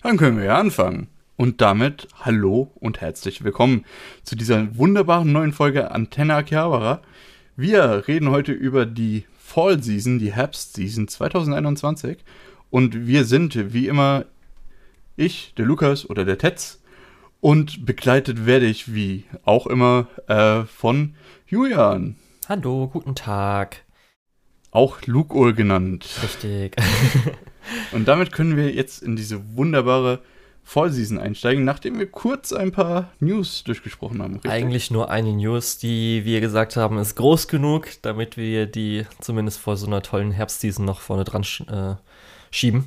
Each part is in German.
Dann können wir ja anfangen. Und damit hallo und herzlich willkommen zu dieser wunderbaren neuen Folge Antenne Akihabara. Wir reden heute über die Fall Season, die Herbst Season 2021. Und wir sind wie immer ich, der Lukas oder der Tetz. Und begleitet werde ich wie auch immer von Julian. Hallo, guten Tag. Auch Luke genannt. Richtig. Und damit können wir jetzt in diese wunderbare Fall Season einsteigen, nachdem wir kurz ein paar News durchgesprochen haben. Richtig? Eigentlich nur eine News, die wir gesagt haben, ist groß genug, damit wir die zumindest vor so einer tollen Herbstseason noch vorne dran schieben.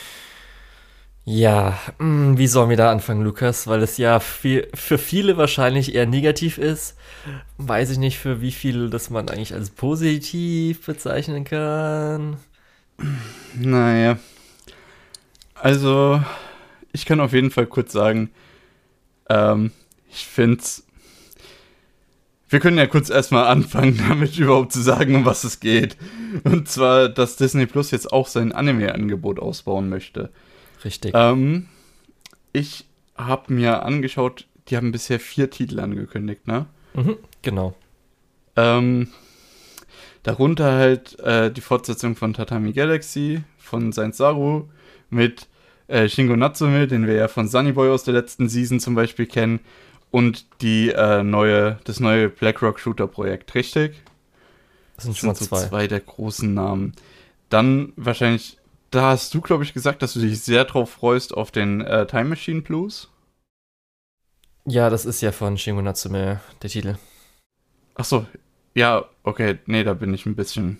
Ja, wie sollen wir da anfangen, Lukas? Weil es ja für viele wahrscheinlich eher negativ ist. Weiß ich nicht, für wie viele das man eigentlich als positiv bezeichnen kann. Naja, also ich kann auf jeden Fall kurz sagen, ich finde es, wir können ja kurz erstmal anfangen, damit überhaupt zu sagen, um was es geht. Und zwar, dass Disney Plus jetzt auch sein Anime-Angebot ausbauen möchte. Richtig. Ich habe mir angeschaut, die haben bisher 4 Titel angekündigt, ne? Genau. Darunter halt die Fortsetzung von Tatami Galaxy, von Saint Saru, mit Shingo Natsume, den wir ja von Sunny Boy aus der letzten Season zum Beispiel kennen, und das neue Blackrock Shooter Projekt, richtig? Das sind schon mal zwei. Zwei der großen Namen. Dann wahrscheinlich, da hast du, glaube ich, gesagt, dass du dich sehr drauf freust auf den Time Machine Blues. Ja, das ist ja von Shingo Natsume der Titel. Achso, ja, okay, nee, da bin ich ein bisschen...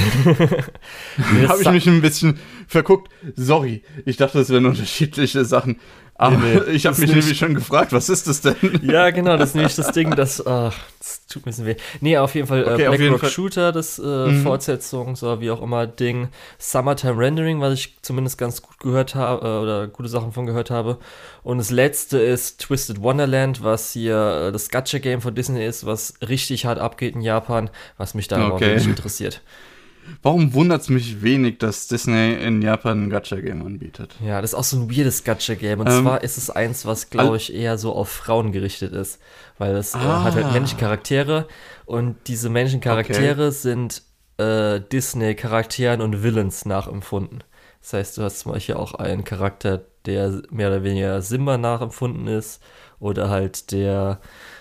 habe ich mich ein bisschen verguckt. Sorry, ich dachte, das wären unterschiedliche Sachen. Aber Nee. ich habe mich nämlich schon gefragt, was ist das denn? Ja, genau, das ist nämlich das Ding, das tut mir ein bisschen weh. Nee, auf jeden Fall Okay, Blackrock Shooter, das Fortsetzung, so wie auch immer, Ding. Summertime Rendering, was ich zumindest ganz gut gehört habe, oder gute Sachen von gehört habe. Und das letzte ist Twisted Wonderland, was hier das Gacha-Game von Disney ist, was richtig hart abgeht in Japan, was mich da auch wirklich interessiert. Warum wundert es mich wenig, dass Disney in Japan ein Gacha-Game anbietet? Ja, das ist auch so ein weirdes Gacha-Game. Und zwar ist es eins, was, glaube ich, eher so auf Frauen gerichtet ist. Weil es hat halt männliche Charaktere. Und diese männlichen Charaktere sind Disney-Charakteren und Villains nachempfunden. Das heißt, du hast zum Beispiel auch einen Charakter, der mehr oder weniger Simba nachempfunden ist. Oder halt der,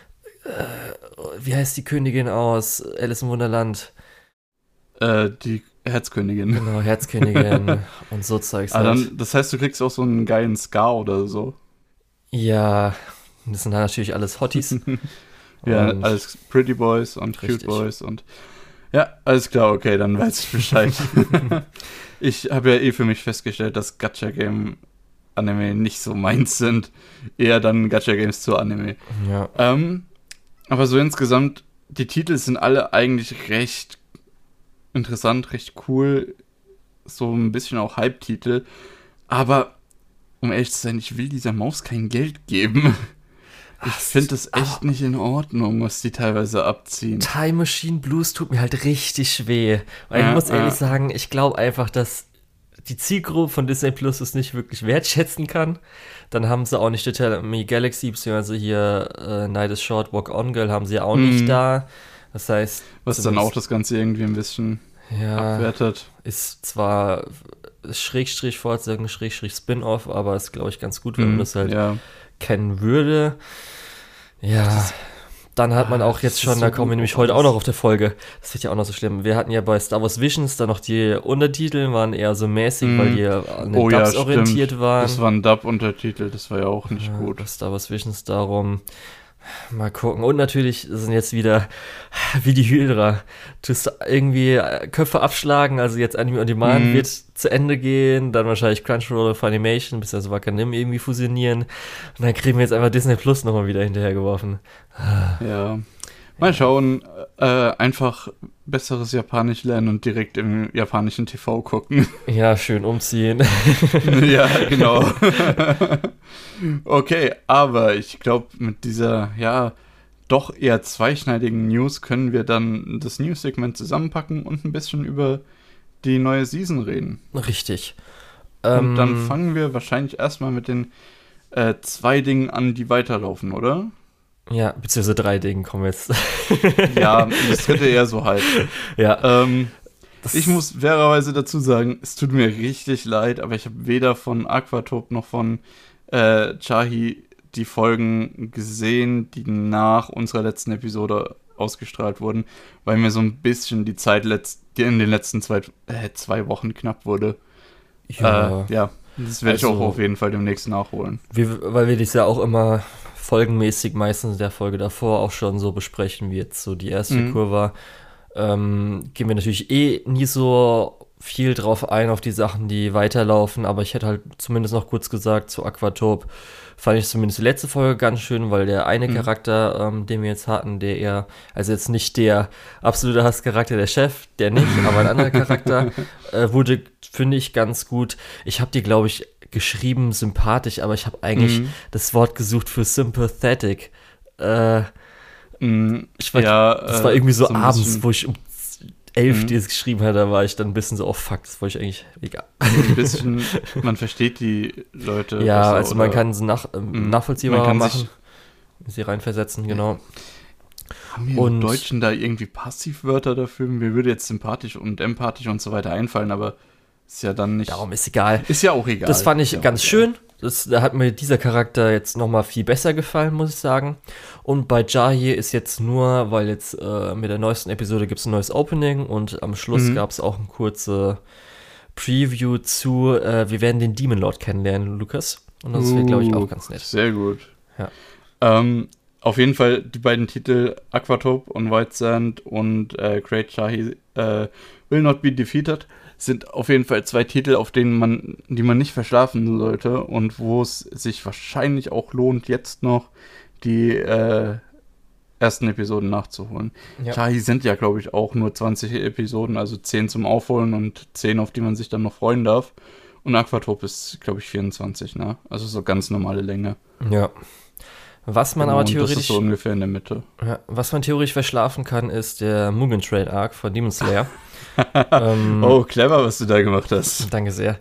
wie heißt die Königin aus Alice im Wunderland? Die Herzkönigin. Genau, Herzkönigin und so Zeugs halt. Dann, das heißt, du kriegst auch so einen geilen Ska oder so. Ja, das sind halt natürlich alles Hotties. Ja, alles Pretty Boys und Cute Boys und... Ja, alles klar, okay, dann weiß ich Bescheid. Ich habe ja für mich festgestellt, dass Gacha-Game-Anime nicht so meins sind. Eher dann Gacha-Games zu Anime. Ja. Aber so insgesamt, die Titel sind alle eigentlich recht interessant, recht cool, so ein bisschen auch Hype-Titel, aber um ehrlich zu sein, ich will dieser Maus kein Geld geben. Ich finde das echt nicht in Ordnung, was die teilweise abziehen. Time Machine Blues tut mir halt richtig weh, weil ich muss ehrlich sagen, ich glaube einfach, dass die Zielgruppe von Disney Plus es nicht wirklich wertschätzen kann. Dann haben sie auch nicht Tatami Galaxy, beziehungsweise hier Night is Short, Walk On Girl haben sie ja auch nicht da. Das heißt... Was dann auch das Ganze irgendwie ein bisschen abwertet. Ist zwar Schrägstrich-Fortsetzung, Schrägstrich-Spin-Off, aber ist, glaube ich, ganz gut, wenn man das halt kennen würde. Ja, dann hat man auch jetzt schon, da kommen wir nämlich heute auch noch auf der Folge, das wird ja auch noch so schlimm. Wir hatten ja bei Star Wars Visions dann noch die Untertitel, waren eher so mäßig, weil die an den Dubs orientiert waren. Das waren Dub-Untertitel, das war ja auch nicht gut. Bei Star Wars Visions darum... Mal gucken. Und natürlich sind jetzt wieder wie die Hydra. Tust irgendwie Köpfe abschlagen, also jetzt Anime on Demand wird zu Ende gehen, dann wahrscheinlich Crunchyroll of Animation, bis das Wakanim irgendwie fusionieren. Und dann kriegen wir jetzt einfach Disney Plus nochmal wieder hinterhergeworfen. Ja. Mal schauen, einfach besseres Japanisch lernen und direkt im japanischen TV gucken. Ja, schön umziehen. Ja, genau. Okay, aber ich glaube, mit dieser, doch eher zweischneidigen News können wir dann das News-Segment zusammenpacken und ein bisschen über die neue Season reden. Richtig. Und dann fangen wir wahrscheinlich erstmal mit den 2 Dingen an, die weiterlaufen, oder? Ja, beziehungsweise 3 Dinge kommen jetzt. Ja, das dritte eher so halt. Ja. Ich muss fairerweise dazu sagen, es tut mir richtig leid, aber ich habe weder von Aquatope noch von Chahi die Folgen gesehen, die nach unserer letzten Episode ausgestrahlt wurden, weil mir so ein bisschen die Zeit in den letzten 2 Wochen knapp wurde. Ja, das werde ich auch auf jeden Fall demnächst nachholen. Weil wir das ja auch immer folgenmäßig meistens in der Folge davor auch schon so besprechen, wie jetzt so die erste Kur war, gehen wir natürlich nie so viel drauf ein, auf die Sachen, die weiterlaufen, aber ich hätte halt zumindest noch kurz gesagt, zu Aquatope fand ich zumindest die letzte Folge ganz schön, weil der eine Charakter, den wir jetzt hatten, der eher, also jetzt nicht der absolute Hasscharakter, der Chef, der nicht, aber ein anderer Charakter, wurde, finde ich, ganz gut. Ich habe die, glaube ich, geschrieben sympathisch, aber ich habe eigentlich das Wort gesucht für sympathetic. Das war irgendwie so abends, wo ich um 11 die es geschrieben hat, da war ich dann ein bisschen so, oh fuck, das wollte ich eigentlich, egal. Ein bisschen, man versteht die Leute. Ja, besser, also man kann sie nachvollziehbar machen, sie reinversetzen, genau. Haben wir im Deutschen da irgendwie Passivwörter dafür? Mir würde jetzt sympathisch und empathisch und so weiter einfallen, aber ist ja dann nicht... Darum ist egal. Ist ja auch egal. Das fand ich ganz schön. Da hat mir dieser Charakter jetzt nochmal viel besser gefallen, muss ich sagen. Und bei Jahi ist jetzt nur, weil jetzt mit der neuesten Episode gibt es ein neues Opening und am Schluss gab es auch eine kurze Preview zu, wir werden den Demon Lord kennenlernen, Lukas. Und das wird, glaube ich, auch ganz nett. Sehr gut. Ja. Auf jeden Fall die beiden Titel Aquatope und White Sand und Great Jahi Will Not Be Defeated sind auf jeden Fall 2 Titel, die man nicht verschlafen sollte und wo es sich wahrscheinlich auch lohnt, jetzt noch die ersten Episoden nachzuholen. Ja. Jahi sind ja, glaube ich, auch nur 20 Episoden, also 10 zum Aufholen und 10, auf die man sich dann noch freuen darf. Und Aquatope ist, glaube ich, 24, ne? Also so ganz normale Länge. Ja. Was man aber theoretisch... Das ist so ungefähr in der Mitte. Ja, was man theoretisch verschlafen kann, ist der Mugen Train Arc von Demon Slayer. Oh, clever, was du da gemacht hast. Danke sehr.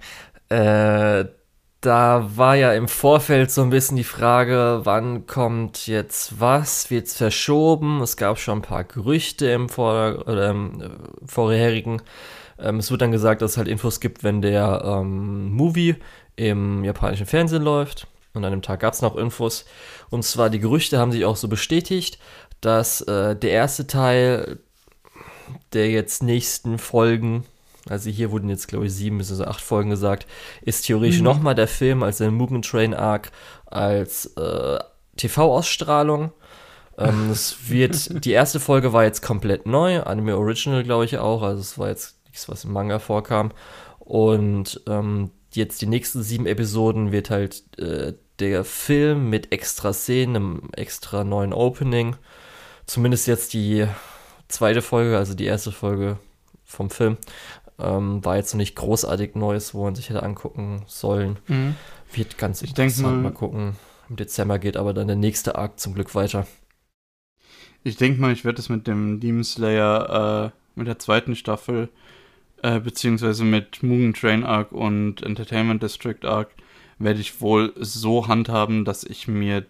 Da war ja im Vorfeld so ein bisschen die Frage, wann kommt jetzt was? Wird es verschoben? Es gab schon ein paar Gerüchte im vorherigen. Es wird dann gesagt, dass es halt Infos gibt, wenn der Movie im japanischen Fernsehen läuft. Und an dem Tag gab es noch Infos. Und zwar, die Gerüchte haben sich auch so bestätigt, dass der erste Teil der jetzt nächsten Folgen, also hier wurden jetzt, glaube ich, 7 bis 8 Folgen gesagt, ist theoretisch nochmal der Film, also der Mugen Train Arc, als TV-Ausstrahlung. Die erste Folge war jetzt komplett neu, Anime Original, glaube ich auch, also es war jetzt nichts, was im Manga vorkam. Und jetzt die nächsten 7 Episoden wird halt der Film mit extra Szenen, einem extra neuen Opening, zumindest jetzt die zweite Folge, also die erste Folge vom Film, war jetzt noch nicht großartig Neues, wo man sich hätte angucken sollen. Wird ganz interessant, mal gucken. Im Dezember geht aber dann der nächste Arc zum Glück weiter. Ich denke mal, ich werde es mit dem Demon Slayer, mit der zweiten Staffel, beziehungsweise mit Mugen Train Arc und Entertainment District Arc, werde ich wohl so handhaben, dass ich mir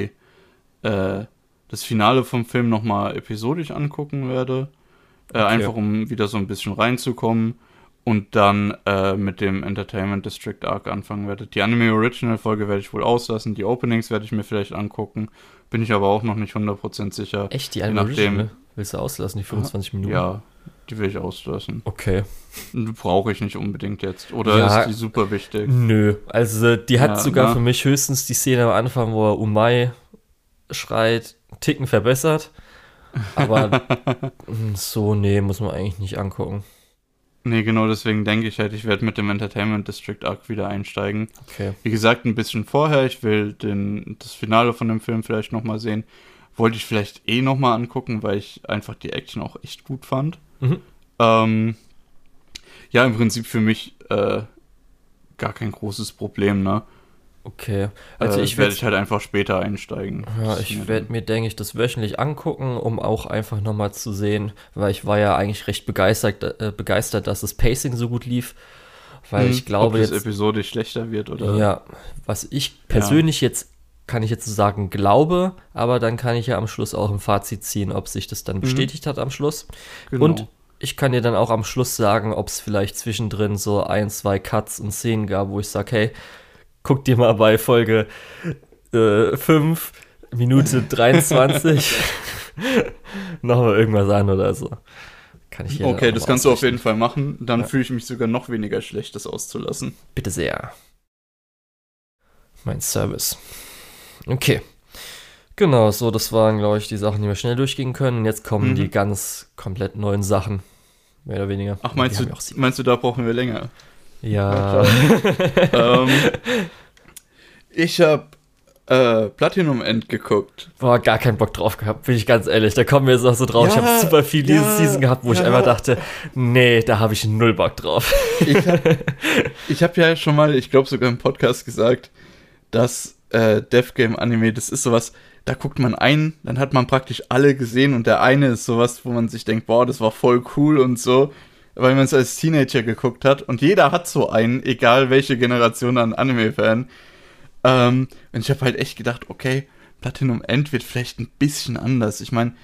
das Finale vom Film nochmal episodisch angucken werde. Okay. Einfach um wieder so ein bisschen reinzukommen und dann mit dem Entertainment District Arc anfangen werde. Die Anime Original Folge werde ich wohl auslassen, die Openings werde ich mir vielleicht angucken, bin ich aber auch noch nicht 100% sicher. Echt, die Anime Original? Willst du auslassen, die 25 Minuten? Ja, die will ich auslassen. Okay. Brauche ich nicht unbedingt jetzt. Oder ist die super wichtig? Nö, also die hat sogar für mich höchstens die Szene am Anfang, wo er Umai schreit, Ticken verbessert. Aber so, muss man eigentlich nicht angucken. Nee, genau deswegen denke ich halt, ich werde mit dem Entertainment District Arc wieder einsteigen. Okay. Wie gesagt, ein bisschen vorher. Ich will das Finale von dem Film vielleicht nochmal sehen. Wollte ich vielleicht nochmal angucken, weil ich einfach die Action auch echt gut fand. Im Prinzip für mich gar kein großes Problem, ne? Okay. Also werde ich halt einfach später einsteigen. Ja, ich werde mir, denke ich, das wöchentlich angucken, um auch einfach nochmal zu sehen, weil ich war ja eigentlich recht begeistert, dass das Pacing so gut lief. weil ich glaube ob das jetzt episodisch schlechter wird oder. Ja, was ich persönlich jetzt, kann ich jetzt so sagen, glaube, aber dann kann ich ja am Schluss auch ein Fazit ziehen, ob sich das dann bestätigt hat am Schluss. Genau. Und ich kann dir dann auch am Schluss sagen, ob es vielleicht zwischendrin so 1, 2 Cuts und Szenen gab, wo ich sage, hey, guck dir mal bei Folge 5, Minute 23 nochmal irgendwas an oder so. Kann ich hier Okay, das kannst du auf jeden Fall. Fall machen. Dann fühle ich mich sogar noch weniger schlecht, das auszulassen. Bitte sehr. Mein Service. Okay. Genau, so, das waren, glaube ich, die Sachen, die wir schnell durchgehen können. Und jetzt kommen die ganz komplett neuen Sachen. Mehr oder weniger. Ach, meinst du, da brauchen wir länger? Ja. Ich habe Platinum End geguckt. Boah, gar keinen Bock drauf gehabt, bin ich ganz ehrlich. Da kommen wir jetzt noch so drauf. Ja, ich habe super viel diese Season gehabt, wo ich einfach dachte, nee, da habe ich null Bock drauf. Ich hab ja schon mal, ich glaube sogar im Podcast gesagt, dass Death Game Anime, das ist sowas, da guckt man ein, dann hat man praktisch alle gesehen und der eine ist sowas, wo man sich denkt, boah, das war voll cool und so, weil man es als Teenager geguckt hat und jeder hat so einen, egal welche Generation an Anime-Fan. Und ich habe halt echt gedacht, okay, Platinum End wird vielleicht ein bisschen anders. Ich meine,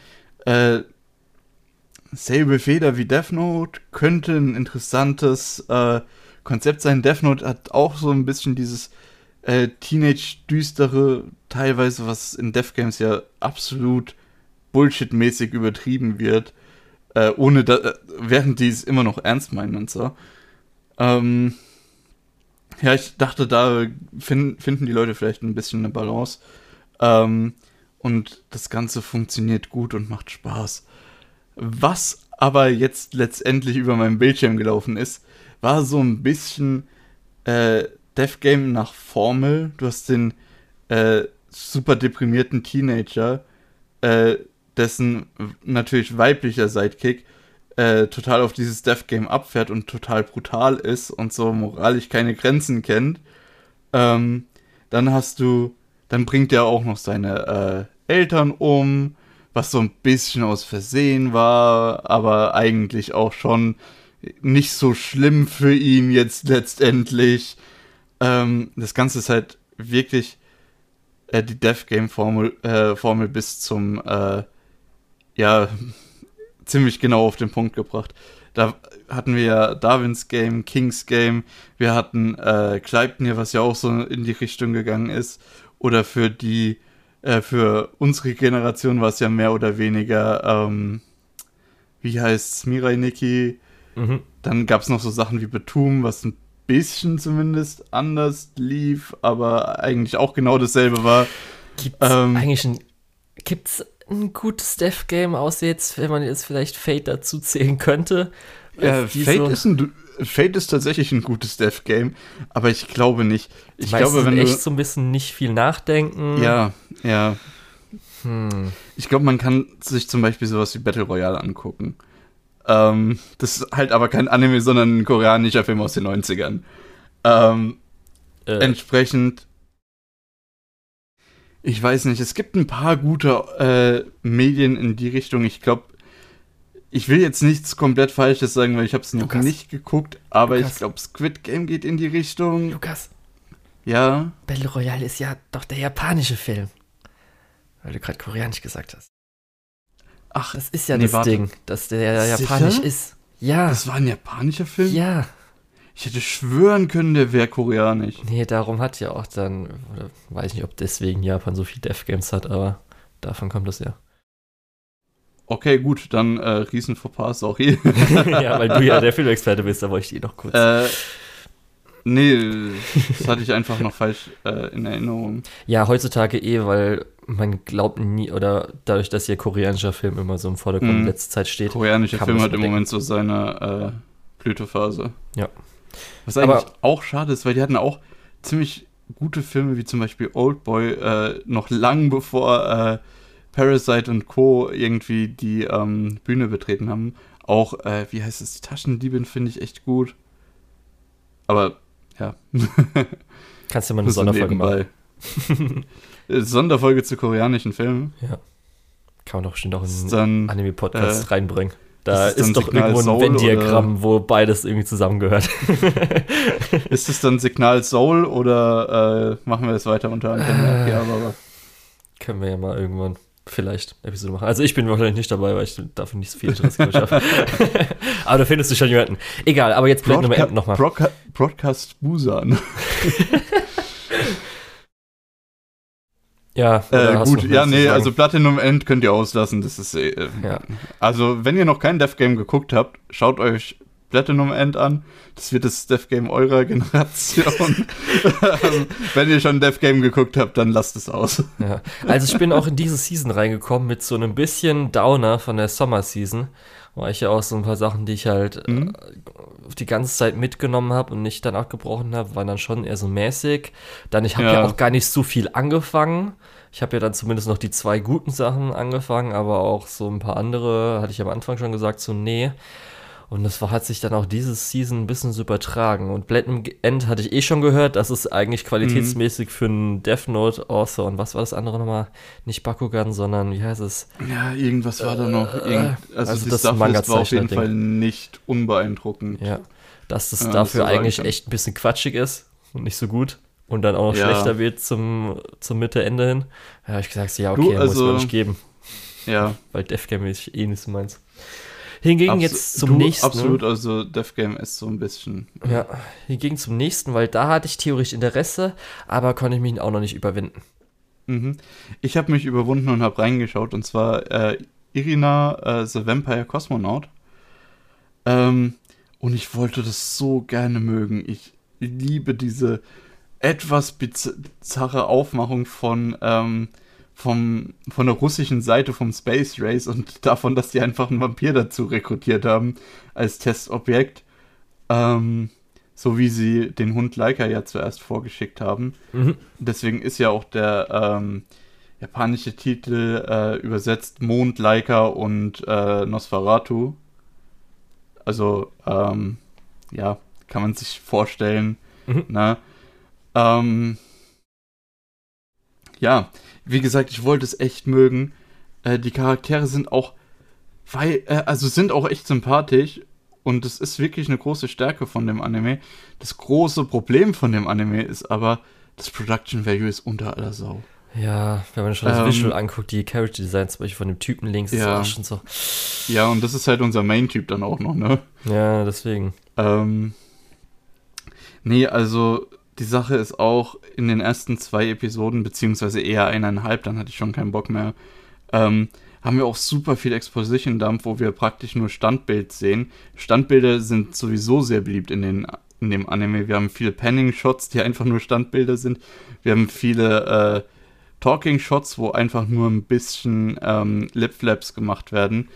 selbe Feder wie Death Note könnte ein interessantes Konzept sein. Death Note hat auch so ein bisschen dieses Teenage-düstere teilweise, was in Death Games ja absolut Bullshit-mäßig übertrieben wird, während die es immer noch ernst meinen und so. Ja, ich dachte, da finden die Leute vielleicht ein bisschen eine Balance. Und das Ganze funktioniert gut und macht Spaß. Was aber jetzt letztendlich über meinem Bildschirm gelaufen ist, war so ein bisschen Death Game nach Formel. Du hast den super deprimierten Teenager, dessen natürlich weiblicher Sidekick total auf dieses Death Game abfährt und total brutal ist und so moralisch keine Grenzen kennt. Dann bringt er auch noch seine Eltern um, was so ein bisschen aus Versehen war, aber eigentlich auch schon nicht so schlimm für ihn jetzt letztendlich. Das Ganze ist halt wirklich die Death Game Formel bis zum ziemlich genau auf den Punkt gebracht. Da hatten wir ja Darwin's Game, King's Game, wir hatten Gleipnir, was ja auch so in die Richtung gegangen ist, oder für unsere Generation war es ja mehr oder weniger, wie heißt's, Mirai Nikki. Dann gab es noch so Sachen wie Betum, was ein bisschen zumindest anders lief, aber eigentlich auch genau dasselbe war. Gibt's ein gutes Death Game, außer jetzt, wenn man jetzt vielleicht Fate dazu zählen könnte? Ja, Fate ist tatsächlich ein gutes Death Game, aber ich glaube nicht. Ich glaube, wenn echt so ein bisschen nicht viel nachdenken. Ja. Ich glaube, man kann sich zum Beispiel sowas wie Battle Royale angucken. Das ist halt aber kein Anime, sondern ein koreanischer Film aus den 90ern. Entsprechend, ich weiß nicht, es gibt ein paar gute Medien in die Richtung. Ich glaube, ich will jetzt nichts komplett Falsches sagen, weil ich habe es noch nicht geguckt, aber ich glaube, Squid Game geht in die Richtung. Lukas. Ja? Battle Royale ist ja doch der japanische Film. Weil du gerade koreanisch gesagt hast. Ach, das ist ja das Ding, dass der japanisch ist. Ja. Das war ein japanischer Film? Ja. Ich hätte schwören können, der wäre koreanisch. Nee, darum hat ja auch dann, oder weiß nicht, ob deswegen Japan so viel Death Games hat, aber davon kommt das ja. Okay, gut, dann riesen Fauxpas auch hier. Ja, weil du ja der Filmexperte bist, da wollte ich die noch kurz. Nee, das hatte ich einfach noch falsch in Erinnerung. Ja, heutzutage weil man glaubt nie, oder dadurch, dass hier koreanischer Film immer so im Vordergrund in letzter Zeit steht. Koreanischer Film hat im Moment so seine Blütephase. Ja. Was eigentlich auch schade ist, weil die hatten auch ziemlich gute Filme, wie zum Beispiel Oldboy, noch lang bevor Parasite und Co. irgendwie die Bühne betreten haben. Auch, wie heißt es, die Taschendiebin finde ich echt gut. Aber, ja. Kannst du mal eine Sonderfolge machen. Sonderfolge zu koreanischen Filmen. Ja. Kann man doch bestimmt auch in einen Anime-Podcast reinbringen. Da ist doch Signal irgendwo ein Soul Venn-Diagramm, wo beides irgendwie zusammengehört. Ist es dann Signal Soul oder machen wir das weiter unter Antenne? Ja, aber können wir ja mal irgendwann vielleicht Episode machen. Also ich bin wahrscheinlich nicht dabei, weil ich dafür nicht so viel Interesse habe. Aber da findest du schon jemanden. Egal, aber jetzt Platinum End nochmal. Broadcast Busan. Ja, gut, ja, nee, also Platinum End könnt ihr auslassen. Das ist ja. Also, wenn ihr noch kein Death Game geguckt habt, schaut euch Platinum End an. Das wird das Death Game eurer Generation. Wenn ihr schon Death Game geguckt habt, dann lasst es aus. Ja. Also ich bin auch in diese Season reingekommen mit so einem bisschen Downer von der Sommer Season, weil ich ja auch so ein paar Sachen, die ich halt die ganze Zeit mitgenommen habe und nicht dann abgebrochen habe, waren dann schon eher so mäßig. Dann, ich habe ja auch gar nicht so viel angefangen. Ich habe ja dann zumindest noch die 2 guten Sachen angefangen, aber auch so ein paar andere, hatte ich am Anfang schon gesagt, so nee. Und das hat sich dann auch diese Season ein bisschen so übertragen. Und Platinum End hatte ich eh schon gehört, das ist eigentlich qualitätsmäßig für einen Death Note Author. Und was war das andere nochmal? Nicht Bakugan, sondern wie heißt es? Ja, irgendwas war da noch. Also die das Manga-Zeichner war auf jeden Fall nicht unbeeindruckend. Ja, dass das dafür eigentlich echt ein bisschen quatschig ist und nicht so gut. Und dann auch noch schlechter wird zum Mitte, Ende hin. Ja, habe ich gesagt, ja, okay, muss man nicht geben. Ja. Weil Death Game ist eh nicht so meins. Hingegen jetzt zum nächsten. Absolut, also Death Game ist so ein bisschen. Ja, hingegen zum nächsten, weil da hatte ich theoretisch Interesse, aber konnte ich mich auch noch nicht überwinden. Ich habe mich überwunden und habe reingeschaut, und zwar Irina the Vampire Cosmonaut. Und ich wollte das so gerne mögen. Ich liebe diese etwas bizarre Aufmachung von der russischen Seite vom Space Race und davon, dass die einfach einen Vampir dazu rekrutiert haben als Testobjekt. So wie sie den Hund Laika ja zuerst vorgeschickt haben. Deswegen ist ja auch der japanische Titel übersetzt Mond, Laika und Nosferatu. Also, ja, kann man sich vorstellen. Ne? Ja, wie gesagt, ich wollte es echt mögen. Die Charaktere sind auch sind auch echt sympathisch. Und das ist wirklich eine große Stärke von dem Anime. Das große Problem von dem Anime ist aber, das Production Value ist unter aller Sau. Ja, wenn man schon das Visual anguckt, die Character Designs zum Beispiel von dem Typen links, ist auch schon so. Ja, und das ist halt unser Main-Typ dann auch noch, ne? Ja, deswegen. Nee, also die Sache ist auch, in den ersten 2 Episoden, beziehungsweise eher 1,5, dann hatte ich schon keinen Bock mehr, haben wir auch super viel Exposition-Dump, wo wir praktisch nur Standbild sehen. Standbilder sind sowieso sehr beliebt in dem Anime. Wir haben viele Panning-Shots, die einfach nur Standbilder sind. Wir haben viele Talking-Shots, wo einfach nur ein bisschen Lip-Flaps gemacht werden.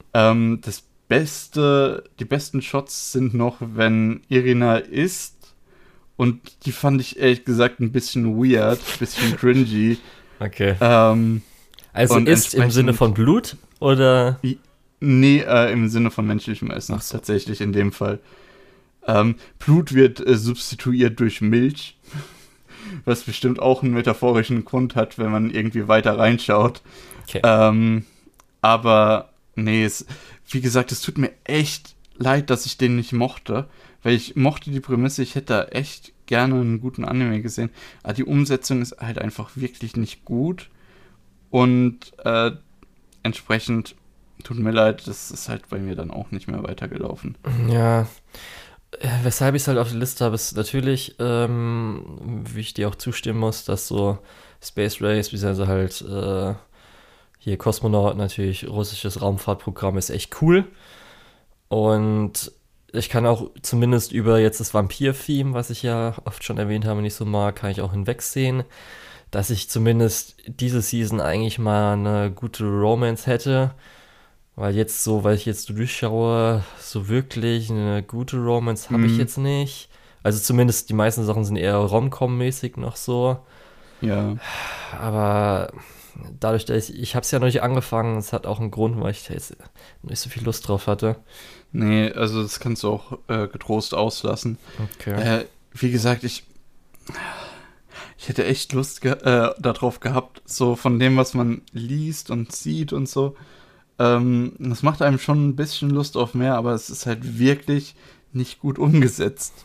Die besten Shots sind noch, wenn Irina isst. Und die fand ich ehrlich gesagt ein bisschen weird, ein bisschen cringy. Okay. Also isst im Sinne von Blut, oder? Nee, im Sinne von menschlichem Essen, tatsächlich in dem Fall. Blut wird substituiert durch Milch, was bestimmt auch einen metaphorischen Grund hat, wenn man irgendwie weiter reinschaut. Okay. Aber nee, wie gesagt, es tut mir echt leid, dass ich den nicht mochte, weil ich mochte die Prämisse, ich hätte da echt gerne einen guten Anime gesehen, aber die Umsetzung ist halt einfach wirklich nicht gut und entsprechend tut mir leid, das ist halt bei mir dann auch nicht mehr weitergelaufen. Ja, weshalb ich es halt auf der Liste habe, ist natürlich, wie ich dir auch zustimmen muss, dass so Space Race, beziehungsweise halt hier Kosmonaut, natürlich russisches Raumfahrtprogramm, ist echt cool. Und ich kann auch zumindest über jetzt das Vampir-Theme, was ich ja oft schon erwähnt habe, nicht so mag, kann ich auch hinwegsehen, dass ich zumindest diese Season eigentlich mal eine gute Romance hätte. Weil ich jetzt so durchschaue, so wirklich eine gute Romance habe ich jetzt nicht. Also zumindest die meisten Sachen sind eher Rom-Com-mäßig noch so. Ja. Aber dadurch, dass ich habe es ja noch nicht angefangen, es hat auch einen Grund, weil ich da jetzt nicht so viel Lust drauf hatte. Nee, also das kannst du auch getrost auslassen. Okay. Wie gesagt, ich hätte echt Lust darauf gehabt, so von dem, was man liest und sieht und so, Das macht einem schon ein bisschen Lust auf mehr, aber es ist halt wirklich nicht gut umgesetzt.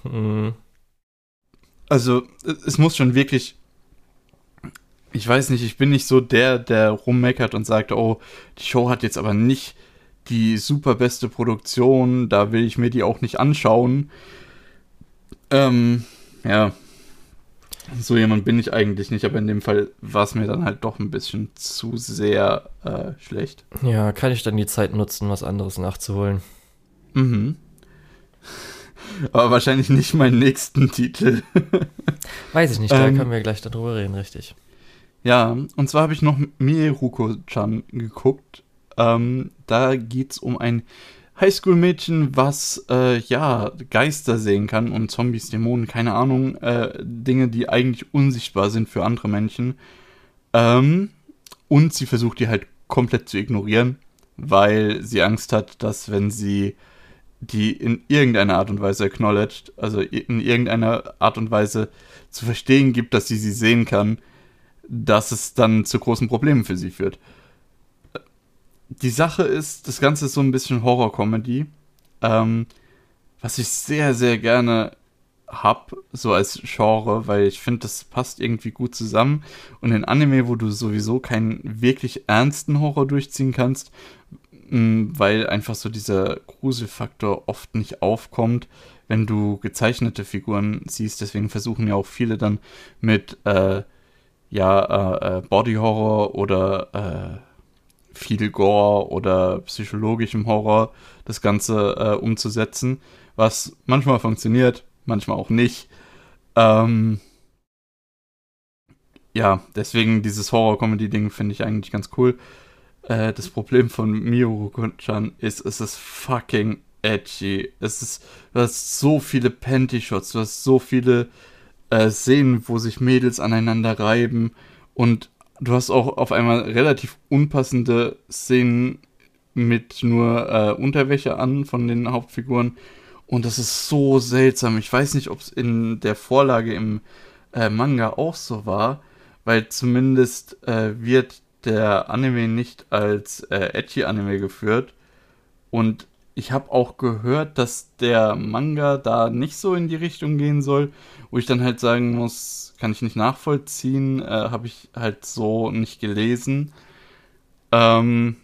Also, es muss schon wirklich, ich weiß nicht, ich bin nicht so der rummeckert und sagt, oh, die Show hat jetzt aber nicht die super beste Produktion, da will ich mir die auch nicht anschauen. Ja, so jemand bin ich eigentlich nicht, aber in dem Fall war es mir dann halt doch ein bisschen zu sehr schlecht. Ja, kann ich dann die Zeit nutzen, was anderes nachzuholen. Mhm. Aber wahrscheinlich nicht meinen nächsten Titel. Weiß ich nicht, da können wir gleich darüber reden, richtig. Ja, und zwar habe ich noch Miruko-chan geguckt. Da geht's um ein Highschool-Mädchen, was Geister sehen kann und Zombies, Dämonen, keine Ahnung, Dinge, die eigentlich unsichtbar sind für andere Menschen. Und sie versucht die halt komplett zu ignorieren, weil sie Angst hat, dass wenn sie die in irgendeiner Art und Weise acknowledged, also in irgendeiner Art und Weise zu verstehen gibt, dass sie sehen kann, dass es dann zu großen Problemen für sie führt. Die Sache ist, das Ganze ist so ein bisschen Horror-Comedy, was ich sehr, sehr gerne hab, so als Genre, weil ich finde, das passt irgendwie gut zusammen. Und in Anime, wo du sowieso keinen wirklich ernsten Horror durchziehen kannst, weil einfach so dieser Gruselfaktor oft nicht aufkommt, wenn du gezeichnete Figuren siehst. Deswegen versuchen ja auch viele dann mit Body-Horror oder viel Gore oder psychologischem Horror das Ganze umzusetzen, was manchmal funktioniert, manchmal auch nicht. Deswegen dieses Horror-Comedy-Ding finde ich eigentlich ganz cool. Das Problem von Miruko-chan ist, es ist fucking edgy. Du hast so viele Panty-Shots, du hast so viele Szenen, wo sich Mädels aneinander reiben und du hast auch auf einmal relativ unpassende Szenen mit nur Unterwäsche an von den Hauptfiguren und das ist so seltsam. Ich weiß nicht, ob es in der Vorlage im Manga auch so war, weil zumindest wird der Anime nicht als Ecchi-Anime geführt. Und ich habe auch gehört, dass der Manga da nicht so in die Richtung gehen soll, wo ich dann halt sagen muss, kann ich nicht nachvollziehen, habe ich halt so nicht gelesen. Im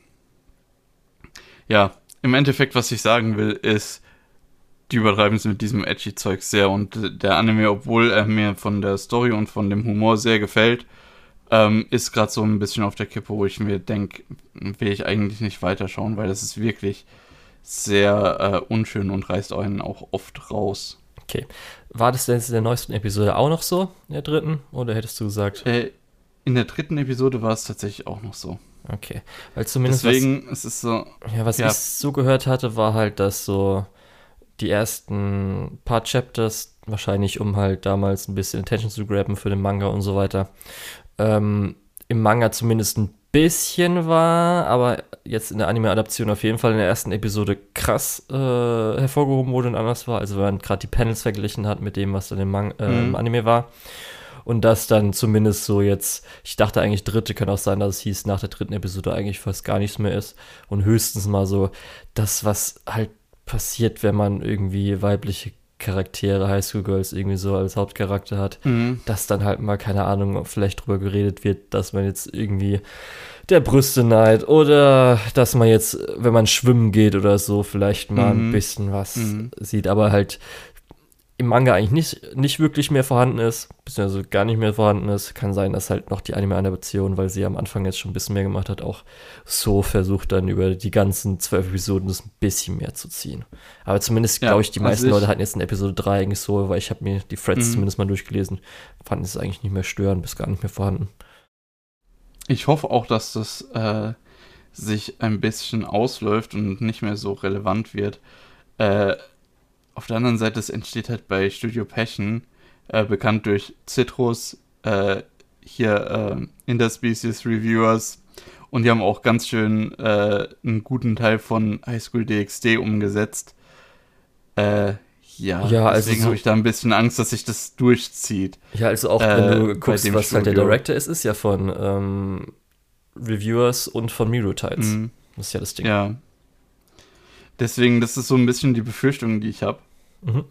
Endeffekt, was ich sagen will, ist, die übertreiben es mit diesem Ecchi-Zeug sehr und der Anime, obwohl er mir von der Story und von dem Humor sehr gefällt, ist gerade so ein bisschen auf der Kippe, wo ich mir denke, will ich eigentlich nicht weiterschauen, weil das ist wirklich sehr unschön und reißt einen auch oft raus. Okay. War das denn in der neuesten Episode auch noch so, in der dritten? Oder hättest du gesagt? In der dritten Episode war es tatsächlich auch noch so. Okay. Weil zumindest deswegen ist es so. Ja, was ich so gehört hatte, war halt, dass so die ersten paar Chapters, wahrscheinlich um halt damals ein bisschen Attention zu grabben für den Manga und so weiter, im Manga zumindest ein bisschen war, aber jetzt in der Anime-Adaption auf jeden Fall in der ersten Episode krass hervorgehoben wurde und anders war. Also wenn man gerade die Panels verglichen hat mit dem, was dann im Anime war. Und das dann zumindest so jetzt, ich dachte eigentlich dritte, kann auch sein, dass es hieß, nach der dritten Episode eigentlich fast gar nichts mehr ist. Und höchstens mal so das, was halt passiert, wenn man irgendwie weibliche Charaktere, Highschool Girls irgendwie so als Hauptcharakter hat, dass dann halt mal, keine Ahnung, vielleicht drüber geredet wird, dass man jetzt irgendwie der Brüste neigt oder dass man jetzt, wenn man schwimmen geht oder so, vielleicht mal ein bisschen was sieht, aber halt im Manga eigentlich nicht wirklich mehr vorhanden ist, beziehungsweise gar nicht mehr vorhanden ist. Kann sein, dass halt noch die Anime-Adaption, weil sie am Anfang jetzt schon ein bisschen mehr gemacht hat, auch so versucht dann über die ganzen 12 Episoden das ein bisschen mehr zu ziehen. Aber zumindest, glaube ich, die meisten Leute hatten jetzt in Episode 3 eigentlich so, weil ich habe mir die Threads zumindest mal durchgelesen, fanden es eigentlich nicht mehr störend, bis gar nicht mehr vorhanden. Ich hoffe auch, dass das sich ein bisschen ausläuft und nicht mehr so relevant wird. Auf der anderen Seite, es entsteht halt bei Studio Passion, bekannt durch Citrus, Interspecies Reviewers, und die haben auch ganz schön einen guten Teil von High School DxD umgesetzt. Deswegen habe ich da ein bisschen Angst, dass sich das durchzieht. Ja, also auch wenn du guckst, was Studio halt der Director ist ja von Reviewers und von Miro Tides. Das ist ja das Ding. Ja. Deswegen, das ist so ein bisschen die Befürchtung, die ich habe. Mhm.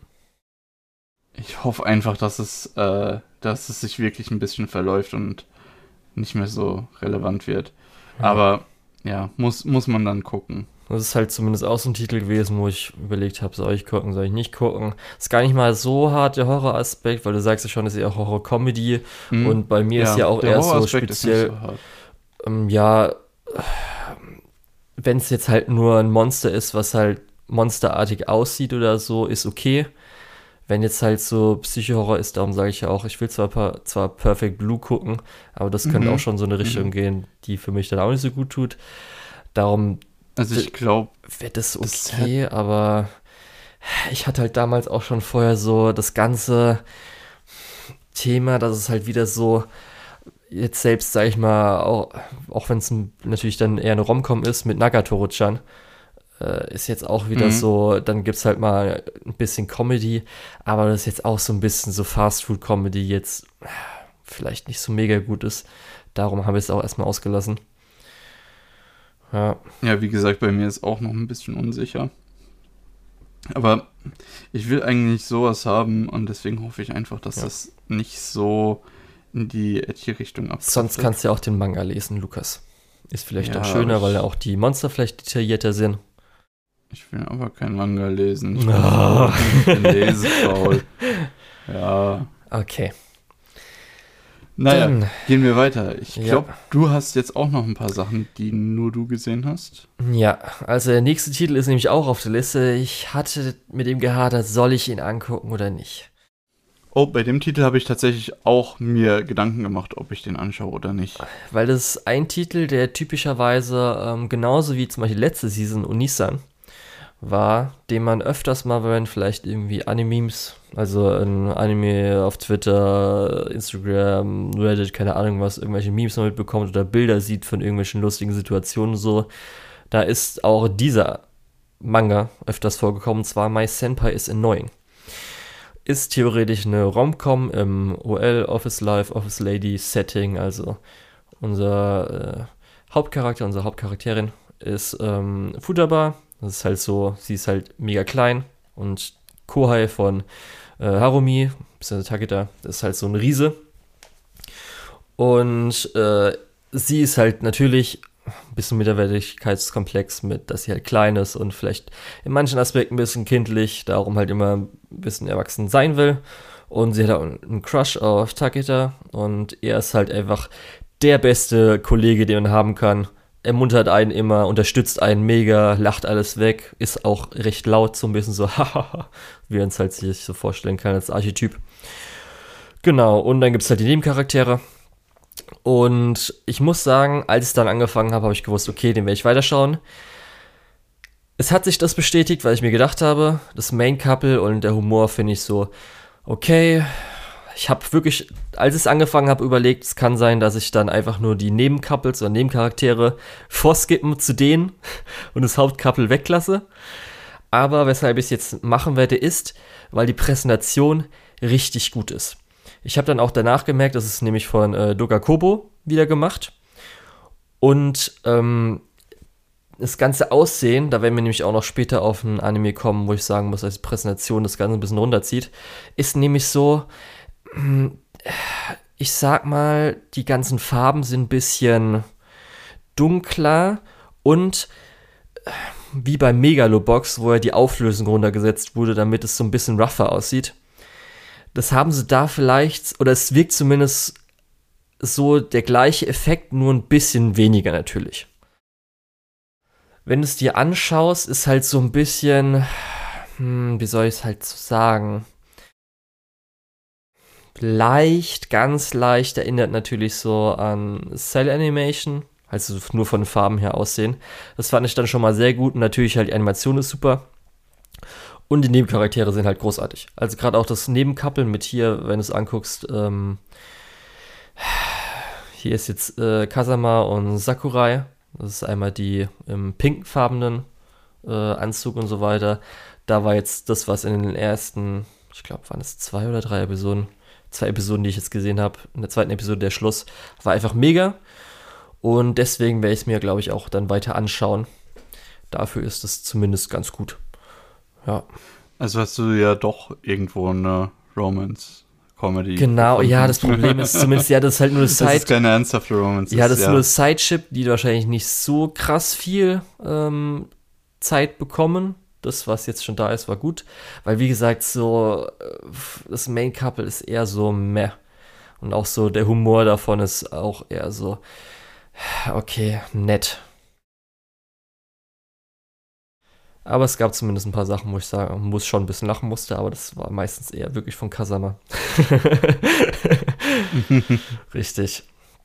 Ich hoffe einfach, dass es sich wirklich ein bisschen verläuft und nicht mehr so relevant wird. Ja. Aber ja, muss man dann gucken. Das ist halt zumindest auch so ein Titel gewesen, wo ich überlegt habe, soll ich gucken, soll ich nicht gucken. Ist gar nicht mal so hart der Horroraspekt, weil du sagst ja schon, das ist ja auch Horror-Comedy. Und bei mir ist ja auch eher so speziell, ja, wenn es jetzt halt nur ein Monster ist, was halt monsterartig aussieht oder so, ist okay. Wenn jetzt halt so Psycho-Horror ist, darum sage ich ja auch, ich will zwar Perfect Blue gucken, aber das könnte auch schon so eine Richtung gehen, die für mich dann auch nicht so gut tut. Darum, also ich glaube, wäre das okay, aber ich hatte halt damals auch schon vorher so das ganze Thema, dass es halt wieder so, jetzt selbst, sag ich mal, auch wenn es natürlich dann eher eine Rom-Com ist, mit Nagatoro-chan, ist jetzt auch wieder so, dann gibt's halt mal ein bisschen Comedy, aber das ist jetzt auch so ein bisschen so Fast-Food-Comedy jetzt vielleicht nicht so mega gut ist. Darum habe ich es auch erstmal ausgelassen. Ja, wie gesagt, bei mir ist auch noch ein bisschen unsicher. Aber ich will eigentlich sowas haben und deswegen hoffe ich einfach, dass das nicht so in die edgy Richtung abzieht. Sonst kannst du ja auch den Manga lesen, Lukas. Ist vielleicht auch schöner, weil auch die Monster vielleicht detaillierter sind. Ich will aber kein Manga lesen. Ich bin lesefaul. Ja. Okay. Naja, dann gehen wir weiter. Ich glaube, du hast jetzt auch noch ein paar Sachen, die nur du gesehen hast. Ja, also der nächste Titel ist nämlich auch auf der Liste. Ich hatte mit dem gehadert, soll ich ihn angucken oder nicht? Oh, bei dem Titel habe ich tatsächlich auch mir Gedanken gemacht, ob ich den anschaue oder nicht. Weil das ist ein Titel, der typischerweise genauso wie zum Beispiel letzte Season Onisan war, den man öfters mal, wenn vielleicht irgendwie Anime-Memes, also ein Anime auf Twitter, Instagram, Reddit, keine Ahnung was, irgendwelche Memes noch mitbekommt oder Bilder sieht von irgendwelchen lustigen Situationen so, da ist auch dieser Manga öfters vorgekommen, und zwar My Senpai is Annoying. Ist theoretisch eine Rom-Com im OL, Office Life, Office Lady Setting, also unser Hauptcharakter, unsere Hauptcharakterin ist Futaba. Das ist halt so, sie ist halt mega klein und Kohai von Harumi, bzw. Takeda, das ist halt so ein Riese. Und sie ist halt natürlich ein bisschen Minderwertigkeitskomplex mit, dass sie halt klein ist und vielleicht in manchen Aspekten ein bisschen kindlich, darum halt immer ein bisschen erwachsen sein will. Und sie hat auch einen Crush auf Takeda und er ist halt einfach der beste Kollege, den man haben kann. Ermuntert einen immer, unterstützt einen mega, lacht alles weg, ist auch recht laut, so ein bisschen so, hahaha, wie man es halt sich so vorstellen kann als Archetyp. Genau, und dann gibt es halt die Nebencharaktere. Und ich muss sagen, als ich dann angefangen habe, habe ich gewusst, okay, den werde ich weiterschauen. Es hat sich das bestätigt, weil ich mir gedacht habe, das Main Couple und der Humor finde ich so, okay. Ich habe wirklich, als ich es angefangen habe, überlegt, es kann sein, dass ich dann einfach nur die Nebencouples oder Nebencharaktere vorskippen zu denen und das Hauptcouple weglasse. Aber weshalb ich es jetzt machen werde, ist, weil die Präsentation richtig gut ist. Ich habe dann auch danach gemerkt, das ist nämlich von Doga Kobo wieder gemacht. Und das ganze Aussehen, da werden wir nämlich auch noch später auf ein Anime kommen, wo ich sagen muss, dass die Präsentation das Ganze ein bisschen runterzieht, ist nämlich so, ich sag mal, die ganzen Farben sind ein bisschen dunkler und wie bei Megalobox, wo ja die Auflösung runtergesetzt wurde, damit es so ein bisschen rougher aussieht. Das haben sie da vielleicht, oder es wirkt zumindest so der gleiche Effekt, nur ein bisschen weniger natürlich. Wenn du es dir anschaust, ist halt so ein bisschen, wie soll ich es halt so sagen, ganz leicht erinnert natürlich so an Cell Animation, also nur von den Farben her aussehen. Das fand ich dann schon mal sehr gut und natürlich halt die Animation ist super. Und die Nebencharaktere sind halt großartig. Also gerade auch das Nebencouple mit hier, wenn du es anguckst, hier ist jetzt Kasama und Sakurai. Das ist einmal die im pinkfarbenen Anzug und so weiter. Da war jetzt das, was in den ersten, ich glaube, waren es 2 oder 3 Episoden, 2 Episoden, die ich jetzt gesehen habe. In der zweiten Episode der Schluss war einfach mega. Und deswegen werde ich es mir, glaube ich, auch dann weiter anschauen. Dafür ist es zumindest ganz gut. Ja. Also hast du ja doch irgendwo eine Romance-Comedy. Genau, gefunden. ja, das Problem ist zumindest, ja, das ist halt nur eine Das ist keine ernsthafte Romance. Ja, das ist nur eine Side-Chip, die wahrscheinlich nicht so krass viel Zeit bekommen. Das, was jetzt schon da ist, war gut. Weil, wie gesagt, so das Main-Couple ist eher so meh. Und auch so der Humor davon ist auch eher so, okay, nett. Aber es gab zumindest ein paar Sachen, wo ich sagen muss, schon ein bisschen lachen musste, aber das war meistens eher wirklich von Kasama. Richtig.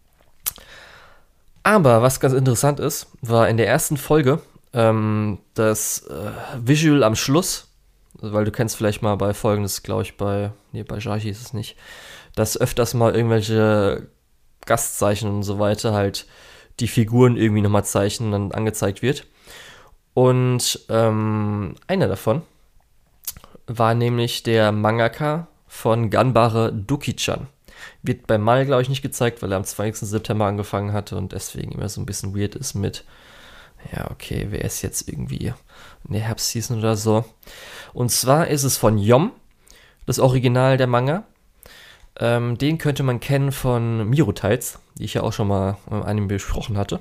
Aber was ganz interessant ist, war in der ersten Folge das Visual am Schluss, weil du kennst vielleicht mal bei Folgen, das glaube ich bei Jarhi ist es nicht, dass öfters mal irgendwelche Gastzeichen und so weiter halt die Figuren irgendwie nochmal zeichnen und dann angezeigt wird. Und einer davon war nämlich der Mangaka von Ganbare Duki-chan. Wird bei Mal, glaube ich, nicht gezeigt, weil er am 20. September angefangen hatte und deswegen immer so ein bisschen weird ist mit, ja, okay, wer ist jetzt irgendwie in der Herbstseason oder so. Und zwar ist es von Yom, das Original der Manga. Den könnte man kennen von Miro Tides, die ich ja auch schon mal in einem besprochen hatte.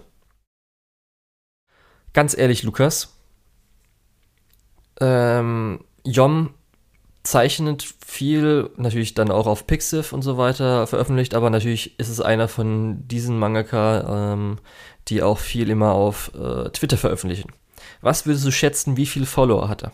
Ganz ehrlich, Lukas, Yom zeichnet viel, natürlich dann auch auf Pixiv und so weiter veröffentlicht, aber natürlich ist es einer von diesen Mangaka, die auch viel immer auf Twitter veröffentlichen. Was würdest du schätzen, wie viele Follower hat er?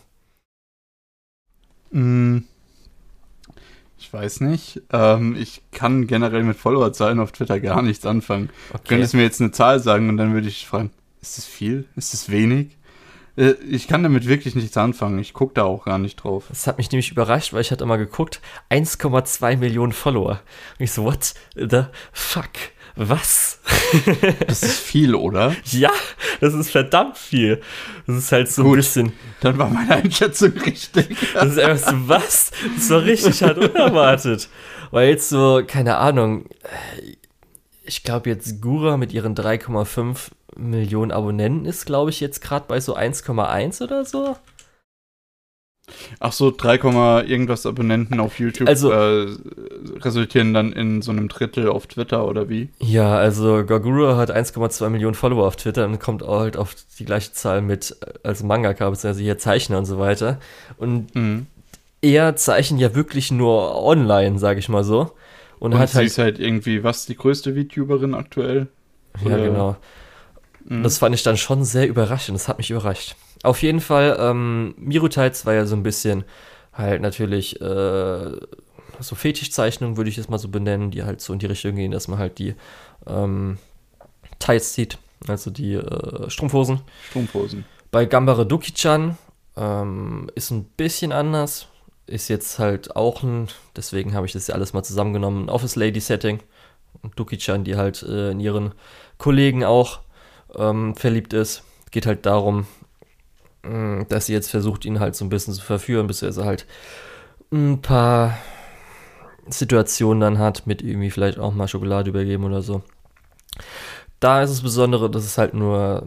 Ich weiß nicht. Ich kann generell mit Followerzahlen auf Twitter gar nichts anfangen. Okay. Könntest du mir jetzt eine Zahl sagen und dann würde ich fragen, ist das viel? Ist das wenig? Ich kann damit wirklich nichts anfangen. Ich gucke da auch gar nicht drauf. Das hat mich nämlich überrascht, weil ich hatte mal geguckt, 1,2 Millionen Follower. Und ich so, what the fuck? Was? Das ist viel, oder? Ja, das ist verdammt viel. Das ist halt so Gut, ein bisschen. Dann war meine Einschätzung richtig. Das ist einfach so, was? Das war richtig halt unerwartet. Weil jetzt so, keine Ahnung, ich glaube jetzt Gura mit ihren 3,5 Millionen Abonnenten ist, glaube ich, jetzt gerade bei so 1,1 oder so. Ach so, 3, irgendwas Abonnenten auf YouTube Also, resultieren dann in so einem Drittel auf Twitter oder wie? ja, also Gogura hat 1,2 Millionen Follower auf Twitter und kommt auch halt auf die gleiche Zahl mit als Mangaka, beziehungsweise hier Zeichner und so weiter. Und er zeichnet ja wirklich nur online, sage ich mal so. Und hat sie ist halt irgendwie, was, die größte VTuberin aktuell? Ja, genau. Das fand ich dann schon sehr überraschend. Das hat mich überrascht. Auf jeden Fall, Miro Tides war ja so ein bisschen halt natürlich so Fetischzeichnungen, würde ich es mal so benennen, die halt so in die Richtung gehen, dass man halt die Tights zieht, also die Strumpfhosen. Bei Ganbare Duki-chan ist ein bisschen anders. Ist jetzt halt auch deswegen habe ich das ja alles mal zusammengenommen, ein Office-Lady-Setting. Und Duki-chan, die halt in ihren Kollegen auch verliebt ist. Geht halt darum, dass sie jetzt versucht, ihn halt so ein bisschen zu verführen, bis er halt ein paar Situationen dann hat, mit irgendwie vielleicht auch mal Schokolade übergeben oder so. Da ist es Besondere, dass es halt nur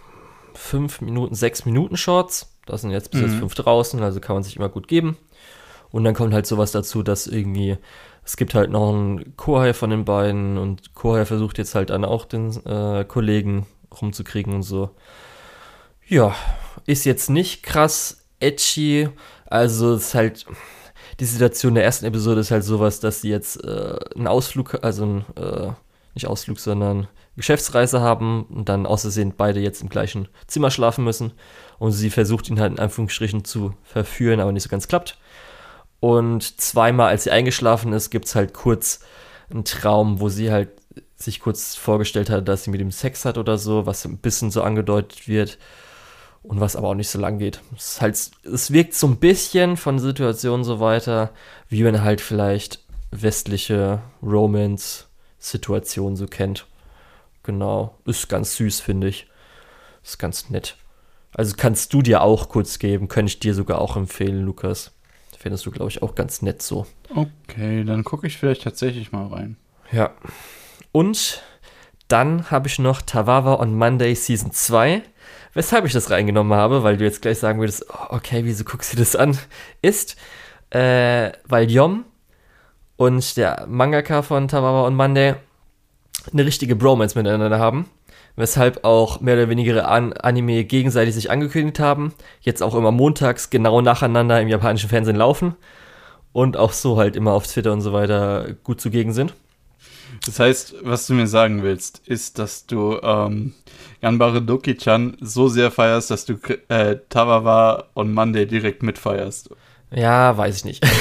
6 Minuten Shorts. Da sind jetzt bis jetzt 5 draußen, also kann man sich immer gut geben. Und dann kommt halt sowas dazu, dass irgendwie, es gibt halt noch einen Kohai von den beiden und Kohai versucht jetzt halt dann auch den Kollegen rumzukriegen und so. Ja, ist jetzt nicht krass edgy, also es ist halt, die Situation der ersten Episode ist halt sowas, dass sie jetzt einen Ausflug, also nicht Ausflug, sondern Geschäftsreise haben und dann außersehen beide jetzt im gleichen Zimmer schlafen müssen und sie versucht ihn halt in Anführungsstrichen zu verführen, aber nicht so ganz klappt. Und zweimal, als sie eingeschlafen ist, gibt es halt kurz einen Traum, wo sie halt sich kurz vorgestellt hat, dass sie mit ihm Sex hat oder so, was ein bisschen so angedeutet wird und was aber auch nicht so lang geht. Es wirkt so ein bisschen von der Situation so weiter, wie man halt vielleicht westliche Romance-Situationen so kennt. Genau, ist ganz süß, finde ich. Ist ganz nett. Also kannst du dir auch kurz geben, könnte ich dir sogar auch empfehlen, Lukas. Findest du, glaube ich, auch ganz nett so. Okay, dann gucke ich vielleicht tatsächlich mal rein. Ja. Und dann habe ich noch Tawawa on Monday Season 2. Weshalb ich das reingenommen habe, weil du jetzt gleich sagen würdest, oh, okay, wieso guckst du das an? Ist, weil Yom und der Mangaka von Tawawa on Monday eine richtige Bromance miteinander haben. Weshalb auch mehr oder weniger Anime gegenseitig sich angekündigt haben. Jetzt auch immer montags genau nacheinander im japanischen Fernsehen laufen. Und auch so halt immer auf Twitter und so weiter gut zugegen sind. Das heißt, was du mir sagen willst, ist, dass du Ganbare Doki-chan so sehr feierst, dass du Tawawa on Monday direkt mitfeierst. Ja, weiß ich nicht.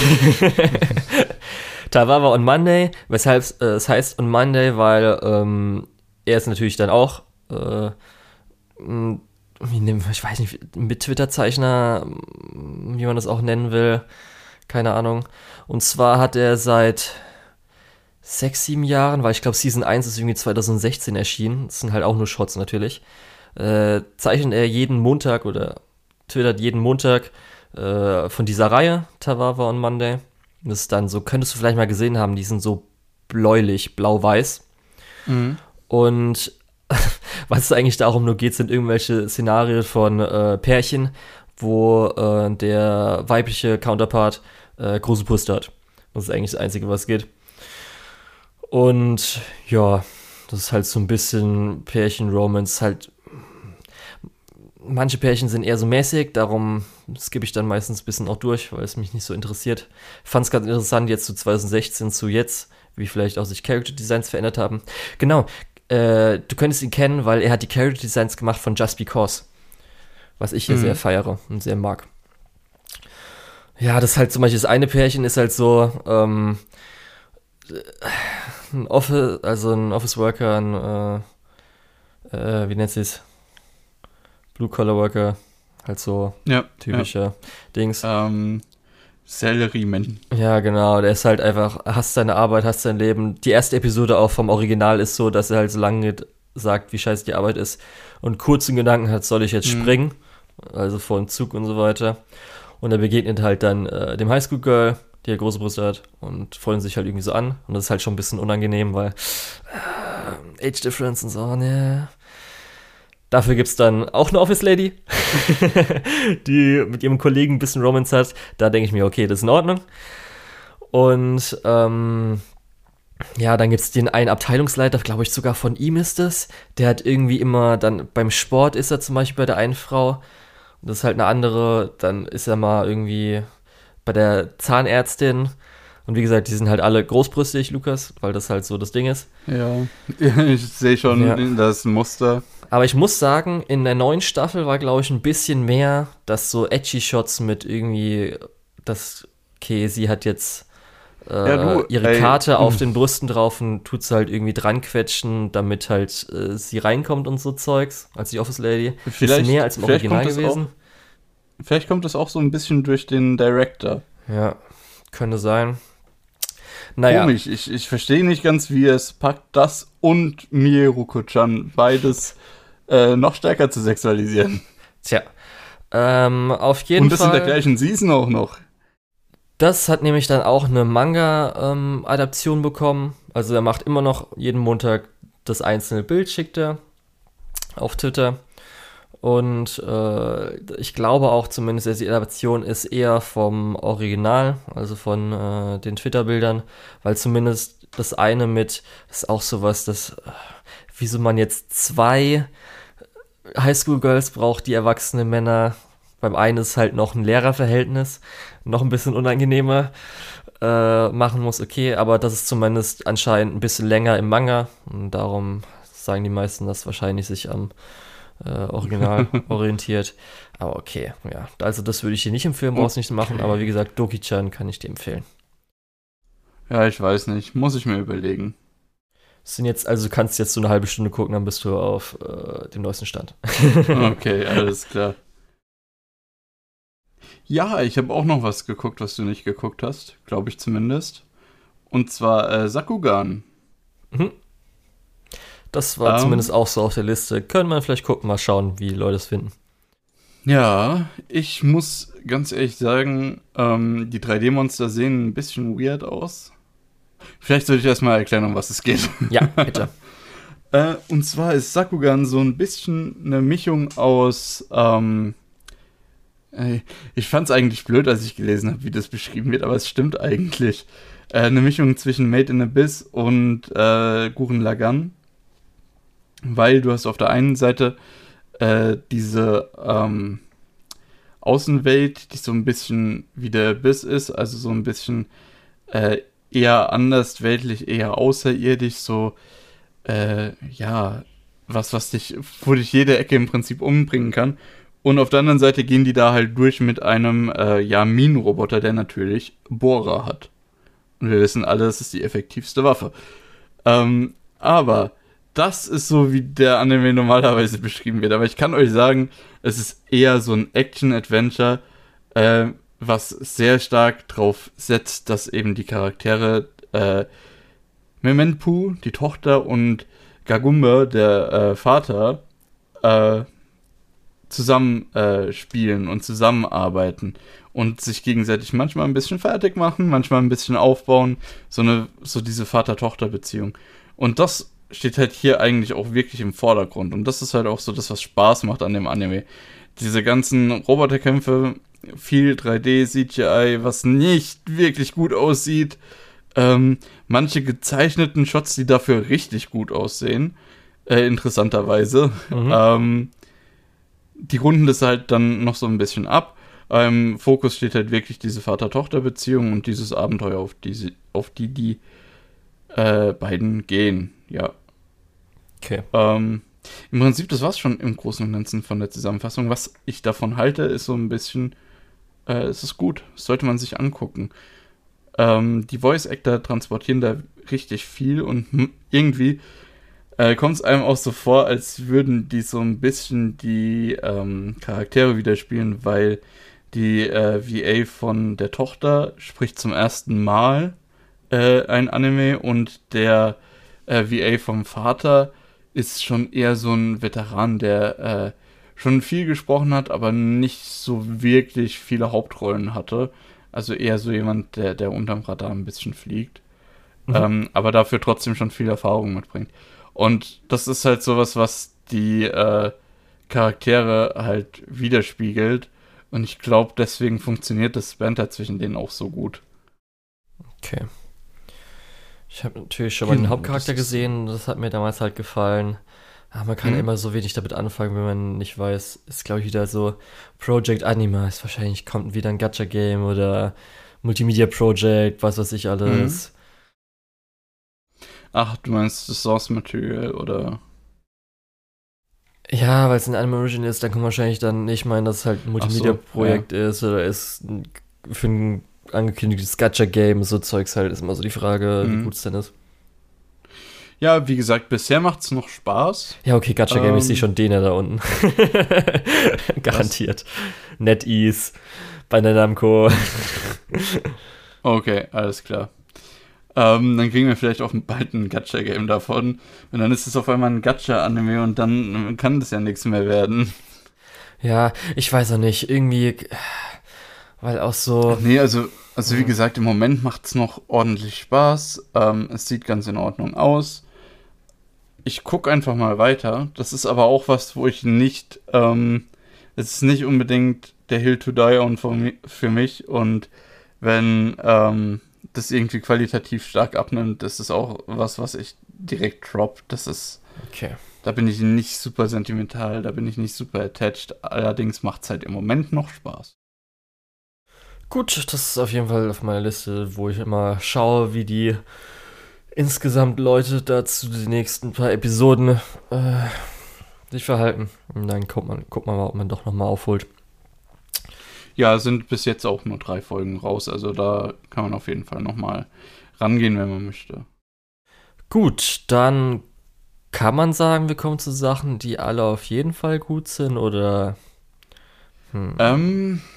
Tawawa on Monday, weshalb es heißt on Monday, weil er ist natürlich dann auch, ich weiß nicht, mit Twitter-Zeichner, wie man das auch nennen will, keine Ahnung. Und zwar hat er seit 6, 7 Jahren, weil ich glaube Season 1 ist irgendwie 2016 erschienen, das sind halt auch nur Shots natürlich, zeichnet er jeden Montag oder twittert jeden Montag von dieser Reihe, Tawawa on Monday. Das ist dann so, könntest du vielleicht mal gesehen haben, die sind so bläulich, blau-weiß. Mhm. Und was es eigentlich darum nur geht, sind irgendwelche Szenarien von Pärchen, wo der weibliche Counterpart große Brüste hat. Das ist eigentlich das Einzige, was geht. Und ja, das ist halt so ein bisschen Pärchen-Romance. Halt, manche Pärchen sind eher so mäßig, darum skippe ich dann meistens ein bisschen auch durch, weil es mich nicht so interessiert. Fand es ganz interessant, jetzt zu 2016 zu jetzt, wie vielleicht auch sich Character Designs verändert haben. Genau. Du könntest ihn kennen, weil er hat die Character Designs gemacht von Just Because. Was ich hier sehr feiere und sehr mag. Ja, das ist halt zum Beispiel das eine Pärchen ist halt so ein Office Worker, wie nennt sie es? Blue Collar Worker, halt so typischer Dings. Salaryman. Ja, genau, der ist halt einfach, hast deine Arbeit, hast dein Leben. Die erste Episode auch vom Original ist so, dass er halt so lange sagt, wie scheiße die Arbeit ist und kurzen Gedanken hat, soll ich jetzt springen? Also vor dem Zug und so weiter. Und er begegnet halt dann dem Highschool-Girl, die ja große Brüste hat und freuen sich halt irgendwie so an. Und das ist halt schon ein bisschen unangenehm, weil Age Difference und so, ne. Dafür gibt's dann auch eine Office Lady, die mit ihrem Kollegen ein bisschen Romance hat. Da denke ich mir, okay, das ist in Ordnung. Und ja, dann gibt's den einen Abteilungsleiter, glaube ich sogar von ihm ist es. Der hat irgendwie immer dann beim Sport ist er zum Beispiel bei der einen Frau. Und das ist halt eine andere. Dann ist er mal irgendwie bei der Zahnärztin. Und wie gesagt, die sind halt alle großbrüstig, Lukas, weil das halt so das Ding ist. Ja, ich sehe schon das Muster. Aber ich muss sagen, in der neuen Staffel war, glaube ich, ein bisschen mehr, dass so Edgy-Shots mit irgendwie, okay, sie hat jetzt ihre Karte auf den Brüsten drauf und tut sie halt irgendwie dran quetschen, damit halt sie reinkommt und so Zeugs, als die Office Lady. Bisschen mehr als im Original gewesen. Vielleicht kommt das auch so ein bisschen durch den Director. Ja, könnte sein. Naja. Komisch, ich verstehe nicht ganz, wie es packt, das und Miruko-chan beides noch stärker zu sexualisieren. Tja, auf jeden Fall. Und das in der gleichen Season auch noch. Das hat nämlich dann auch eine Manga-Adaption bekommen. Also er macht immer noch jeden Montag das einzelne Bild, schickt er auf Twitter. Und ich glaube auch zumindest, dass die Adaption ist eher vom Original, also von den Twitter-Bildern, weil zumindest das eine das ist auch sowas, wieso man jetzt 2 Highschool-Girls braucht, die erwachsene Männer. Beim einen ist halt noch ein Lehrerverhältnis, noch ein bisschen unangenehmer machen muss, okay, aber das ist zumindest anscheinend ein bisschen länger im Manga und darum sagen die meisten, dass wahrscheinlich sich am Original orientiert. Aber okay, ja. Also das würde ich hier nicht empfehlen, brauchst nicht machen, aber wie gesagt, Doki-chan kann ich dir empfehlen. Ja, ich weiß nicht. Muss ich mir überlegen. Du kannst jetzt so eine halbe Stunde gucken, dann bist du auf dem neuesten Stand. Okay, alles klar. Ja, ich habe auch noch was geguckt, was du nicht geguckt hast. Glaube ich zumindest. Und zwar Sakugan. Mhm. Das war zumindest auch so auf der Liste. Können wir vielleicht gucken, mal schauen, wie Leute es finden. Ja, ich muss ganz ehrlich sagen, die 3D-Monster sehen ein bisschen weird aus. Vielleicht sollte ich erstmal erklären, um was es geht. Ja, bitte. Und zwar ist Sakugan so ein bisschen eine Mischung aus, ich fand es eigentlich blöd, als ich gelesen habe, wie das beschrieben wird, aber es stimmt eigentlich. Eine Mischung zwischen Made in Abyss und Gurren Lagann. Weil du hast auf der einen Seite diese Außenwelt, die so ein bisschen wie der Abyss ist, also so ein bisschen eher andersweltlich, eher außerirdisch, so wo dich jede Ecke im Prinzip umbringen kann. Und auf der anderen Seite gehen die da halt durch mit einem Minenroboter, der natürlich Bohrer hat. Und wir wissen alle, das ist die effektivste Waffe. Aber das ist so, wie der Anime normalerweise beschrieben wird. Aber ich kann euch sagen, es ist eher so ein Action-Adventure, was sehr stark drauf setzt, dass eben die Charaktere Memenpu, die Tochter, und Gagumba, der Vater, zusammen spielen und zusammenarbeiten und sich gegenseitig manchmal ein bisschen fertig machen, manchmal ein bisschen aufbauen, so diese Vater-Tochter-Beziehung. Und das steht halt hier eigentlich auch wirklich im Vordergrund. Und das ist halt auch so das, was Spaß macht an dem Anime. Diese ganzen Roboterkämpfe, viel 3D-CGI, was nicht wirklich gut aussieht. Manche gezeichneten Shots, die dafür richtig gut aussehen. Interessanterweise. Die runden das halt dann noch so ein bisschen ab. Im Fokus steht halt wirklich diese Vater-Tochter-Beziehung und dieses Abenteuer, auf die beiden gehen. Ja. Okay. Im Prinzip, das war's schon im Großen und Ganzen von der Zusammenfassung. Was ich davon halte, ist so ein bisschen, es ist gut. Das sollte man sich angucken. Die Voice-Actor transportieren da richtig viel und irgendwie kommt es einem auch so vor, als würden die so ein bisschen die Charaktere widerspielen, weil die VA von der Tochter spricht zum ersten Mal ein Anime und der VA vom Vater ist schon eher so ein Veteran, der schon viel gesprochen hat, aber nicht so wirklich viele Hauptrollen hatte. Also eher so jemand, der unterm Radar ein bisschen fliegt. Aber dafür trotzdem schon viel Erfahrung mitbringt. Und das ist halt sowas, was die Charaktere halt widerspiegelt. Und ich glaube, deswegen funktioniert das Banter zwischen denen auch so gut. Okay. Ich habe natürlich schon mal den Hauptcharakter gesehen, das hat mir damals halt gefallen. Aber man kann immer so wenig damit anfangen, wenn man nicht weiß. Ist, glaube ich, wieder so Project Anima. Ist wahrscheinlich, kommt wieder ein Gacha-Game oder Multimedia Project, was weiß ich alles. Ach, du meinst das Source Material, oder? Ja, weil es ein Anime Original ist, dann kann man wahrscheinlich dann nicht meinen, dass es halt ein Multimedia-Projekt ist oder ist für ein angekündigtes Gacha-Game, so Zeugs halt, ist immer so die Frage, wie gut es denn ist. Ja, wie gesagt, bisher macht's noch Spaß. Ja, okay, Gacha-Game, ich sehe schon den da unten. Garantiert. NetEase, bei der Namco. Okay, alles klar. Dann kriegen wir vielleicht auch bald ein Gacha-Game davon. Und dann ist es auf einmal ein Gacha-Anime und dann kann das ja nichts mehr werden. Ja, ich weiß auch nicht. Irgendwie, weil auch so... Nee, also wie gesagt, im Moment macht's noch ordentlich Spaß. Es sieht ganz in Ordnung aus. Ich gucke einfach mal weiter. Das ist aber auch was, wo ich nicht... es ist nicht unbedingt der Hill to Die on für mich. Und wenn... das irgendwie qualitativ stark abnimmt, das ist auch was ich direkt drop. Das ist, okay. Da bin ich nicht super sentimental, da bin ich nicht super attached. Allerdings macht es halt im Moment noch Spaß. Gut, das ist auf jeden Fall auf meiner Liste, wo ich immer schaue, wie die insgesamt Leute dazu die nächsten paar Episoden sich verhalten. Und dann guckt man mal, ob man doch nochmal aufholt. Ja, sind bis jetzt auch nur 3 Folgen raus, also da kann man auf jeden Fall nochmal rangehen, wenn man möchte. Gut, dann kann man sagen, wir kommen zu Sachen, die alle auf jeden Fall gut sind, oder? Müssen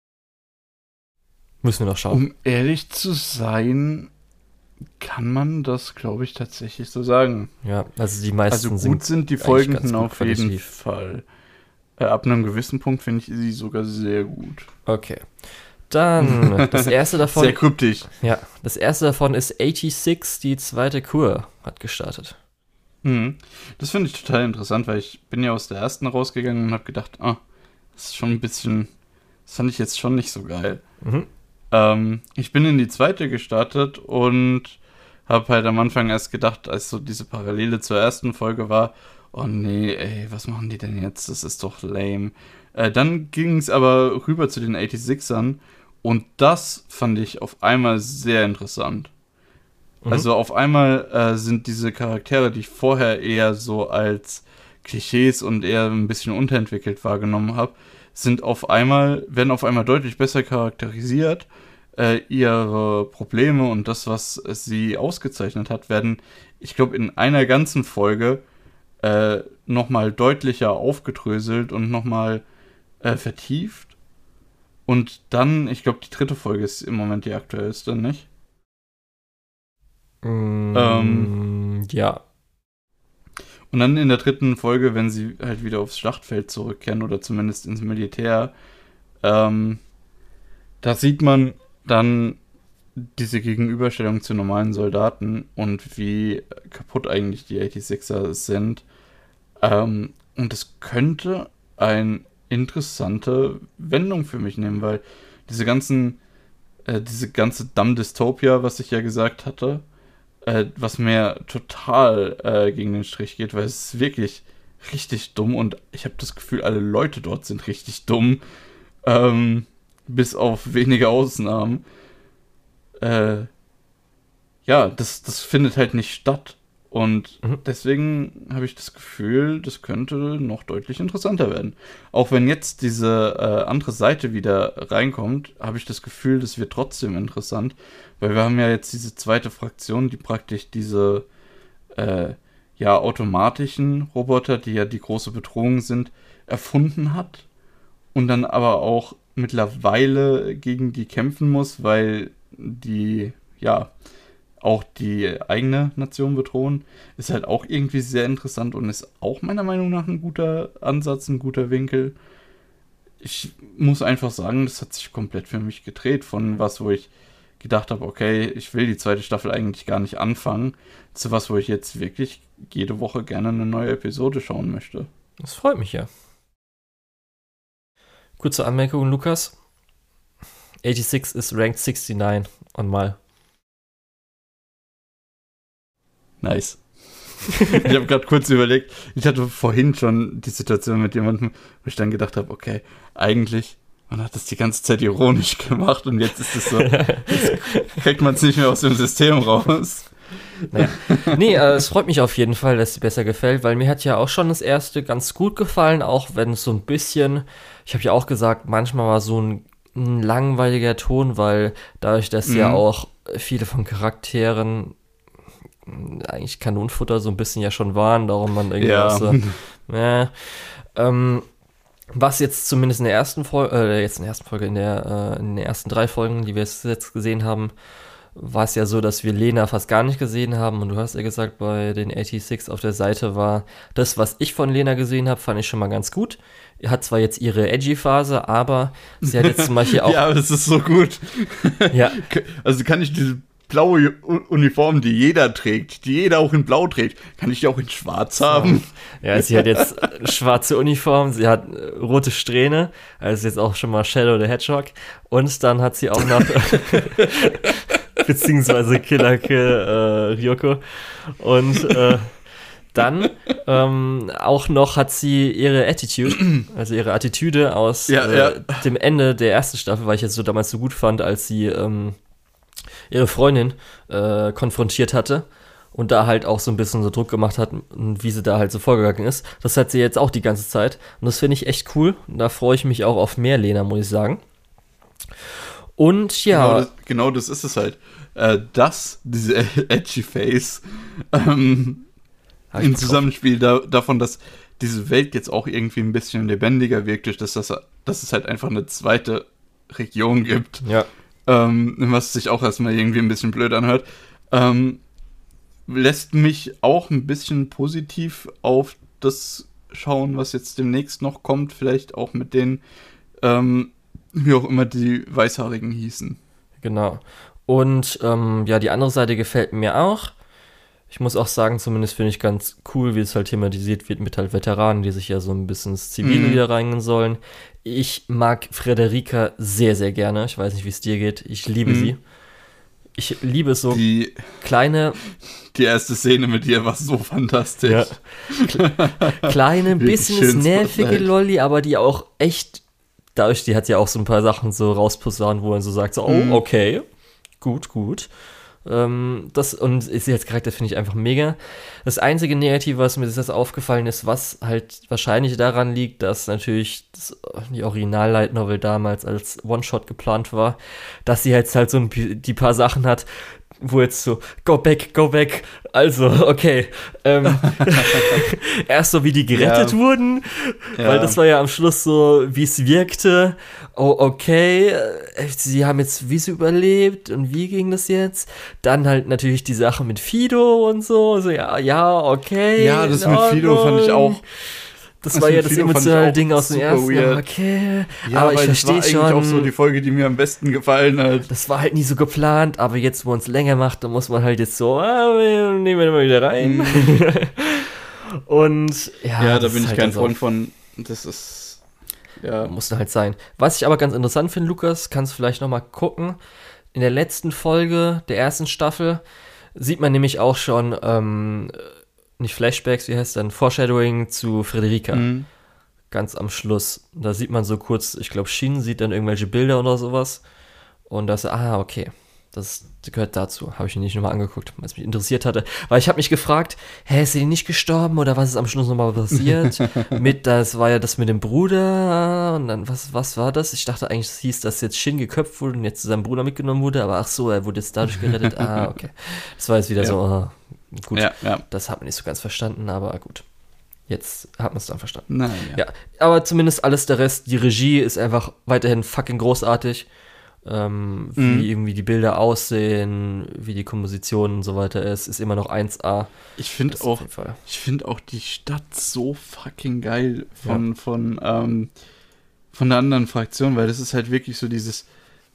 wir noch schauen. Um ehrlich zu sein, kann man das, glaube ich, tatsächlich so sagen. Ja, also die meisten also gut sind die Folgen auf jeden qualitativ. Fall. Ab einem gewissen Punkt finde ich sie sogar sehr gut. Okay. Dann, das erste davon... Sehr kryptisch. Ja, das erste davon ist 86, die zweite Kur hat gestartet. Mhm. Das finde ich total interessant, weil ich bin ja aus der ersten rausgegangen und habe gedacht, das ist schon ein bisschen, das fand ich jetzt schon nicht so geil. Mhm. Ich bin in die zweite gestartet und habe halt am Anfang erst gedacht, als so diese Parallele zur ersten Folge war, oh nee, ey, was machen die denn jetzt? Das ist doch lame. Dann ging es aber rüber zu den 86ern und das fand ich auf einmal sehr interessant. Mhm. Also auf einmal sind diese Charaktere, die ich vorher eher so als Klischees und eher ein bisschen unterentwickelt wahrgenommen habe, werden auf einmal deutlich besser charakterisiert. Ihre Probleme und das, was sie ausgezeichnet hat, werden, ich glaube, in einer ganzen Folge nochmal deutlicher aufgedröselt und nochmal vertieft. Und dann, ich glaube, die dritte Folge ist im Moment die aktuellste, nicht? Ja. Und dann in der dritten Folge, wenn sie halt wieder aufs Schlachtfeld zurückkehren oder zumindest ins Militär, da sieht man dann diese Gegenüberstellung zu normalen Soldaten und wie kaputt eigentlich die 86er sind. Und das könnte eine interessante Wendung für mich nehmen, weil diese ganze Dumb Dystopia, was ich ja gesagt hatte, was mir total gegen den Strich geht, weil es ist wirklich richtig dumm und ich habe das Gefühl, alle Leute dort sind richtig dumm, bis auf wenige Ausnahmen. Ja, das findet halt nicht statt. Und deswegen habe ich das Gefühl, das könnte noch deutlich interessanter werden. Auch wenn jetzt diese andere Seite wieder reinkommt, habe ich das Gefühl, das wird trotzdem interessant. Weil wir haben ja jetzt diese zweite Fraktion, die praktisch diese automatischen Roboter, die ja die große Bedrohung sind, erfunden hat. Und dann aber auch mittlerweile gegen die kämpfen muss, weil die, auch die eigene Nation bedrohen, ist halt auch irgendwie sehr interessant und ist auch meiner Meinung nach ein guter Ansatz, ein guter Winkel. Ich muss einfach sagen, das hat sich komplett für mich gedreht von was, wo ich gedacht habe, okay, ich will die zweite Staffel eigentlich gar nicht anfangen, zu was, wo ich jetzt wirklich jede Woche gerne eine neue Episode schauen möchte. Das freut mich ja. Kurze Anmerkung, Lukas. 86 ist ranked 69 on mal. Nice. Ich habe gerade kurz überlegt, ich hatte vorhin schon die Situation mit jemandem, wo ich dann gedacht habe, okay, eigentlich, man hat das die ganze Zeit ironisch gemacht und jetzt ist es so, jetzt kriegt man es nicht mehr aus dem System raus. Naja. Nee, es freut mich auf jeden Fall, dass sie besser gefällt, weil mir hat ja auch schon das erste ganz gut gefallen, auch wenn es so ein bisschen, ich habe ja auch gesagt, manchmal war so ein langweiliger Ton, weil dadurch, dass ja auch viele von Charakteren eigentlich Kanonenfutter so ein bisschen ja schon waren, darum man irgendwie auch so, was jetzt zumindest in der ersten Folge, in den ersten 3 Folgen, die wir jetzt gesehen haben, war es ja so, dass wir Lena fast gar nicht gesehen haben und du hast ja gesagt, bei den 86 auf der Seite war das, was ich von Lena gesehen habe, fand ich schon mal ganz gut. Hat zwar jetzt ihre Edgy-Phase, aber sie hat jetzt zum Beispiel auch... Ja, das ist so gut. Ja. Also kann ich diese blaue Uniform, die jeder trägt, die jeder auch in blau trägt, kann ich die auch in schwarz haben? Ja, sie hat jetzt schwarze Uniform, sie hat rote Strähne, also jetzt auch schon mal Shadow the Hedgehog und dann hat sie auch noch beziehungsweise Killer Kill Ryoko und dann auch noch hat sie ihre Attitude, also ihre Attitüde aus dem Ende der ersten Staffel, weil ich es so damals so gut fand, als sie ihre Freundin konfrontiert hatte und da halt auch so ein bisschen so Druck gemacht hat, wie sie da halt so vorgegangen ist. Das hat sie jetzt auch die ganze Zeit und das finde ich echt cool. Und da freue ich mich auch auf mehr Lena, muss ich sagen. Und ja... Genau das ist es halt. Diese Edgy Face im Zusammenspiel davon, dass diese Welt jetzt auch irgendwie ein bisschen lebendiger wirkt, durch dass es halt einfach eine zweite Region gibt. Ja. Was sich auch erstmal irgendwie ein bisschen blöd anhört, lässt mich auch ein bisschen positiv auf das schauen, was jetzt demnächst noch kommt, vielleicht auch mit den, wie auch immer die Weißhaarigen hießen. Genau. Und die andere Seite gefällt mir auch. Ich muss auch sagen, zumindest finde ich ganz cool, wie es halt thematisiert wird mit halt Veteranen, die sich ja so ein bisschen ins Zivile wieder reingehen sollen. Ich mag Frederica sehr, sehr gerne. Ich weiß nicht, wie es dir geht. Ich liebe sie. Ich liebe es so kleine... Die erste Szene mit dir war so fantastisch. Ja. Kleine, bisschen nervige Lolli, aber die auch echt... Dadurch, die hat ja auch so ein paar Sachen so rausposaunt, wo man so sagt, so, oh, okay, gut. Und sie als Charakter finde ich einfach mega. Das einzige Negative, was mir jetzt aufgefallen ist, was halt wahrscheinlich daran liegt, dass natürlich die Original-Light Novel damals als One-Shot geplant war, dass sie jetzt halt so die paar Sachen hat, wo jetzt so, go back, also, okay, erst so, wie die gerettet wurden, weil das war ja am Schluss so, wie es wirkte, oh, okay, sie haben jetzt, wie sie überlebt und wie ging das jetzt, dann halt natürlich die Sache mit Fido und so, ja, okay. Ja, das mit Fido fand ich auch. Das war ja das emotionale Ding aus dem ersten. Okay, ja, aber ich verstehe schon. Das war eigentlich auch so die Folge, die mir am besten gefallen hat. Das war halt nie so geplant, aber jetzt, wo man es länger macht, dann muss man halt jetzt so, nehmen wir mal wieder rein. Und ja, da bin ich halt kein Freund von. Das ist, ja. Musste halt sein. Was ich aber ganz interessant finde, Lukas, kannst du vielleicht nochmal gucken. In der letzten Folge der ersten Staffel sieht man nämlich auch schon, nicht Flashbacks, wie heißt es dann? Foreshadowing zu Frederica. Ganz am Schluss. Da sieht man so kurz, ich glaube, Shin sieht dann irgendwelche Bilder oder sowas. Und das, okay. Das gehört dazu. Habe ich mir nicht nochmal angeguckt, weil es mich interessiert hatte. Weil ich habe mich gefragt, ist sie nicht gestorben oder was ist am Schluss nochmal passiert? Das war ja das mit dem Bruder. Und dann, was war das? Ich dachte eigentlich, es hieß, dass jetzt Shin geköpft wurde und jetzt zu seinem Bruder mitgenommen wurde. Aber ach so, er wurde jetzt dadurch gerettet. Okay. Das war jetzt wieder so, gut. Ja. Das hat man nicht so ganz verstanden, aber gut. Jetzt hat man es dann verstanden. Nein, ja, aber zumindest alles der Rest, die Regie ist einfach weiterhin fucking großartig. Wie irgendwie die Bilder aussehen, wie die Komposition und so weiter ist immer noch 1A. Ich finde auch die Stadt so fucking geil von der anderen Fraktion, weil das ist halt wirklich so dieses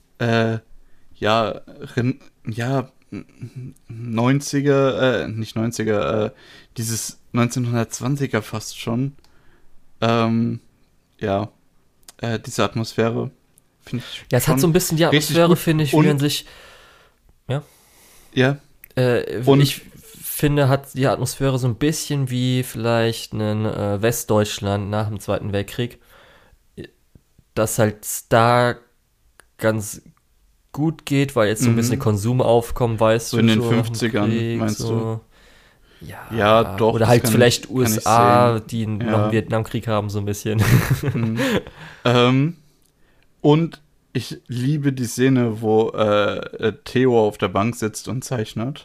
90er, nicht 90er, dieses 1920er fast schon. Diese Atmosphäre. Ja, es hat so ein bisschen die Atmosphäre, finde ich, wie man sich. Ja. Ja. Und ich finde, hat die Atmosphäre so ein bisschen wie vielleicht ein Westdeutschland nach dem Zweiten Weltkrieg. Das halt da ganz gut geht, weil jetzt so ein bisschen Konsumaufkommen, weißt du. So in den 50ern, Krieg, meinst du? Ja, doch. Oder halt vielleicht USA, die noch einen Vietnamkrieg haben, so ein bisschen. Und ich liebe die Szene, wo Theo auf der Bank sitzt und zeichnet.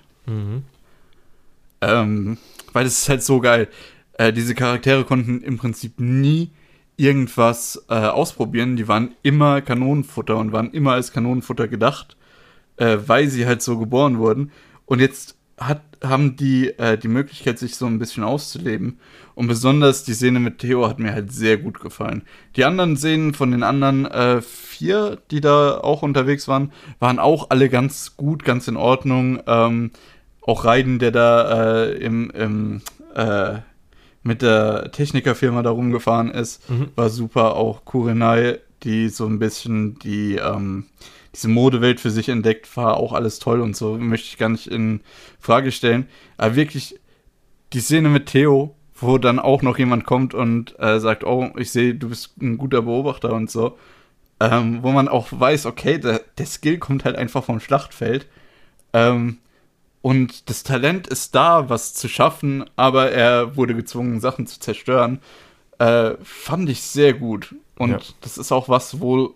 Weil es ist halt so geil. Diese Charaktere konnten im Prinzip nie irgendwas ausprobieren. Die waren immer Kanonenfutter und waren immer als Kanonenfutter gedacht, weil sie halt so geboren wurden. Und jetzt haben die die Möglichkeit, sich so ein bisschen auszuleben. Und besonders die Szene mit Theo hat mir halt sehr gut gefallen. Die anderen Szenen von den anderen 4, die da auch unterwegs waren auch alle ganz gut, ganz in Ordnung. Auch Raiden, der da mit der Technikerfirma da rumgefahren ist, war super. Auch Kurenai, die so ein bisschen diese Modewelt für sich entdeckt, war auch alles toll und so, möchte ich gar nicht in Frage stellen. Aber wirklich, die Szene mit Theo, wo dann auch noch jemand kommt und sagt, oh, ich sehe, du bist ein guter Beobachter und so, wo man auch weiß, okay, der Skill kommt halt einfach vom Schlachtfeld. Und das Talent ist da, was zu schaffen, aber er wurde gezwungen, Sachen zu zerstören. Fand ich sehr gut. Und das ist auch was, wo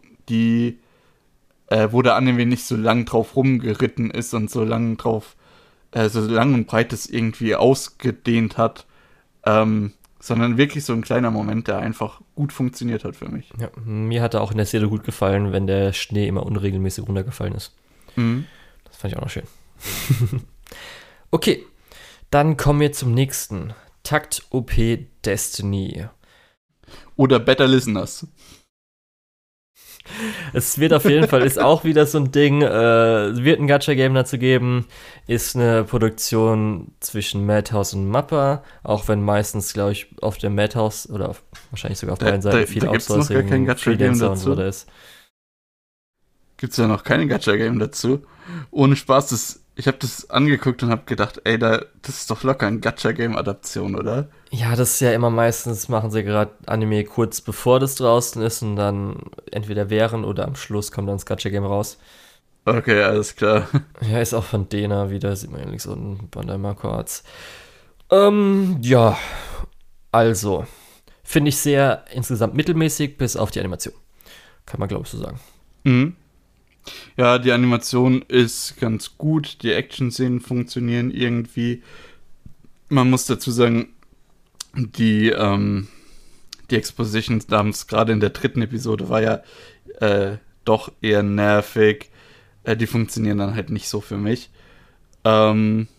der Anime nicht so lang drauf rumgeritten ist und so lang und breit es irgendwie ausgedehnt hat, sondern wirklich so ein kleiner Moment, der einfach gut funktioniert hat für mich. Ja, mir hat er auch in der Szene gut gefallen, wenn der Schnee immer unregelmäßig runtergefallen ist. Das fand ich auch noch schön. Okay, dann kommen wir zum nächsten. Takt OP Destiny. Oder Better Listeners. Es wird auf jeden Fall, ist auch wieder so ein Ding, wird ein Gacha-Game dazu geben, ist eine Produktion zwischen Madhouse und Mappa, auch wenn meistens, glaube ich, auf der Madhouse oder wahrscheinlich sogar auf beiden Seiten viel Outsourcing, Freelancer und so da ist. Gibt's ja noch kein Gacha-Game dazu. Ohne Spaß, ich habe das angeguckt und habe gedacht, ey, das ist doch locker ein Gacha-Game-Adaption, oder? Ja, das ist ja immer meistens, machen sie gerade Anime kurz bevor das draußen ist und dann entweder während oder am Schluss kommt dann das Gacha-Game raus. Okay, alles klar. Ja, ist auch von Dena wieder, sieht man eigentlich so ein Bandai Namco Arts. Ja, also, finde ich sehr insgesamt mittelmäßig, bis auf die Animation. Kann man, glaube ich, so sagen. Mhm. Ja, die Animation ist ganz gut, die Action-Szenen funktionieren irgendwie. Man muss dazu sagen, die Exposition damals, gerade in der 3. Episode, war ja doch eher nervig. Die funktionieren dann halt nicht so für mich. Ja,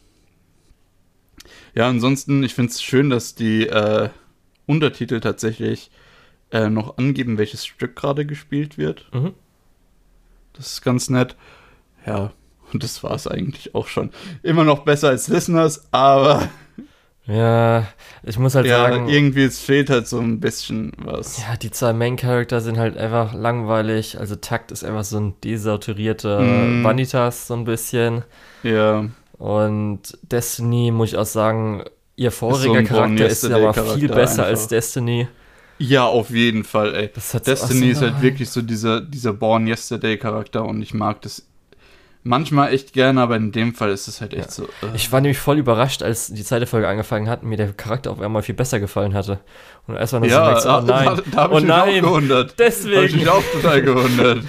ansonsten, ich finde es schön, dass die Untertitel tatsächlich noch angeben, welches Stück gerade gespielt wird. Mhm. Das ist ganz nett. Ja, und das war es eigentlich auch schon. Immer noch besser als Listeners, aber ja, ich muss halt sagen, irgendwie es fehlt halt so ein bisschen was. Ja, die 2 Main-Charakter sind halt einfach langweilig. Also Takt ist einfach so ein desaturierter Vanitas, so ein bisschen. Ja. Und Destiny, muss ich auch sagen, ihr voriger Charakter ist aber viel besser als Destiny. Ja, auf jeden Fall, ey. Destiny ist halt wirklich so dieser Born Yesterday-Charakter und ich mag das manchmal echt gerne, aber in dem Fall ist es halt echt so. Ich war nämlich voll überrascht, als die zweite Folge angefangen hat und mir der Charakter auf einmal viel besser gefallen hatte. Und erstmal nur so denkst, oh nein, da hab ich mich auch gewundert. Deswegen. Habe ich mich auch total gewundert.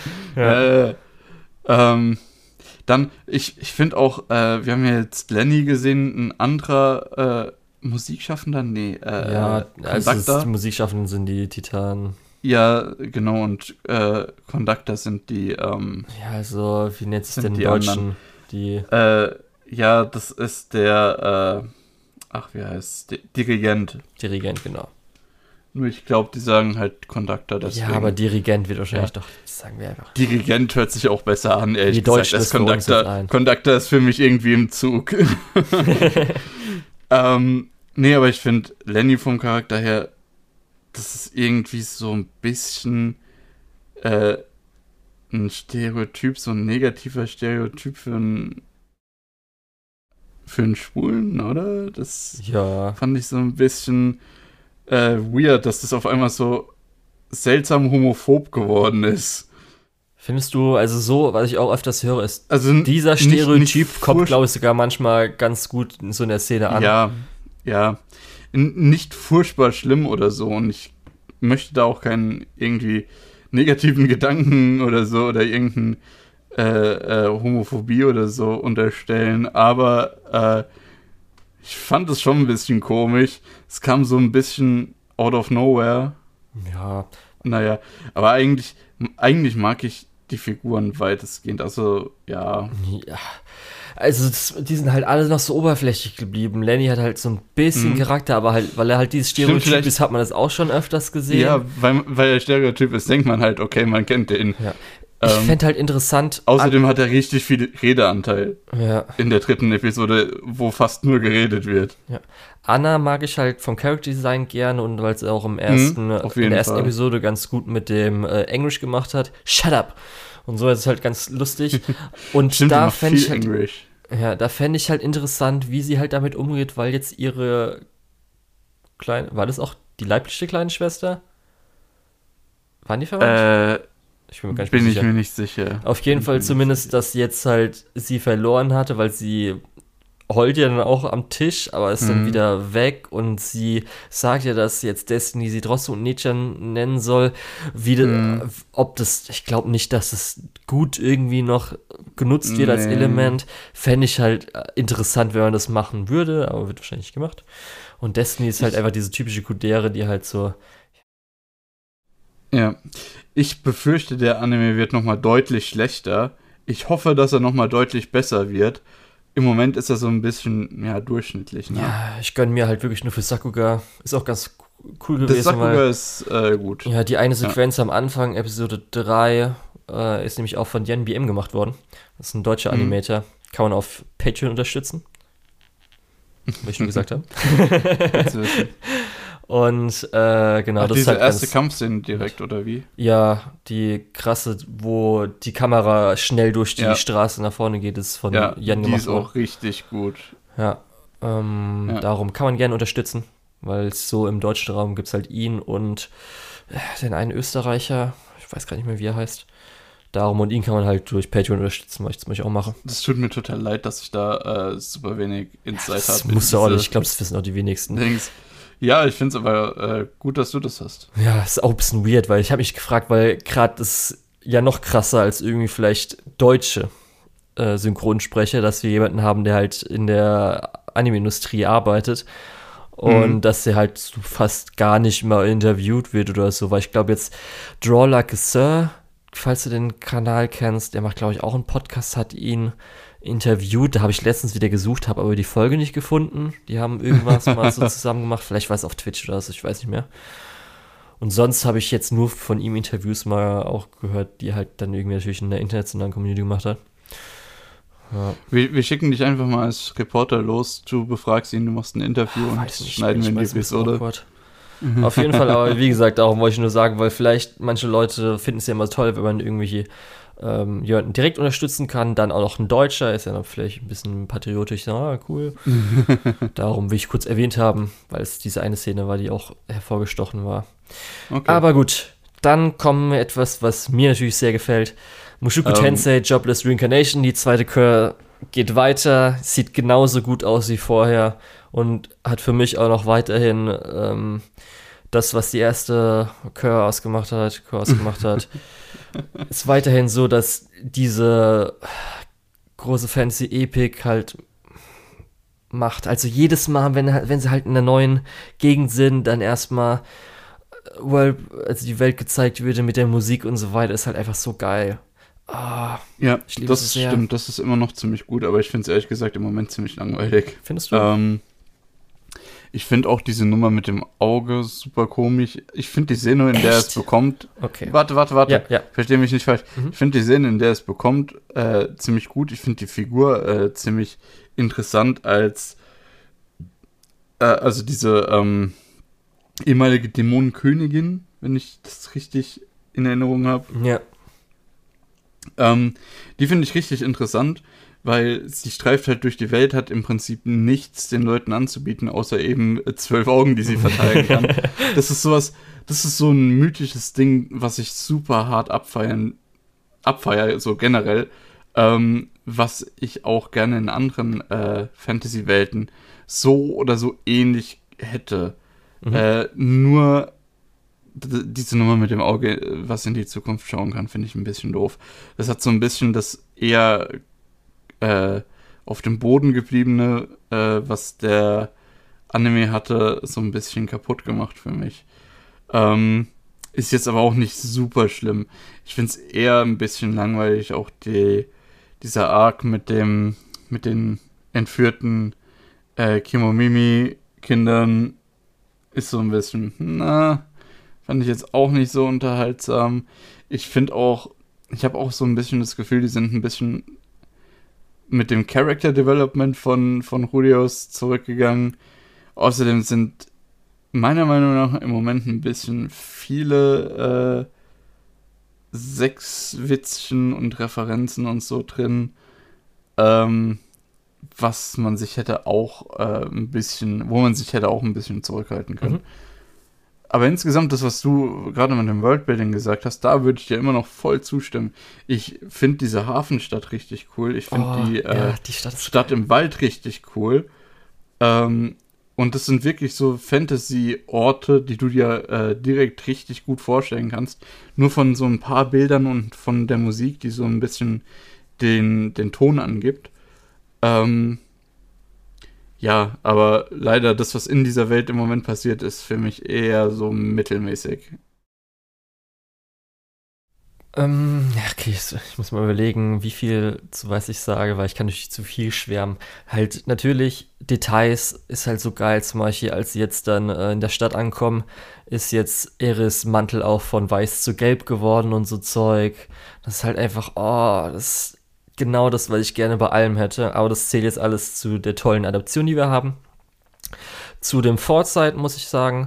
Dann, ich finde auch, wir haben ja jetzt Lenny gesehen, ein anderer Musikschaffender? Nee, also die Musikschaffenden sind die Titanen. Ja, genau, und Conductor sind die, also, wie nennt sich denn im Deutschen? Ja, das ist der, wie heißt Dirigent. Dirigent, genau. Nur ich glaube, die sagen halt Conductor, deswegen. Ja, aber Dirigent wird wahrscheinlich doch, das sagen wir einfach. Dirigent hört sich auch besser an, ehrlich gesagt. Deutsch ist Conductor ist für mich irgendwie im Zug. Nee, aber ich finde, Lenny vom Charakter her, das ist irgendwie so ein bisschen ein Stereotyp, so ein negativer Stereotyp für einen Schwulen, oder? Das fand ich so ein bisschen weird, dass das auf einmal so seltsam homophob geworden ist. Findest du, also so, was ich auch öfters höre, ist, also dieser Stereotyp kommt, glaube ich, sogar manchmal ganz gut in so einer Szene an. Ja, nicht furchtbar schlimm oder so und ich möchte da auch keinen irgendwie negativen Gedanken oder so oder irgendeine Homophobie oder so unterstellen, aber ich fand es schon ein bisschen komisch. Es kam so ein bisschen out of nowhere. Ja. Naja, aber eigentlich mag ich die Figuren weitestgehend, also ja. Also die sind halt alle noch so oberflächlich geblieben. Lenny hat halt so ein bisschen Charakter, aber halt, weil er halt dieses Stereotyp ist, hat man das auch schon öfters gesehen. Ja, weil er Stereotyp ist, denkt man halt, okay, man kennt den. Ja. Ich fände halt interessant. Außerdem hat er richtig viel Redeanteil in der 3. Episode, wo fast nur geredet wird. Ja. Anna mag ich halt vom Character Design gerne und weil sie auch in der ersten Episode ganz gut mit dem Englisch gemacht hat. Shut up! Und so ist es halt ganz lustig. Und stimmt, da fände ich halt, Englisch. Ja, da fände ich halt interessant, wie sie halt damit umgeht, weil jetzt ihre kleine, war das auch die leibliche kleine Schwester? Waren die verwandt? Ich bin mir nicht sicher. Auf jeden Fall zumindest, dass jetzt halt sie verloren hatte, weil sie heult ja dann auch am Tisch, aber ist dann wieder weg und sie sagt ja, dass jetzt Destiny sie trotzdem Onicchan nennen soll. Ich glaube nicht, dass es gut irgendwie noch genutzt wird als Element. Fände ich halt interessant, wenn man das machen würde, aber wird wahrscheinlich nicht gemacht. Und Destiny ist halt einfach diese typische Kudere, die halt so. Ja, ich befürchte, der Anime wird nochmal deutlich schlechter. Ich hoffe, dass er nochmal deutlich besser wird. Im Moment ist er so ein bisschen, durchschnittlich, ne? Ja, ich gönne mir halt wirklich nur für Sakuga. Ist auch ganz cool gewesen. Sakuga ist gut. Ja, die eine Sequenz am Anfang, Episode 3, ist nämlich auch von Yen BM gemacht worden. Das ist ein deutscher Animator. Kann man auf Patreon unterstützen. Wie ich schon gesagt habe. Und genau, das ist diese halt erste Kampfszene direkt, oder wie? Ja, die krasse, wo die Kamera schnell durch die Straße nach vorne geht, ist von Jan gemacht worden. Die ist auch richtig gut. Ja, darum kann man gerne unterstützen, weil es so im deutschen Raum gibt es halt ihn und den einen Österreicher, ich weiß gar nicht mehr, wie er heißt. Darum, und ihn kann man halt durch Patreon unterstützen, weil ich das möchte ich auch machen. Das tut mir total leid, dass ich da super wenig Insight habe. Das musst du auch nicht, ich glaube, das wissen auch die wenigsten. Ja, ich finde es aber gut, dass du das hast. Ja, ist auch ein bisschen weird, weil ich habe mich gefragt, weil gerade das ist ja noch krasser als irgendwie vielleicht deutsche Synchronsprecher, dass wir jemanden haben, der halt in der Anime-Industrie arbeitet und dass der halt so fast gar nicht mal interviewt wird oder so, weil ich glaube jetzt Draw Like a Sir, falls du den Kanal kennst, der macht, glaube ich, auch einen Podcast, hat ihn interviewt. Da habe ich letztens wieder gesucht, habe aber die Folge nicht gefunden. Die haben irgendwas mal so zusammen gemacht. Vielleicht war es auf Twitch oder so, ich weiß nicht mehr. Und sonst habe ich jetzt nur von ihm Interviews mal auch gehört, die halt dann irgendwie natürlich in der internationalen Community gemacht hat. Ja. Wir schicken dich einfach mal als Reporter los, du befragst ihn, du machst ein Interview und schneiden wir in die Episode. Auf jeden Fall, aber wie gesagt, darum wollte ich nur sagen, weil vielleicht manche Leute finden es ja immer toll, wenn man irgendwelche jemanden direkt unterstützen kann, dann auch noch ein Deutscher, ist ja dann vielleicht ein bisschen patriotisch, cool. Darum will ich kurz erwähnt haben, weil es diese eine Szene war, die auch hervorgestochen war. Okay. Aber gut, dann kommen wir etwas, was mir natürlich sehr gefällt. Mushoku Tensei, Jobless Reincarnation, die zweite Chor geht weiter, sieht genauso gut aus wie vorher und hat für mich auch noch weiterhin das, was die erste Chor ausgemacht hat, ist weiterhin so, dass diese große Fantasy-Epik halt macht. Also jedes Mal, wenn sie halt in einer neuen Gegend sind, dann erstmal die Welt gezeigt wird mit der Musik und so weiter, ist halt einfach so geil. Ja, das stimmt, das ist immer noch ziemlich gut, aber ich finde es ehrlich gesagt im Moment ziemlich langweilig. Findest du? Ich finde auch diese Nummer mit dem Auge super komisch. Ich finde die Szene, in der es bekommt... Okay. Warte. Ja. Verstehe mich nicht falsch. Ich finde die Szene, in der es bekommt, ziemlich gut. Ich finde die Figur ziemlich interessant als... also diese ehemalige Dämonenkönigin, wenn ich das richtig in Erinnerung habe. Ja. Die finde ich richtig interessant, weil sie streift halt durch die Welt, hat im Prinzip nichts den Leuten anzubieten, außer eben 12 Augen, die sie verteilen kann. Das ist so ein mythisches Ding, was ich super hart abfeiere, so generell, was ich auch gerne in anderen Fantasy-Welten so oder so ähnlich hätte. Nur diese Nummer mit dem Auge, was in die Zukunft schauen kann, finde ich ein bisschen doof. Das hat so ein bisschen das eher auf dem Boden gebliebene, was der Anime hatte, so ein bisschen kaputt gemacht für mich. Ist jetzt aber auch nicht super schlimm. Ich finde es eher ein bisschen langweilig, auch dieser Arc mit den entführten Kimomimi-Kindern ist so ein bisschen, fand ich jetzt auch nicht so unterhaltsam. Ich habe auch so ein bisschen das Gefühl, die sind ein bisschen mit dem Character Development von Rudeus zurückgegangen. Außerdem sind meiner Meinung nach im Moment ein bisschen viele Sexwitzchen und Referenzen und so drin, was man sich hätte auch wo man sich hätte auch ein bisschen zurückhalten können. Aber insgesamt, das, was du gerade mit dem Worldbuilding gesagt hast, da würde ich dir immer noch voll zustimmen. Ich finde diese Hafenstadt richtig cool. Ich finde die Stadt im Wald richtig cool. Und das sind wirklich so Fantasy-Orte, die du dir direkt richtig gut vorstellen kannst. Nur von so ein paar Bildern und von der Musik, die so ein bisschen den Ton angibt. Ja, aber leider das, was in dieser Welt im Moment passiert, ist für mich eher so mittelmäßig. Ja, okay, ich muss mal überlegen, wie viel zu was ich sage, weil ich kann nicht zu viel schwärmen. Halt, natürlich, Details ist halt so geil, zum Beispiel, als sie jetzt dann in der Stadt ankommen, ist jetzt Eris Mantel auch von weiß zu gelb geworden und so Zeug. Das ist halt einfach, oh, das ist genau das, was ich gerne bei allem hätte. Aber das zählt jetzt alles zu der tollen Adaption, die wir haben. Zu dem Foresight muss ich sagen,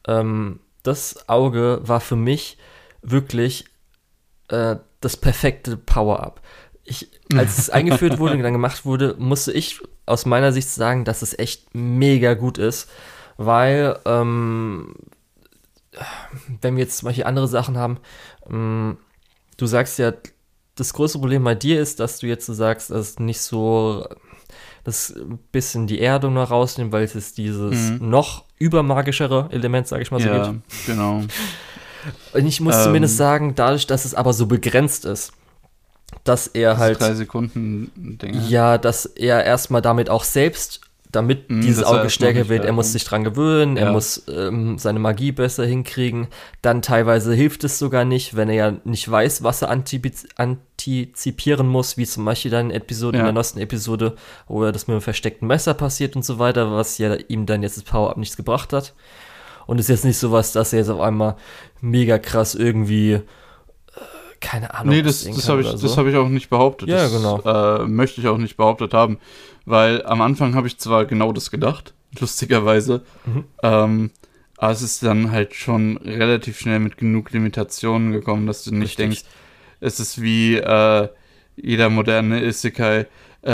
das Auge war für mich wirklich das perfekte Power-Up. Als es eingeführt wurde und dann gemacht wurde, musste ich aus meiner Sicht sagen, dass es echt mega gut ist, weil wenn wir jetzt zum Beispiel andere Sachen haben, du sagst ja, das größte Problem bei dir ist, dass du jetzt so sagst, dass es nicht so das ein bisschen die Erdung noch rausnimmt, weil es dieses noch übermagischere Element, sage ich mal so, Ja, gibt. genau. Und ich muss zumindest sagen, dadurch, dass es aber so begrenzt ist, dass er halt 3 Sekunden Dinge. ja, dass er erstmal damit auch selbst, damit dieses dass er Auge erst stärker noch nicht wird, er muss sich dran gewöhnen, er Ja. muss seine Magie besser hinkriegen. Dann teilweise hilft es sogar nicht, wenn er ja nicht weiß, was er antizipieren muss, wie zum Beispiel dann in der neuesten Episode, wo das mit dem versteckten Messer passiert und so weiter, was ja ihm dann jetzt das Power-Up nichts gebracht hat. Und es ist jetzt nicht sowas, dass er jetzt auf einmal mega krass irgendwie, keine Ahnung, Nee, das habe ich, hab ich auch nicht behauptet. Ja, das, genau. Möchte ich auch nicht behauptet haben. Weil am Anfang habe ich zwar genau das gedacht, lustigerweise, aber es ist dann halt schon relativ schnell mit genug Limitationen gekommen, dass du nicht denkst, es ist wie jeder moderne Isekai,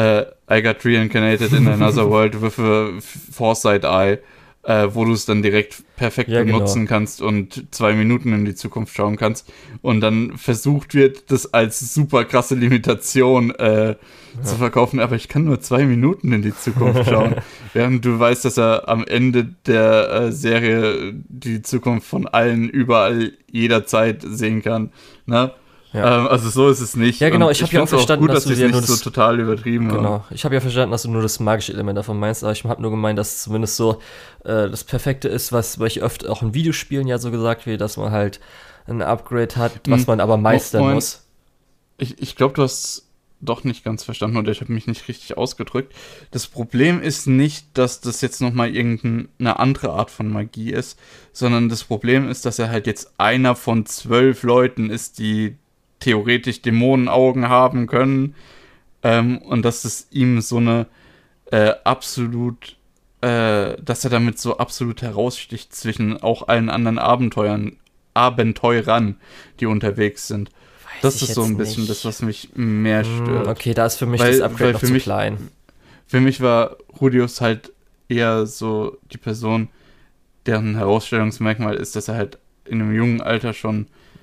I got reincarnated in another world with a foresight eye, wo du es dann direkt perfekt benutzen kannst und 2 Minuten in die Zukunft schauen kannst und dann versucht wird, das als super krasse Limitation zu verkaufen, aber ich kann nur 2 Minuten in die Zukunft schauen, während du weißt, dass er am Ende der Serie die Zukunft von allen überall jederzeit sehen kann, ne? Ja. Also so ist es nicht. Ja, genau, und ich habe ja auch verstanden, gut, dass du sie ja es nur nicht das so total übertrieben haben. Genau, ich habe ja verstanden, dass du nur das magische Element davon meinst, aber ich habe nur gemeint, dass es zumindest so das Perfekte ist, was ich öfter auch in Videospielen ja so gesagt wird, dass man halt ein Upgrade hat, was man aber meistern muss. Ich glaube, du hast doch nicht ganz verstanden oder ich habe mich nicht richtig ausgedrückt. Das Problem ist nicht, dass das jetzt nochmal irgendeine andere Art von Magie ist, sondern das Problem ist, dass er halt jetzt einer von 12 Leuten ist, die theoretisch Dämonenaugen haben können, und dass es ihm so eine dass er damit so absolut heraussticht zwischen auch allen anderen Abenteurern, die unterwegs sind. Das ist so ein bisschen das, was mich mehr stört. Okay, da ist für mich das Upgrade noch zu klein. Für mich war Rudius halt eher so die Person, deren Herausstellungsmerkmal ist, dass er halt in einem jungen Alter schon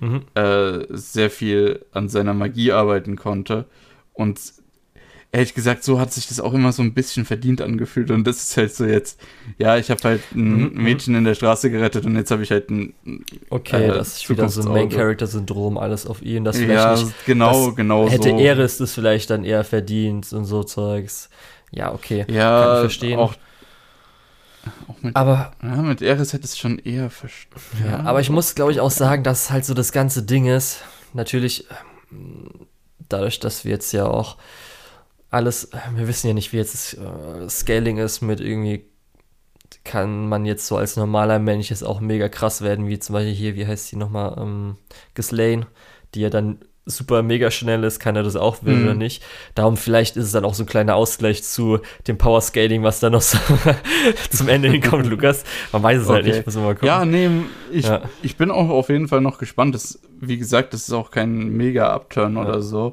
sehr viel an seiner Magie arbeiten konnte. Und ehrlich gesagt, so hat sich das auch immer so ein bisschen verdient angefühlt. Und das ist halt so jetzt, ja, ich habe halt ein Mädchen in der Straße gerettet und jetzt habe ich halt ein das ist wieder so ein Main-Character-Syndrom, alles auf ihn. Das ja, nicht, genau hätte so. Eris das vielleicht dann eher verdient und so Zeugs. Ja, okay, ja, kann ich verstehen. Auch mit Eris hätte es schon eher verstanden. Ja, aber ich muss, glaube ich, auch sagen, dass halt so das ganze Ding ist, natürlich, dadurch, dass wir jetzt ja auch alles, wir wissen ja nicht, wie jetzt das Scaling ist mit irgendwie, kann man jetzt so als normaler Mensch jetzt auch mega krass werden, wie zum Beispiel hier, wie heißt die nochmal, Ghislaine, die ja dann super mega schnell ist, kann er das auch will oder nicht. Darum vielleicht ist es dann auch so ein kleiner Ausgleich zu dem Power-Scaling, was da noch so zum Ende hinkommt, Lukas. Man weiß es halt nicht, muss man mal gucken. Ja, nee, ich bin auch auf jeden Fall noch gespannt. Das, wie gesagt, das ist auch kein Mega-Upturn oder so.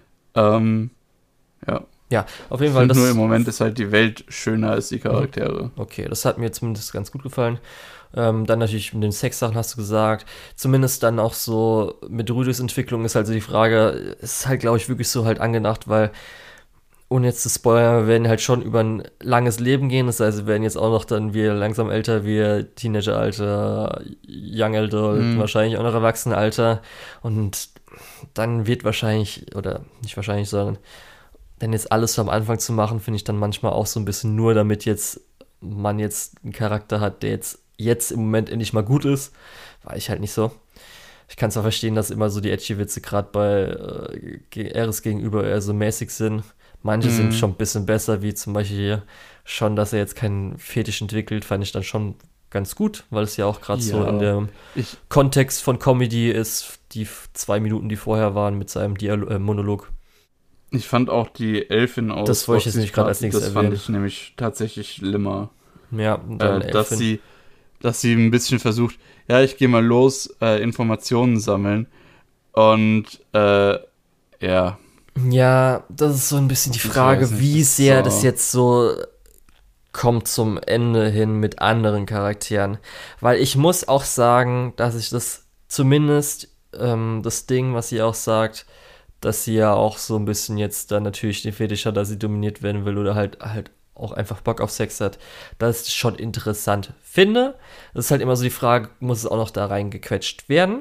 Ja, auf jeden Fall. Nur im Moment ist halt die Welt schöner als die Charaktere. Okay, das hat mir zumindest ganz gut gefallen. Dann natürlich mit den Sexsachen hast du gesagt. Zumindest dann auch so mit Rüdigs Entwicklung ist halt so die Frage, ist halt, glaube ich, wirklich so halt angedacht, weil, ohne jetzt zu spoilern, wir werden halt schon über ein langes Leben gehen. Das heißt, wir werden jetzt auch noch dann wir langsam älter, wir Teenageralter, Young Adult, wahrscheinlich auch noch Erwachsenenalter. Und dann wird wahrscheinlich, oder nicht wahrscheinlich, sondern denn jetzt alles so am Anfang zu machen, finde ich dann manchmal auch so ein bisschen nur, damit jetzt man jetzt einen Charakter hat, der jetzt im Moment endlich mal gut ist. War ich halt nicht so. Ich kann zwar verstehen, dass immer so die Edgy-Witze gerade bei Eris gegenüber eher so mäßig sind. Manche sind schon ein bisschen besser, wie zum Beispiel hier schon, dass er jetzt keinen Fetisch entwickelt, fand ich dann schon ganz gut, weil es ja auch gerade so in dem Kontext von Comedy ist, die 2 Minuten, die vorher waren, mit seinem Monolog. Ich fand auch die Elfin aus. Das wollte ich jetzt nicht gerade als nächstes erwähnen. Das fand ich nämlich tatsächlich schlimmer. Ja, dass sie ein bisschen versucht, ja, ich gehe mal los, Informationen sammeln und ja. Ja, das ist so ein bisschen die Frage, wie sehr das jetzt so kommt zum Ende hin mit anderen Charakteren. Weil ich muss auch sagen, dass ich das zumindest das Ding, was sie auch sagt, dass sie ja auch so ein bisschen jetzt dann natürlich den Fetisch hat, dass sie dominiert werden will oder halt auch einfach Bock auf Sex hat, das ist schon interessant finde. Das ist halt immer so die Frage, muss es auch noch da reingequetscht werden?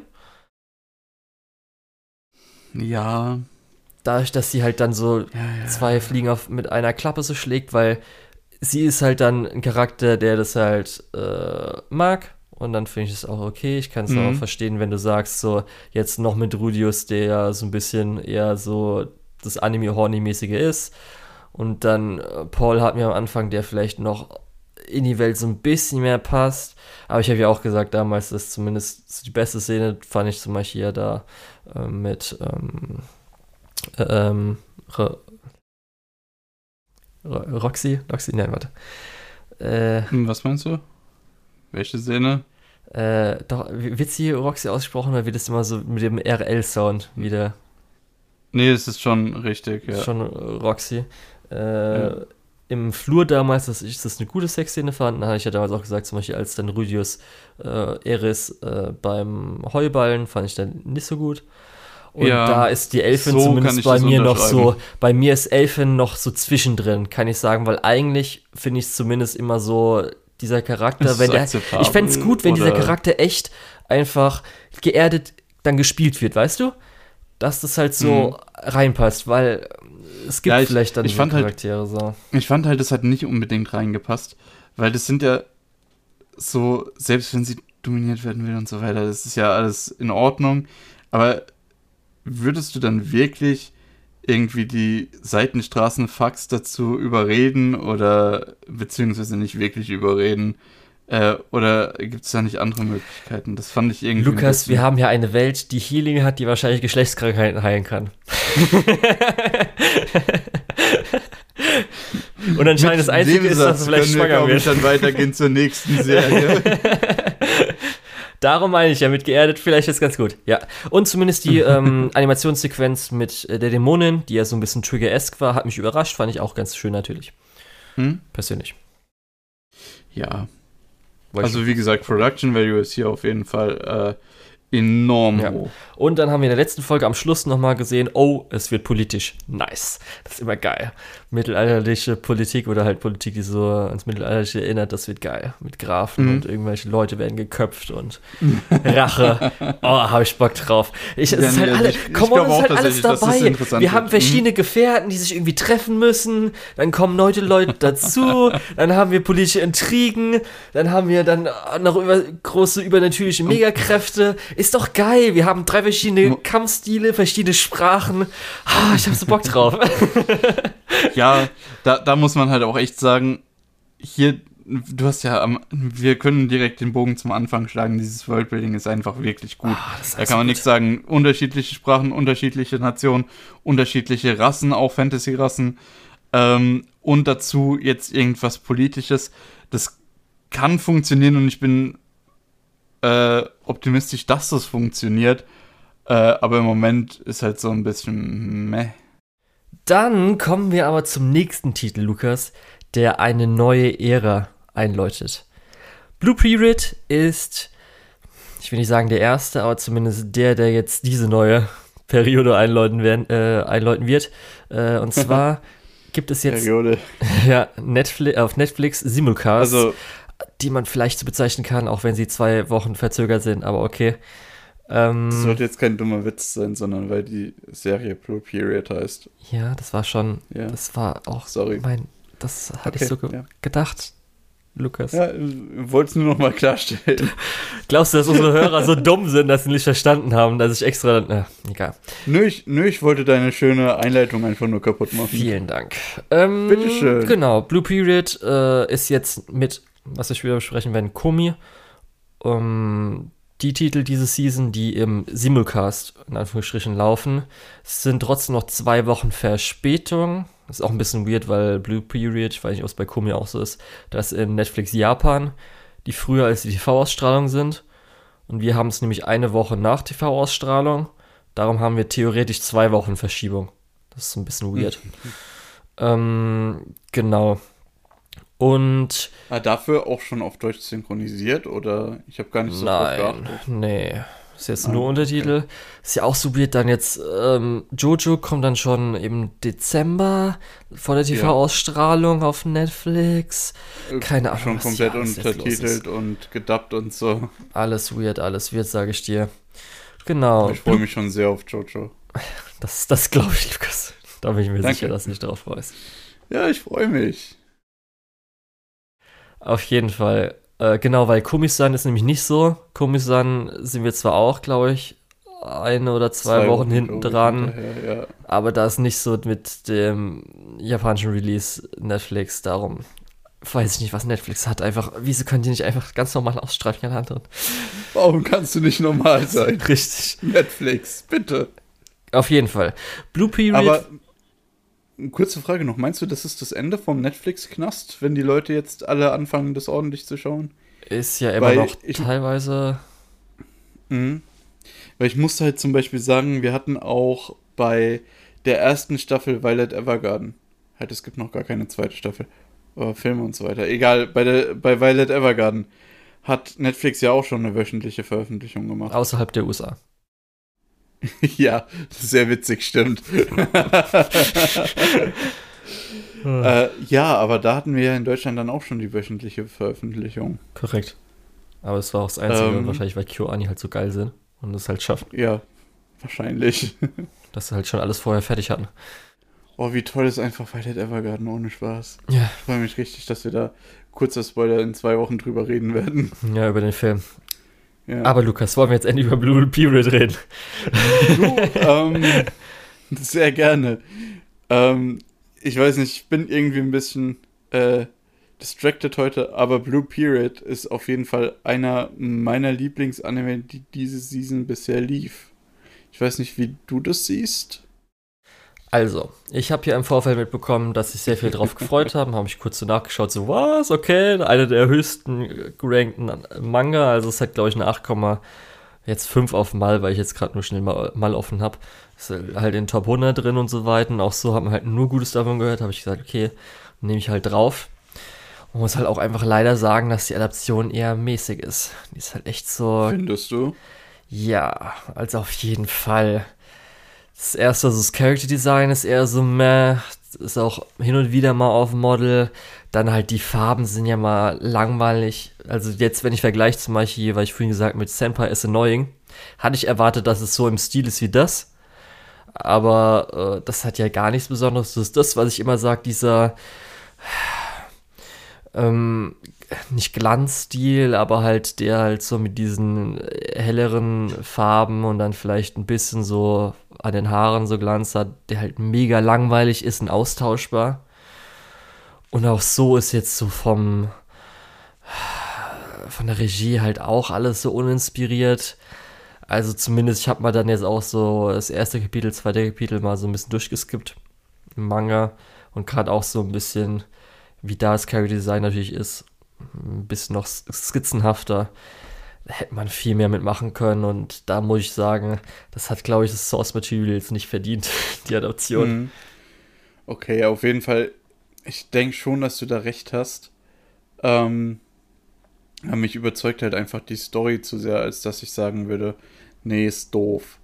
Ja. Dadurch, dass sie halt dann so zwei Fliegen mit einer Klappe so schlägt, weil sie ist halt dann ein Charakter, der das halt mag. Und dann finde ich es auch okay. Ich kann es auch verstehen, wenn du sagst, so jetzt noch mit Rudius, der ja so ein bisschen eher so das Anime-Horny-mäßige ist. Und dann Paul hat mir am Anfang, der vielleicht noch in die Welt so ein bisschen mehr passt. Aber ich habe ja auch gesagt damals, dass zumindest die beste Szene fand ich zum Beispiel ja da mit Roxy? Nein, warte. Was meinst du? Welche Szene? Doch, wird sie Roxy ausgesprochen oder wird es immer so mit dem RL-Sound wieder? Nee, es ist schon richtig, ja. Schon Roxy. Im Flur damals, dass ich das eine gute Sexszene fand, da habe ich ja damals auch gesagt, zum Beispiel als dann Rudius Eris beim Heuballen, fand ich dann nicht so gut. Und da ist die Elfin so zumindest bei mir noch so, bei mir ist Elfin noch so zwischendrin, kann ich sagen, weil eigentlich finde ich es zumindest immer so, dieser Charakter, ich fände es gut, wenn dieser Charakter echt einfach geerdet dann gespielt wird, weißt du? Dass das halt so reinpasst, weil es gibt vielleicht dann so Charaktere halt, so. Ich fand halt, das hat nicht unbedingt reingepasst, weil das sind ja so, selbst wenn sie dominiert werden will und so weiter, das ist ja alles in Ordnung, aber würdest du dann wirklich irgendwie die Seitenstraßen-Fax dazu überreden oder beziehungsweise nicht wirklich überreden? Oder gibt es da nicht andere Möglichkeiten? Das fand ich irgendwie. Lukas, wir haben ja eine Welt, die Healing hat, die wahrscheinlich Geschlechtskrankheiten heilen kann. Und anscheinend das Einzige ist, dass du vielleicht schwanger wirst. Dann weitergehen zur nächsten Serie. Darum meine ich ja, mit geerdet vielleicht ist ganz gut. Ja. Und zumindest die Animationssequenz mit der Dämonin, die ja so ein bisschen Trigger-esque war, hat mich überrascht. Fand ich auch ganz schön natürlich. Persönlich. Ja. Also wie gesagt, Production Value ist hier auf jeden Fall enorm hoch. Und dann haben wir in der letzten Folge am Schluss nochmal gesehen, oh, es wird politisch. Nice. Das ist immer geil. Mittelalterliche Politik oder halt Politik, die so ans Mittelalterliche erinnert, das wird geil. Mit Grafen und irgendwelche Leute werden geköpft und Rache. Oh, hab ich Bock drauf. Es ist halt alles dabei. Wir haben verschiedene Gefährten, die sich irgendwie treffen müssen. Dann kommen neue Leute dazu. Dann haben wir politische Intrigen. Dann haben wir dann noch große übernatürliche Megakräfte. Ist doch geil. Wir haben 3 verschiedene Kampfstile, verschiedene Sprachen. Ich hab so Bock drauf. Ja, da muss man halt auch echt sagen, hier, du hast ja, wir können direkt den Bogen zum Anfang schlagen, dieses Worldbuilding ist einfach wirklich gut. Da kann man nichts sagen. Unterschiedliche Sprachen, unterschiedliche Nationen, unterschiedliche Rassen, auch Fantasy-Rassen. Und dazu jetzt irgendwas Politisches. Das kann funktionieren und ich bin optimistisch, dass das funktioniert. Aber im Moment ist halt so ein bisschen meh. Dann kommen wir aber zum nächsten Titel, Lukas, der eine neue Ära einläutet. Blue Period ist, ich will nicht sagen der erste, aber zumindest der jetzt diese neue Periode einläuten wird. Und zwar gibt es jetzt auf Netflix Simulcast, die man vielleicht so bezeichnen kann, auch wenn sie 2 Wochen verzögert sind, aber okay. Das sollte jetzt kein dummer Witz sein, sondern weil die Serie Blue Period heißt. Ja, das war schon, das war auch Sorry. das hatte ich so gedacht. Lukas. Ja, wollte es nur noch mal klarstellen. Glaubst du, dass unsere Hörer so dumm sind, dass sie nicht verstanden haben, dass ich extra... egal. Nö, ich wollte deine schöne Einleitung einfach nur kaputt machen. Vielen Dank. Bitteschön. Genau, Blue Period ist jetzt mit, was wir später besprechen werden, Komi. Die Titel diese Season, die im Simulcast in Anführungsstrichen laufen, sind trotzdem noch 2 Wochen Verspätung. Das ist auch ein bisschen weird, weil Blue Period, ich weiß nicht, ob es bei Komi auch so ist, das in Netflix Japan, die früher als die TV-Ausstrahlung sind. Und wir haben es nämlich eine Woche nach TV-Ausstrahlung. Darum haben wir theoretisch 2 Wochen Verschiebung. Das ist ein bisschen weird. Genau. Und dafür auch schon auf Deutsch synchronisiert, oder? Ich habe gar nicht so drauf geachtet. Nee. Ist jetzt nur Untertitel. Okay. Ist ja auch so weird, dann jetzt Jojo kommt dann schon im Dezember vor der TV-Ausstrahlung auf Netflix. Keine Ahnung. Schon komplett untertitelt und gedubbt und so. Alles weird, sage ich dir. Genau. Ich freue mich schon sehr auf Jojo. Das glaube ich, Lukas. Da bin ich mir sicher, dass du dich darauf freust. Ja, ich freue mich. Auf jeden Fall. Genau, weil Komi-san ist nämlich nicht so. Komi-san sind wir zwar auch, glaube ich, 1 oder 2 Wochen hinten dran, ja. Aber da ist nicht so mit dem japanischen Release Netflix, darum weiß ich nicht, was Netflix hat. Einfach, wieso können die nicht einfach ganz normal ausstrahlen wie alle anderen? Warum kannst du nicht normal sein? Richtig. Netflix, bitte. Auf jeden Fall. Blue Period. Aber kurze Frage noch, meinst du, das ist das Ende vom Netflix-Knast, wenn die Leute jetzt alle anfangen, das ordentlich zu schauen? Ist ja immer noch teilweise... Weil ich musste halt zum Beispiel sagen, wir hatten auch bei der ersten Staffel Violet Evergarden, halt es gibt noch gar keine zweite Staffel, aber Filme und so weiter, egal, bei Violet Evergarden hat Netflix ja auch schon eine wöchentliche Veröffentlichung gemacht. Außerhalb der USA. Ja, sehr witzig, stimmt. Ja, aber da hatten wir ja in Deutschland dann auch schon die wöchentliche Veröffentlichung. Korrekt. Aber es war auch das Einzige, wahrscheinlich, weil KyoAni halt so geil sind und es halt schaffen. Ja, wahrscheinlich. Dass sie halt schon alles vorher fertig hatten. Oh, wie toll ist einfach Violet Evergarden, ohne Spaß. Ja. Ich freue mich richtig, dass wir da, kurzer Spoiler, in 2 Wochen drüber reden werden. Ja, über den Film. Ja. Aber Lukas, wollen wir jetzt endlich über Blue Period reden? Sehr gerne. Ich weiß nicht, ich bin irgendwie ein bisschen distracted heute, aber Blue Period ist auf jeden Fall einer meiner Lieblingsanime, die diese Season bisher lief. Ich weiß nicht, wie du das siehst. Also, ich habe hier im Vorfeld mitbekommen, dass sich sehr viel drauf gefreut haben. Habe ich kurz so nachgeschaut, so was, okay, einer der höchsten gerankten Manga. Also es hat, glaube ich, eine 8,5 auf Mal, weil ich jetzt gerade nur schnell mal offen habe. Ist halt in Top 100 drin und so weiter. Und auch so hat man halt nur Gutes davon gehört. Habe ich gesagt, okay, nehme ich halt drauf. Man muss halt auch einfach leider sagen, dass die Adaption eher mäßig ist. Die ist halt echt so... Findest du? Ja, also auf jeden Fall. Das erste, also das Character Design ist eher so meh, ist auch hin und wieder mal auf Model. Dann halt die Farben sind ja mal langweilig. Also jetzt, wenn ich vergleiche zum Beispiel, weil ich vorhin gesagt mit Senpai is Annoying, hatte ich erwartet, dass es so im Stil ist wie das. Aber das hat ja gar nichts Besonderes. Das ist das, was ich immer sage, dieser nicht Glanzstil, aber halt der halt so mit diesen helleren Farben und dann vielleicht ein bisschen so an den Haaren so Glanz hat, der halt mega langweilig ist und austauschbar. Und auch so ist jetzt so von der Regie halt auch alles so uninspiriert. Also zumindest, ich habe mal dann jetzt auch so das erste Kapitel, zweite Kapitel mal so ein bisschen durchgeskippt im Manga und gerade auch so ein bisschen, wie da das Character Design natürlich ist, ein bisschen noch skizzenhafter. Da hätte man viel mehr mitmachen können und da muss ich sagen, das hat, glaube ich, das Source Material jetzt nicht verdient, die Adaption. Okay, auf jeden Fall, ich denke schon, dass du da recht hast. Mich überzeugt halt einfach die Story zu sehr, als dass ich sagen würde, nee, ist doof.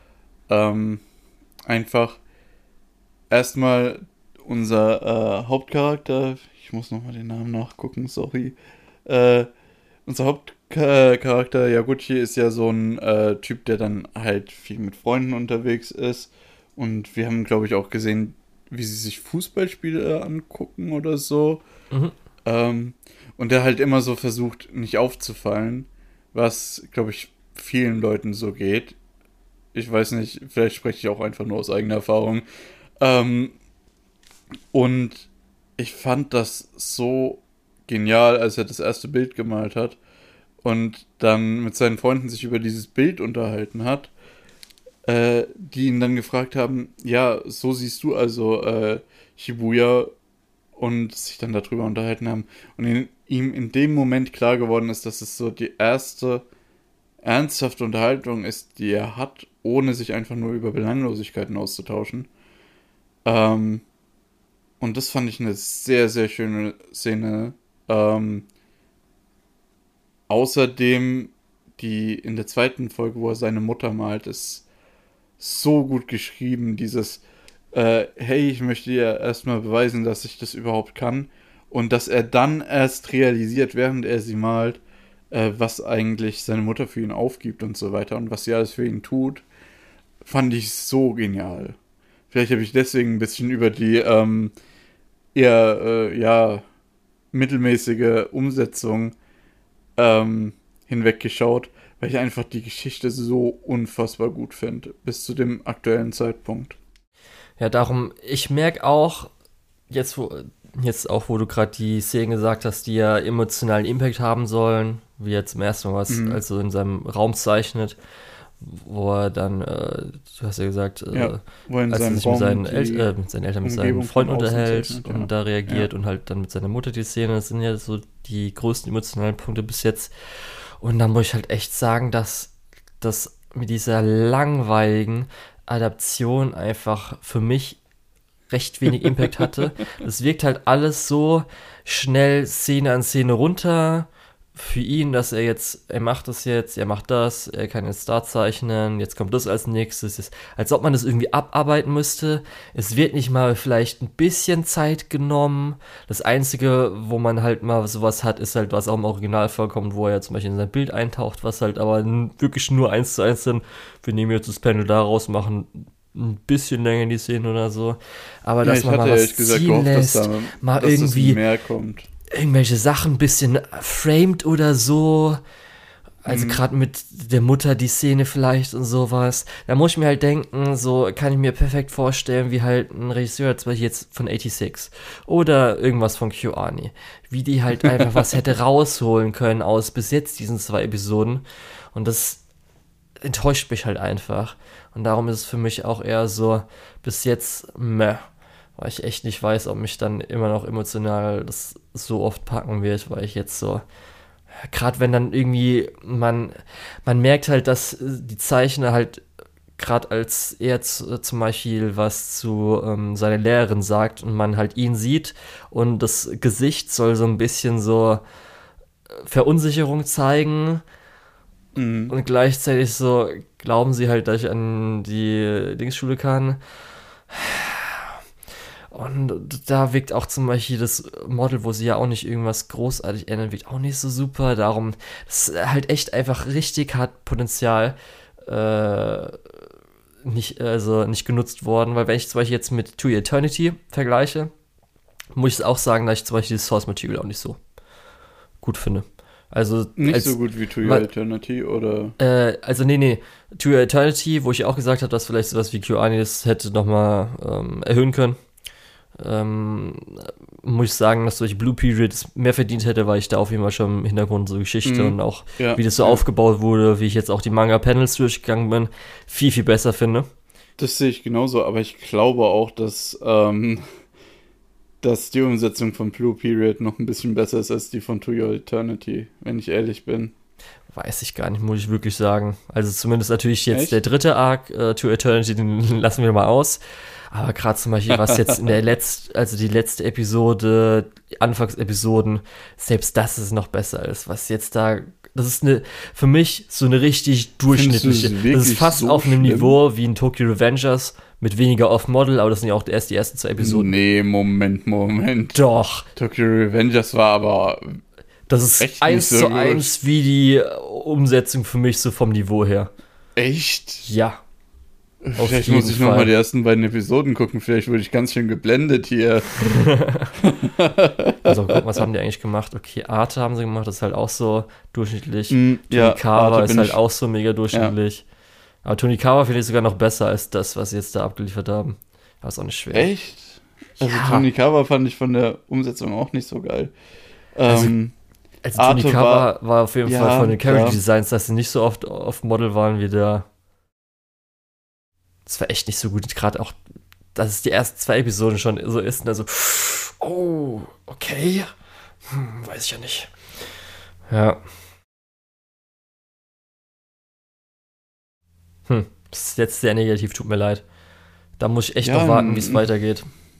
Einfach erstmal unser Hauptcharakter, ich muss nochmal den Namen nachgucken, sorry. Unser Hauptcharakter Yaguchi ist ja so ein Typ, der dann halt viel mit Freunden unterwegs ist. Und wir haben, glaube ich, auch gesehen, wie sie sich Fußballspiele angucken oder so. Und der halt immer so versucht, nicht aufzufallen, was, glaube ich, vielen Leuten so geht. Ich weiß nicht, vielleicht spreche ich auch einfach nur aus eigener Erfahrung. Und ich fand das so genial, als er das erste Bild gemalt hat und dann mit seinen Freunden sich über dieses Bild unterhalten hat, die ihn dann gefragt haben, ja, so siehst du also Shibuya, und sich dann darüber unterhalten haben und ihm in dem Moment klar geworden ist, dass es so die erste ernsthafte Unterhaltung ist, die er hat, ohne sich einfach nur über Belanglosigkeiten auszutauschen. Und das fand ich eine sehr, sehr schöne Szene. Außerdem, die in der zweiten Folge, wo er seine Mutter malt, ist so gut geschrieben, dieses hey, ich möchte dir erstmal beweisen, dass ich das überhaupt kann. Und dass er dann erst realisiert, während er sie malt, was eigentlich seine Mutter für ihn aufgibt und so weiter und was sie alles für ihn tut, fand ich so genial. Vielleicht habe ich deswegen ein bisschen über die eher mittelmäßige Umsetzung hinweggeschaut, weil ich einfach die Geschichte so unfassbar gut finde, bis zu dem aktuellen Zeitpunkt. Ja, darum, ich merke auch, jetzt wo du gerade die Szenen gesagt hast, die ja emotionalen Impact haben sollen, wie er zum ersten Mal was also in seinem Raum zeichnet, wo er dann, du hast ja gesagt, wo er als er sich mit seinen Eltern, mit seinen Freunden unterhält und da reagiert und halt dann mit seiner Mutter die Szene, das sind ja so die größten emotionalen Punkte bis jetzt. Und da muss ich halt echt sagen, dass das mit dieser langweiligen Adaption einfach für mich recht wenig Impact hatte. Das wirkt halt alles so schnell Szene an Szene runter. Für ihn, dass er macht das jetzt, er macht das, er kann jetzt da zeichnen, jetzt kommt das als nächstes. Als ob man das irgendwie abarbeiten müsste. Es wird nicht mal vielleicht ein bisschen Zeit genommen. Das Einzige, wo man halt mal sowas hat, ist halt, was auch im Original vorkommt, wo er ja zum Beispiel in sein Bild eintaucht, was halt aber wirklich nur 1:1 sind. Wir nehmen jetzt das Panel da raus, machen ein bisschen länger in die Szene oder so. Aber dass man mal was ziehen lässt, mal irgendwie mehr kommt. Irgendwelche Sachen ein bisschen framed oder so. Also gerade mit der Mutter die Szene vielleicht und sowas. Da muss ich mir halt denken, so kann ich mir perfekt vorstellen, wie halt ein Regisseur, zum Beispiel jetzt von 86 oder irgendwas von KyoAni, wie die halt einfach was hätte rausholen können aus bis jetzt diesen 2 Episoden. Und das enttäuscht mich halt einfach. Und darum ist es für mich auch eher so, bis jetzt, weil ich echt nicht weiß, ob mich dann immer noch emotional das so oft packen wird, weil ich jetzt so, gerade wenn dann irgendwie, man merkt halt, dass die Zeichner halt, gerade als er zum Beispiel was zu seiner Lehrerin sagt und man halt ihn sieht und das Gesicht soll so ein bisschen so Verunsicherung zeigen und gleichzeitig so, glauben sie halt, dass ich an die Dingsschule kann. Und da wirkt auch zum Beispiel das Model, wo sie ja auch nicht irgendwas großartig ändern, wirkt auch nicht so super. Darum, das ist halt echt einfach richtig hart Potenzial nicht genutzt worden. Weil wenn ich zum Beispiel jetzt mit To Eternity vergleiche, muss ich auch sagen, dass ich zum Beispiel das Source Material auch nicht so gut finde. Also nicht so gut wie To Your Eternity, oder? Nee. To Your Eternity, wo ich auch gesagt habe, dass vielleicht sowas wie KyoAni das hätte nochmal erhöhen können. Muss ich sagen, dass durch Blue Period es mehr verdient hätte, weil ich da auf jeden Fall schon im Hintergrund so Geschichte und auch wie das so aufgebaut wurde, wie ich jetzt auch die Manga-Panels durchgegangen bin, viel, viel besser finde. Das sehe ich genauso, aber ich glaube auch, dass die Umsetzung von Blue Period noch ein bisschen besser ist als die von To Your Eternity, wenn ich ehrlich bin. Weiß ich gar nicht, muss ich wirklich sagen. Also zumindest natürlich jetzt der dritte Arc, To Eternity, den lassen wir mal aus. Aber gerade zum Beispiel, was jetzt in die letzte Episode, die Anfangsepisoden, selbst das ist noch besser als was jetzt da. Das ist für mich so eine richtig durchschnittliche. Das ist fast so auf einem Niveau wie ein Tokyo Revengers mit weniger Off-Model, aber das sind ja auch erst die ersten 2 Episoden. Nee, Moment. Doch. Tokyo Revengers war aber. Das ist 1:1 wie die Umsetzung für mich so vom Niveau her. Echt? Ja. Vielleicht muss ich nochmal die ersten beiden Episoden gucken. Vielleicht wurde ich ganz schön geblendet hier. Also gucken, was haben die eigentlich gemacht? Okay, Arte haben sie gemacht, das ist halt auch so durchschnittlich. Ja, Tonikawa ist halt auch so mega durchschnittlich. Ja. Aber Tonikawa finde ich sogar noch besser als das, was sie jetzt da abgeliefert haben. Das ist auch nicht schwer. Echt? Also Tonikawa fand ich von der Umsetzung auch nicht so geil. Also Tonikawa war auf jeden Fall von den Character Designs, dass sie nicht so oft auf Model waren wie der. Das war echt nicht so gut. Gerade auch, dass es die ersten 2 Episoden schon so ist. Und also, oh, okay. Weiß ich ja nicht. Ja. Das ist jetzt sehr negativ, tut mir leid. Da muss ich echt noch warten, wie es weitergeht.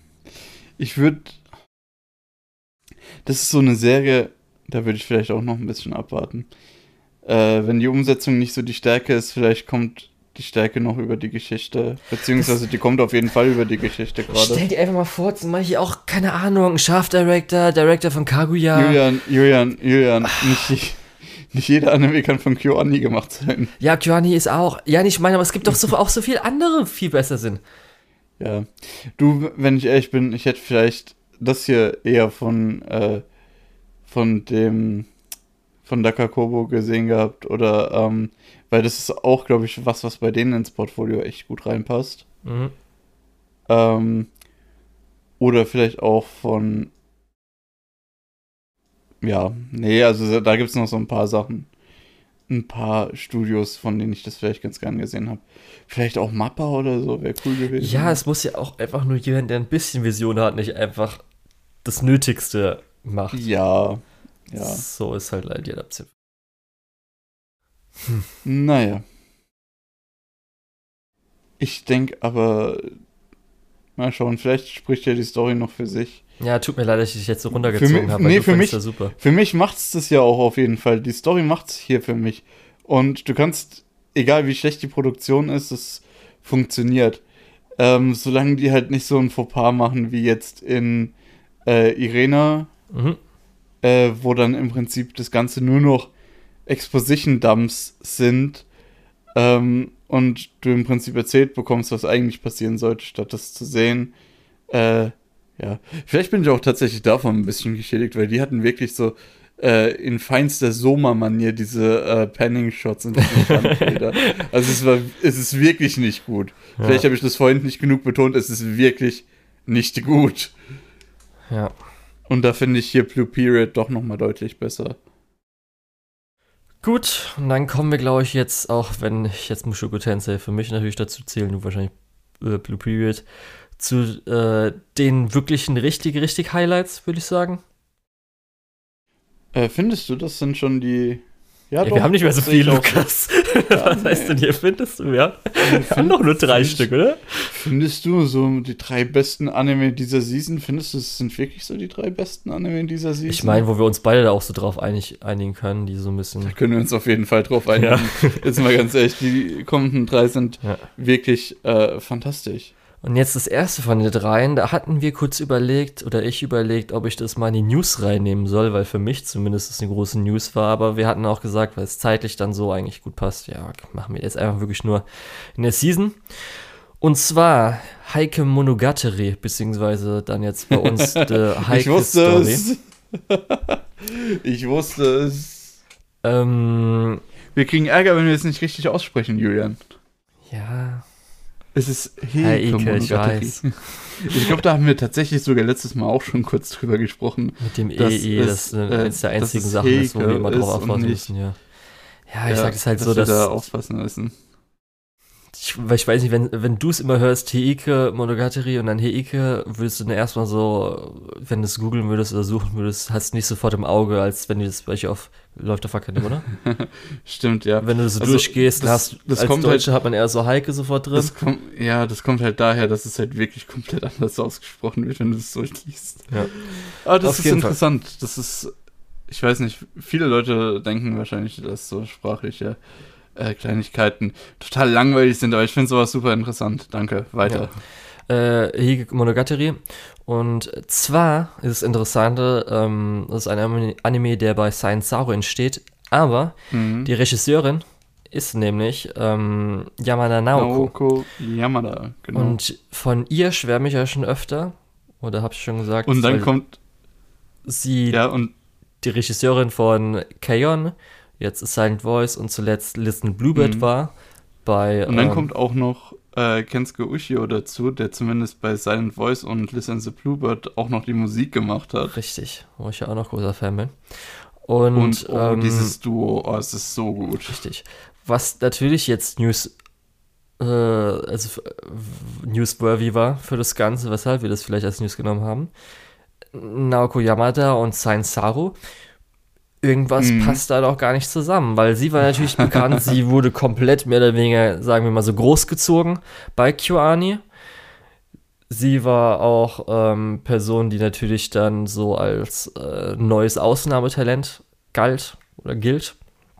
Das ist so eine Serie, da würde ich vielleicht auch noch ein bisschen abwarten. Wenn die Umsetzung nicht so die Stärke ist, vielleicht kommt die Stärke noch über die Geschichte, beziehungsweise die kommt auf jeden Fall über die Geschichte gerade. Stell dir einfach mal vor, zum Beispiel auch, keine Ahnung, Director von Kaguya. Julian, nicht jeder Anime kann von KyoAni gemacht sein. Ja, KyoAni ist auch, ich meine, aber es gibt doch auch so viele andere, viel besser sind. Ja, du, wenn ich ehrlich bin, ich hätte vielleicht das hier eher von Dakakobo gesehen gehabt oder, weil das ist auch, glaube ich, was bei denen ins Portfolio echt gut reinpasst. Mhm. Oder vielleicht auch von, also da gibt es noch so ein paar Sachen. Ein paar Studios, von denen ich das vielleicht ganz gern gesehen habe. Vielleicht auch Mappa oder so, wäre cool gewesen. Ja, es muss ja auch einfach nur jemand, der ein bisschen Vision hat, nicht einfach das Nötigste macht. Ja. So ist halt leider die Adaption. Naja. Ich denke aber, mal schauen, vielleicht spricht ja die Story noch für sich. Ja, tut mir leid, dass ich dich jetzt so runtergezogen habe. Nee, für mich macht's das ja auch auf jeden Fall. Die Story macht's hier für mich. Und du kannst, egal wie schlecht die Produktion ist, es funktioniert. Solange die halt nicht so ein Fauxpas machen wie jetzt in Irena, wo dann im Prinzip das Ganze nur noch Exposition-Dumps sind und du im Prinzip erzählt bekommst, was eigentlich passieren sollte, statt das zu sehen. Ja, vielleicht bin ich auch tatsächlich davon ein bisschen geschädigt, weil die hatten wirklich so in feinster Soma-Manier diese Panning-Shots und diese Standbilder. Also es ist wirklich nicht gut. Ja. Vielleicht habe ich das vorhin nicht genug betont, es ist wirklich nicht gut. Ja. Und da finde ich hier Blue Period doch nochmal deutlich besser. Gut, und dann kommen wir, glaube ich, jetzt, auch wenn ich jetzt Mushoku Tensei für mich natürlich dazu zählen, du wahrscheinlich Blue Period, zu den wirklichen richtig Highlights, würde ich sagen. Findest du, das sind schon die... Ja, doch, wir haben nicht mehr so viel, Lukas. Was heißt denn hier, findest du? Wir haben doch nur 3 Stück, oder? Findest du so die 3 besten Anime dieser Season? Findest du, es sind wirklich so die 3 besten Anime in dieser Season? Ich meine, wo wir uns beide da auch so drauf einigen können, die so ein bisschen... Da können wir uns auf jeden Fall drauf einigen. Ja. Jetzt mal ganz ehrlich, die kommenden 3 sind wirklich fantastisch. Und jetzt das erste von den 3, da hatten wir kurz überlegt, ob ich das mal in die News reinnehmen soll, weil für mich zumindest das eine große News war, aber wir hatten auch gesagt, weil es zeitlich dann so eigentlich gut passt, ja, machen wir jetzt einfach wirklich nur in der Season. Und zwar Heike Monogatari, beziehungsweise dann jetzt bei uns The Heike Story. Ich wusste es. Wir kriegen Ärger, wenn wir es nicht richtig aussprechen, Julian. Ja. Es ist Heike, ich weiß. Ich glaube, da haben wir tatsächlich sogar letztes Mal auch schon kurz drüber gesprochen. Mit dem das eines der einzigen Sachen ist, wo wir immer drauf aufpassen müssen, ja. Ja, ich sag es halt so, dass wir da aufpassen müssen. Weil ich weiß nicht, wenn du es immer hörst, Heike Monogatari und dann Heike, würdest du dann erstmal so, wenn du es googeln würdest oder suchen würdest, hast du nicht sofort im Auge, als wenn du das bei euch läuft auf Akademie, oder? Stimmt, ja. Wenn du so durchgehst, als Deutsche hat man eher so Heike sofort drin. Das kommt halt daher, dass es halt wirklich komplett anders ausgesprochen wird, wenn du es so liest. Ja. Aber das ist interessant. Fall. Das ist, ich weiß nicht, viele Leute denken wahrscheinlich, dass so sprachliche Kleinigkeiten total langweilig sind, aber ich finde sowas super interessant. Danke, weiter. Ja. Heike Monogatari. Und zwar ist es Interessante, das ist ein Anime, der bei Science Saru entsteht, aber die Regisseurin ist nämlich Yamada Naoko. Yamada, genau. Und von ihr schwärme ich ja schon öfter, oder habe ich schon gesagt. Und dann kommt sie, die Regisseurin von K-On!, jetzt Silent Voice und zuletzt Listen Bluebird war. Und dann kommt auch noch Kensuke Ushio dazu, der zumindest bei Silent Voice und Listen the Bluebird auch noch die Musik gemacht hat. Richtig, wo ich ja auch noch großer Fan bin. Und dieses Duo, es ist so gut. Richtig. Was natürlich jetzt newsworthy war für das Ganze, weshalb wir das vielleicht als News genommen haben. Naoko Yamada und Science Saru. Irgendwas passt da doch gar nicht zusammen, weil sie war natürlich bekannt, sie wurde komplett mehr oder weniger, sagen wir mal so, großgezogen bei KyoAni. Sie war auch Person, die natürlich dann so als neues Ausnahmetalent gilt.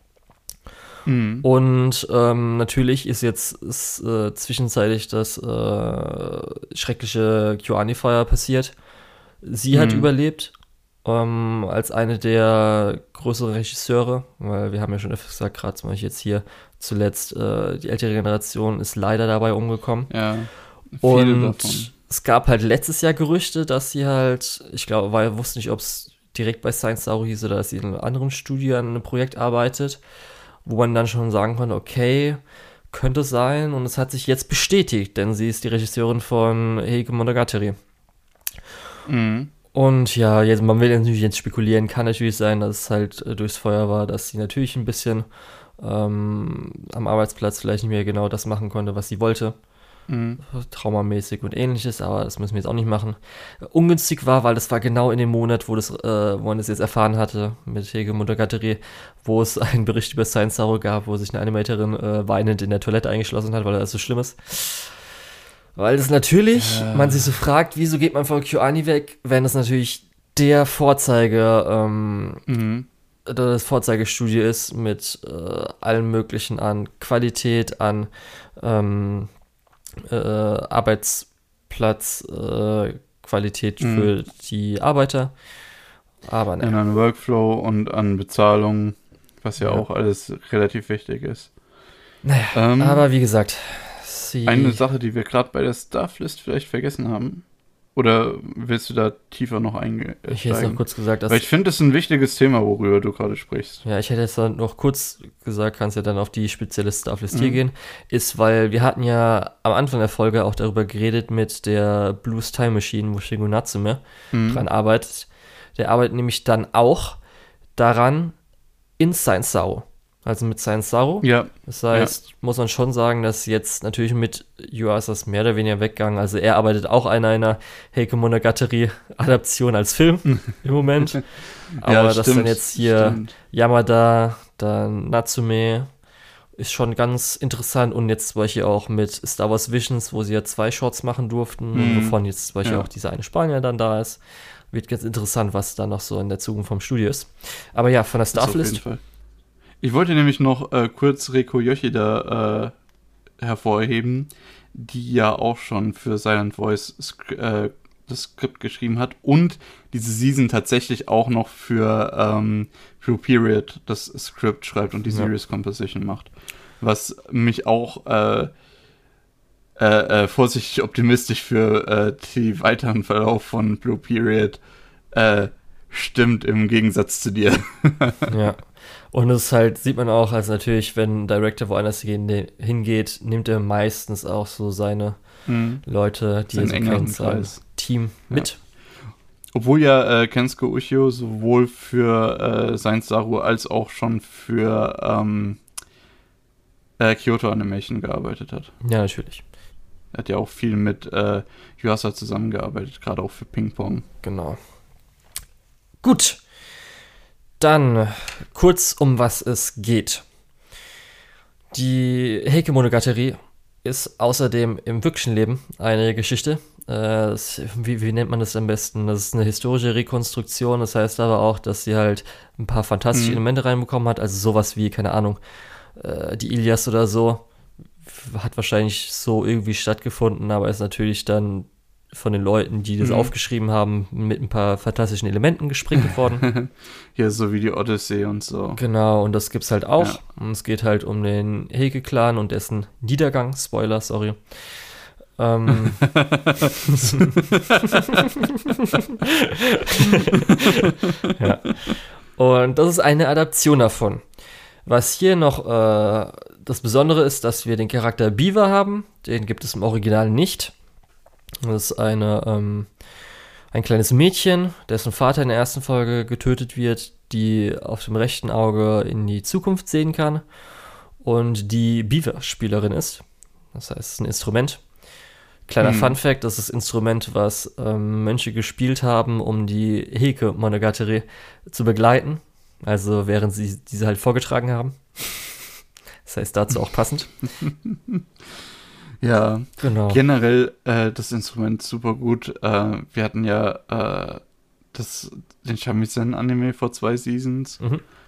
Und natürlich ist jetzt zwischenzeitlich das schreckliche KyoAni-Feuer passiert. Sie hat überlebt als eine der größeren Regisseure, weil wir haben ja schon öfter gesagt, gerade zum Beispiel jetzt hier zuletzt, die ältere Generation ist leider dabei umgekommen. Ja, und davon. Es gab halt letztes Jahr Gerüchte, dass sie halt, ich glaube, wusste nicht, ob es direkt bei Science Saru hieß oder dass sie in einem anderen Studio an einem Projekt arbeitet, wo man dann schon sagen konnte, okay, könnte sein, und es hat sich jetzt bestätigt, denn sie ist die Regisseurin von Heike Monogatari. Und ja, jetzt, man will natürlich jetzt spekulieren, kann natürlich sein, dass es halt durchs Feuer war, dass sie natürlich ein bisschen am Arbeitsplatz vielleicht nicht mehr genau das machen konnte, was sie wollte. Traumamäßig und ähnliches, aber das müssen wir jetzt auch nicht machen. Ungünstig war, weil das war genau in dem Monat, wo man das jetzt erfahren hatte mit Heike Monogatari, wo es einen Bericht über Science Saru gab, wo sich eine Animatorin weinend in der Toilette eingeschlossen hat, weil das so schlimm ist. Weil das natürlich, man sich so fragt, wieso geht man von KyoAni weg, wenn es natürlich der das Vorzeigestudio ist mit allem Möglichen an Qualität, an Arbeitsplatz, Qualität für die Arbeiter. Aber ne. An Workflow und an Bezahlung, was ja auch alles relativ wichtig ist. Naja, aber wie gesagt, eine Sache, die wir gerade bei der Stafflist vielleicht vergessen haben. Oder willst du da tiefer noch einsteigen? Ich hätte es noch kurz gesagt, dass... Weil ich finde, das ist ein wichtiges Thema, worüber du gerade sprichst. Ja, ich hätte jetzt noch kurz gesagt, kannst ja dann auf die spezielle Stafflist hier gehen, ist, weil wir hatten ja am Anfang der Folge auch darüber geredet mit der Blues Time Machine, wo Shingo Natsume dran arbeitet. Der arbeitet nämlich dann auch daran in Science Saru. Also mit Science Saru. Ja. Das heißt, muss man schon sagen, dass jetzt natürlich mit Yuasa ist mehr oder weniger weggegangen. Also er arbeitet auch an einer Heike Monogatari-Adaption als Film im Moment. Aber das dann jetzt hier Yamada, dann Natsume, ist schon ganz interessant. Und jetzt zum Beispiel auch mit Star Wars Visions, wo sie ja 2 Shorts machen durften, und wovon jetzt zum Beispiel auch dieser eine Spanier dann da ist. Wird ganz interessant, was da noch so in der Zukunft vom Studio ist. Aber ja, von der Stafflist. Ich wollte nämlich noch kurz Reiko Yoshida hervorheben, die ja auch schon für Silent Voice das Skript geschrieben hat und diese Season tatsächlich auch noch für Blue Period das Skript schreibt und die Series Composition macht. Was mich auch vorsichtig optimistisch für die weiteren Verlauf von Blue Period stimmt, im Gegensatz zu dir. Ja. Und es halt, sieht man auch, also natürlich, wenn ein Director woanders hingeht, nimmt er meistens auch so seine Leute, die er so kennt, sein Team mit. Obwohl ja Kensuke Ushio sowohl für Science Saru als auch schon für Kyoto Animation gearbeitet hat. Ja, natürlich. Er hat ja auch viel mit Yuasa zusammengearbeitet, gerade auch für Ping Pong. Genau. Gut. Dann kurz, um was es geht. Die Heike Monogatari ist außerdem im wirklichen Leben eine Geschichte. Wie nennt man das am besten? Das ist eine historische Rekonstruktion. Das heißt aber auch, dass sie halt ein paar fantastische Elemente reinbekommen hat. Also sowas wie, keine Ahnung, die Ilias oder so. Hat wahrscheinlich so irgendwie stattgefunden, aber ist natürlich dann von den Leuten, die das aufgeschrieben haben, mit ein paar fantastischen Elementen gesprinkelt worden. Ja, so wie die Odyssee und so. Genau, und das gibt's halt auch. Ja. Und es geht halt um den Hege-Clan und dessen Niedergang. Spoiler, sorry. Ja. Und das ist eine Adaption davon. Was hier noch das Besondere ist, dass wir den Charakter Beaver haben. Den gibt es im Original nicht. Das ist ein kleines Mädchen, dessen Vater in der ersten Folge getötet wird, die auf dem rechten Auge in die Zukunft sehen kann und die Beaver-Spielerin ist. Das heißt, es ist ein Instrument. Kleiner Funfact, das ist das Instrument, was Mönche gespielt haben, um die Heike Monogatari zu begleiten. Also während sie diese halt vorgetragen haben. Das heißt, dazu auch passend. Ja, genau. Generell das Instrument super gut. Wir hatten ja den Shamisen-Anime vor 2 Seasons.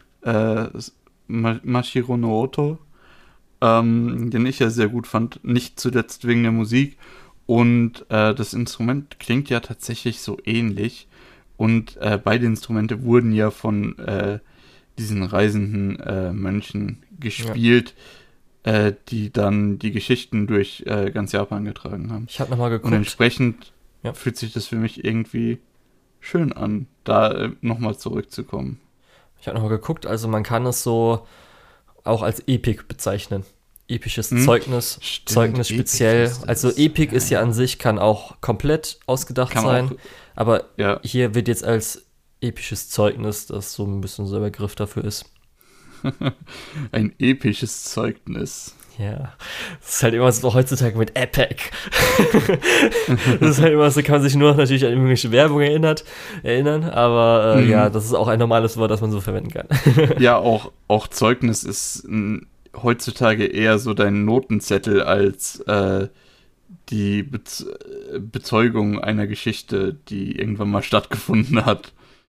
Mashiro no Oto, den ich ja sehr gut fand. Nicht zuletzt wegen der Musik. Und das Instrument klingt ja tatsächlich so ähnlich. Und beide Instrumente wurden ja von diesen reisenden Mönchen gespielt, die dann die Geschichten durch ganz Japan getragen haben. Ich habe nochmal geguckt. Und entsprechend fühlt sich das für mich irgendwie schön an, da nochmal zurückzukommen. Ich habe nochmal geguckt, also man kann es so auch als Epic bezeichnen. Episches Zeugnis, stimmt, Zeugnis speziell. Also Epic ist ja an sich, kann auch komplett ausgedacht sein, aber hier wird jetzt als episches Zeugnis, das so ein bisschen so der Begriff dafür ist. Ein episches Zeugnis. Ja, das ist halt immer so heutzutage mit Epic. Das ist halt immer so, kann man sich nur natürlich an irgendwelche Werbung erinnern, aber ja, das ist auch ein normales Wort, das man so verwenden kann. Ja, auch Zeugnis ist heutzutage eher so dein Notenzettel als die Bezeugung einer Geschichte, die irgendwann mal stattgefunden hat.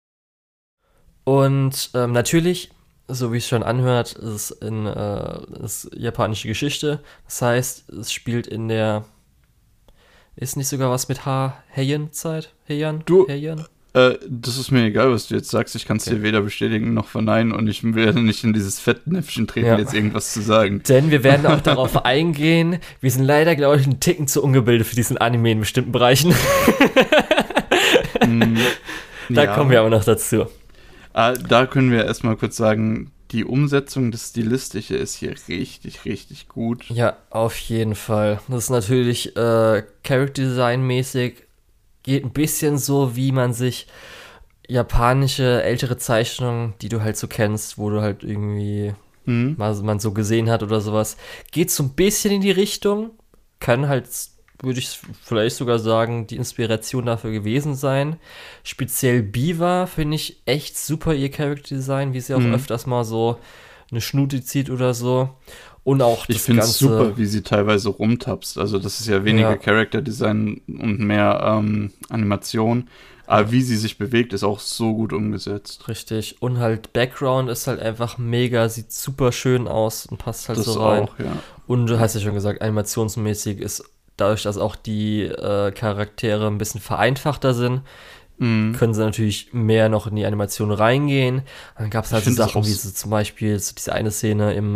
Und natürlich, so wie es schon anhört, ist es japanische Geschichte. Das heißt, es spielt in der... Ist nicht sogar was mit Heian-Zeit? Heian? Das ist mir egal, was du jetzt sagst. Ich kann es dir weder bestätigen noch verneinen und ich werde nicht in dieses Fettnäpfchen treten, jetzt irgendwas zu sagen. Denn wir werden auch darauf eingehen. Wir sind leider, glaube ich, einen Ticken zu ungebildet für diesen Anime in bestimmten Bereichen. Da kommen wir aber noch dazu. Da können wir erstmal kurz sagen, die Umsetzung, das Stilistische ist hier richtig, richtig gut. Ja, auf jeden Fall. Das ist natürlich Character Design mäßig, geht ein bisschen so, wie man sich japanische ältere Zeichnungen, die du halt so kennst, wo du halt irgendwie man so gesehen hat oder sowas, geht so ein bisschen in die Richtung, kann halt, würde ich vielleicht sogar sagen, die Inspiration dafür gewesen sein. Speziell Beaver finde ich echt super, ihr Character Design, wie sie auch öfters mal so eine Schnute zieht oder so. Und auch ich finde es super, wie sie teilweise rumtapst. Also das ist ja weniger Character Design und mehr Animation. Aber wie sie sich bewegt, ist auch so gut umgesetzt. Richtig. Und halt Background ist halt einfach mega, sieht super schön aus und passt halt das so rein. Auch, ja. Und du hast ja schon gesagt, animationsmäßig ist dadurch, dass auch die Charaktere ein bisschen vereinfachter sind, können sie natürlich mehr noch in die Animation reingehen. Dann gab es halt so Sachen wie so zum Beispiel so diese eine Szene im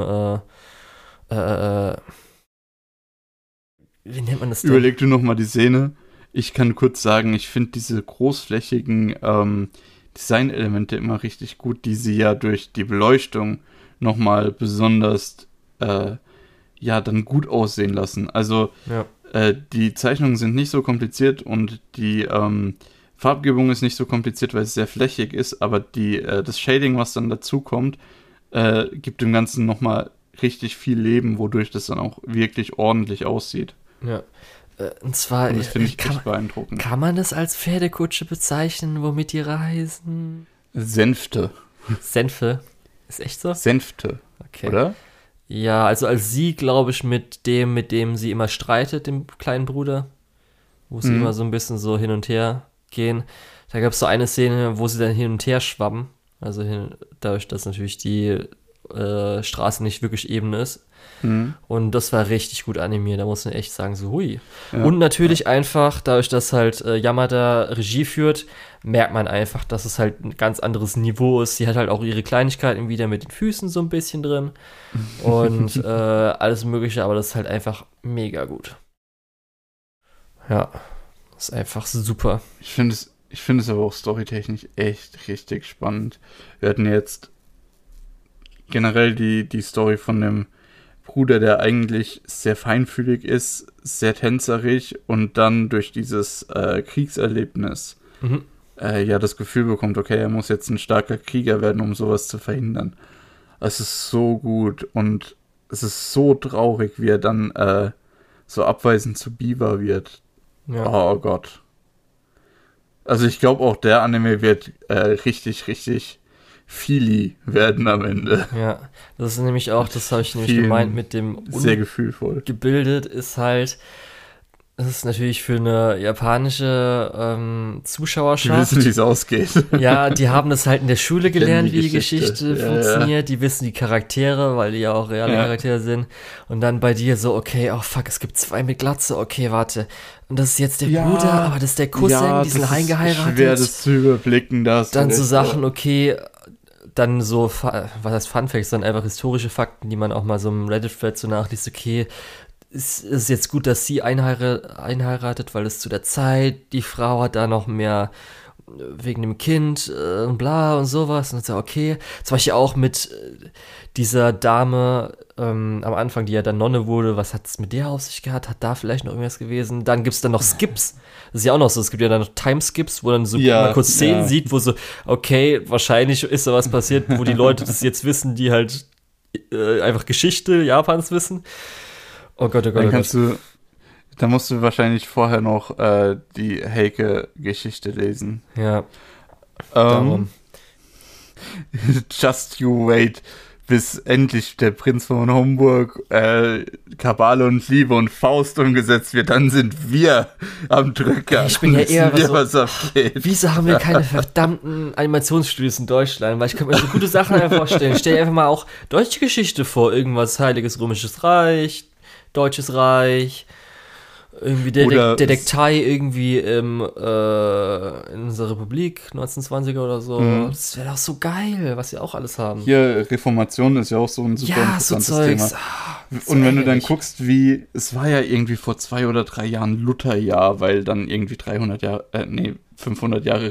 wie nennt man das denn? Überleg du nochmal die Szene. Ich kann kurz sagen, ich finde diese großflächigen Designelemente immer richtig gut, die sie ja durch die Beleuchtung nochmal besonders dann gut aussehen lassen. Also die Zeichnungen sind nicht so kompliziert und die Farbgebung ist nicht so kompliziert, weil es sehr flächig ist, aber das Shading, was dann dazu kommt, gibt dem Ganzen nochmal richtig viel Leben, wodurch das dann auch wirklich ordentlich aussieht. Ja. Und zwar, das finde ich echt beeindruckend. Kann man das als Pferdekutsche bezeichnen, womit die reisen? Senfte. Senfe? Ist echt so? Senfte, okay. Oder? Ja, also als sie, glaube ich, mit dem sie immer streitet, dem kleinen Bruder, wo sie immer so ein bisschen so hin und her gehen. Da gab es so eine Szene, wo sie dann hin und her schwammen. Also dadurch, dass natürlich die Straße nicht wirklich eben ist. Und das war richtig gut animiert, da muss man echt sagen, so hui. Ja, und natürlich einfach, dadurch, dass halt Yamada Regie führt, merkt man einfach, dass es halt ein ganz anderes Niveau ist. Sie hat halt auch ihre Kleinigkeiten wieder mit den Füßen so ein bisschen drin und alles mögliche, aber das ist halt einfach mega gut. Ja, das ist einfach super. Ich finde es aber auch storytechnisch echt richtig spannend. Wir hatten jetzt generell die Story von dem Bruder, der eigentlich sehr feinfühlig ist, sehr tänzerig und dann durch dieses Kriegserlebnis das Gefühl bekommt, okay, er muss jetzt ein starker Krieger werden, um sowas zu verhindern. Es ist so gut und es ist so traurig, wie er dann so abweisend zu Biwa wird. Ja. Oh Gott. Also ich glaube auch der Anime wird richtig, richtig Feely werden am Ende. Ja, das ist nämlich auch, das habe ich nämlich gemeint mit dem sehr gefühlvoll. Gebildet ist halt, das ist natürlich für eine japanische Zuschauerschaft. Die wissen, wie es ausgeht. Ja, die haben das halt in der Schule gelernt, wie die Geschichte funktioniert. Die wissen die Charaktere, weil die ja auch reale Charaktere sind. Und dann bei dir so, okay, oh fuck, es gibt 2 mit Glatze, okay, warte. Und das ist jetzt der Bruder, aber das ist der Cousin, die sind eingeheiratet. Ja, schwer, das zu überblicken. Dann so Sachen, okay, dann so, was heißt Funfacts, dann einfach historische Fakten, die man auch mal so im Reddit-Thread so nachliest, okay, ist jetzt gut, dass sie einheiratet, weil es zu der Zeit, die Frau hat da noch mehr wegen dem Kind und bla und sowas. Und dann so, okay. Zum Beispiel auch mit dieser Dame am Anfang, die ja dann Nonne wurde, was hat es mit der auf sich gehabt? Hat da vielleicht noch irgendwas gewesen? Dann gibt es dann noch Skips. Das ist ja auch noch so. Es gibt ja dann noch Timeskips, wo dann so mal kurz Szenen sieht, wo so, okay, wahrscheinlich ist da was passiert, wo die Leute das jetzt wissen, die halt einfach Geschichte Japans wissen. Oh Gott, oh Gott, Dann musst du wahrscheinlich vorher noch die Heike-Geschichte lesen. Ja. Darum. Just you wait, bis endlich der Prinz von Homburg, Kabale und Liebe und Faust umgesetzt wird, dann sind wir am Drücker. Ich bin ja eher was abgeht. Wieso haben wir keine verdammten Animationsstudios in Deutschland? Weil ich könnte mir so gute Sachen einfach vorstellen. Stell dir einfach mal auch deutsche Geschichte vor, irgendwas Heiliges Römisches Reich, Deutsches Reich, irgendwie Detektei irgendwie in unserer Republik, 1920er oder so. Das wäre doch so geil, was wir auch alles haben. Hier, Reformation ist ja auch so ein super interessantes Thema. Und wenn du dann guckst, es war ja irgendwie vor 2 oder 3 Jahren Lutherjahr, weil dann irgendwie 500 Jahre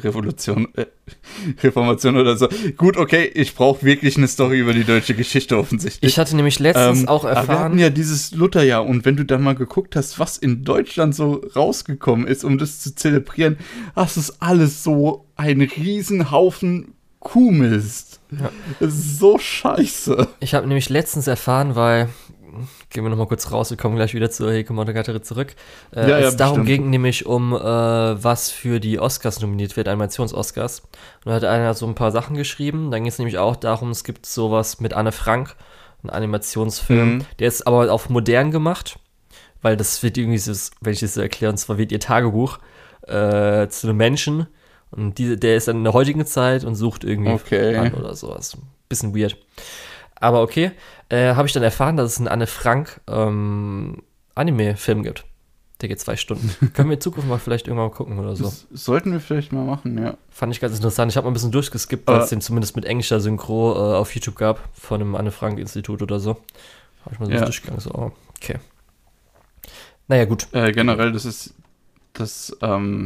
Reformation oder so. Gut, okay, ich brauche wirklich eine Story über die deutsche Geschichte offensichtlich. Ich hatte nämlich letztens auch erfahren. Wir hatten ja dieses Lutherjahr und wenn du dann mal geguckt hast, was in Deutschland so rausgekommen ist, um das zu zelebrieren, das ist alles so ein Riesenhaufen Kuhmist. Ja. Das ist so scheiße. Ich habe nämlich letztens erfahren, weil gehen wir nochmal kurz raus, wir kommen gleich wieder zu Heike Monogatari zurück. Es darum ging nämlich was für die Oscars nominiert wird, Animations-Oscars. Und da hat einer so ein paar Sachen geschrieben. Dann ging es nämlich auch darum, es gibt sowas mit Anne Frank, ein Animationsfilm. Der ist aber auf modern gemacht, weil das wird irgendwie so, wenn ich das so erkläre, und zwar wird ihr Tagebuch zu einem Menschen und der ist dann in der heutigen Zeit und sucht irgendwie an oder sowas. Bisschen weird. Aber okay, habe ich dann erfahren, dass es einen Anne Frank Anime-Film gibt. Der geht 2 Stunden. Können wir in Zukunft mal vielleicht irgendwann mal gucken oder so. Das sollten wir vielleicht mal machen, ja. Fand ich ganz interessant. Ich habe mal ein bisschen durchgeskippt, weil es den zumindest mit englischer Synchro auf YouTube gab, von einem Anne Frank Institut oder so. Habe ich mal so durchgegangen, so, okay. Naja, gut. Generell, das ist das,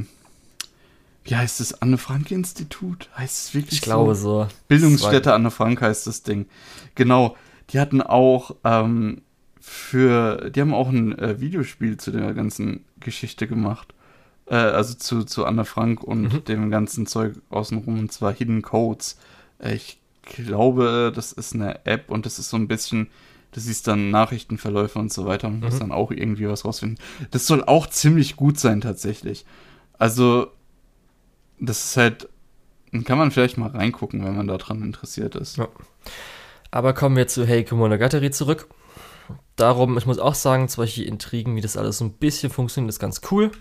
wie heißt das? Anne-Frank-Institut? Heißt es wirklich so? Ich glaube so. Bildungsstätte Anne Frank heißt das Ding. Genau. Die hatten auch die haben auch ein Videospiel zu der ganzen Geschichte gemacht. Also zu Anne Frank und dem ganzen Zeug außenrum, und zwar Hidden Codes. Ich glaube, das ist eine App und das ist so ein bisschen, du siehst dann Nachrichtenverläufe und so weiter und musst dann auch irgendwie was rausfinden. Das soll auch ziemlich gut sein tatsächlich. Also das ist halt, kann man vielleicht mal reingucken, wenn man daran interessiert ist. Ja. Aber kommen wir zu Heike Monogatari zurück. Darum, ich muss auch sagen, solche Intrigen, wie das alles so ein bisschen funktioniert, ist ganz cool.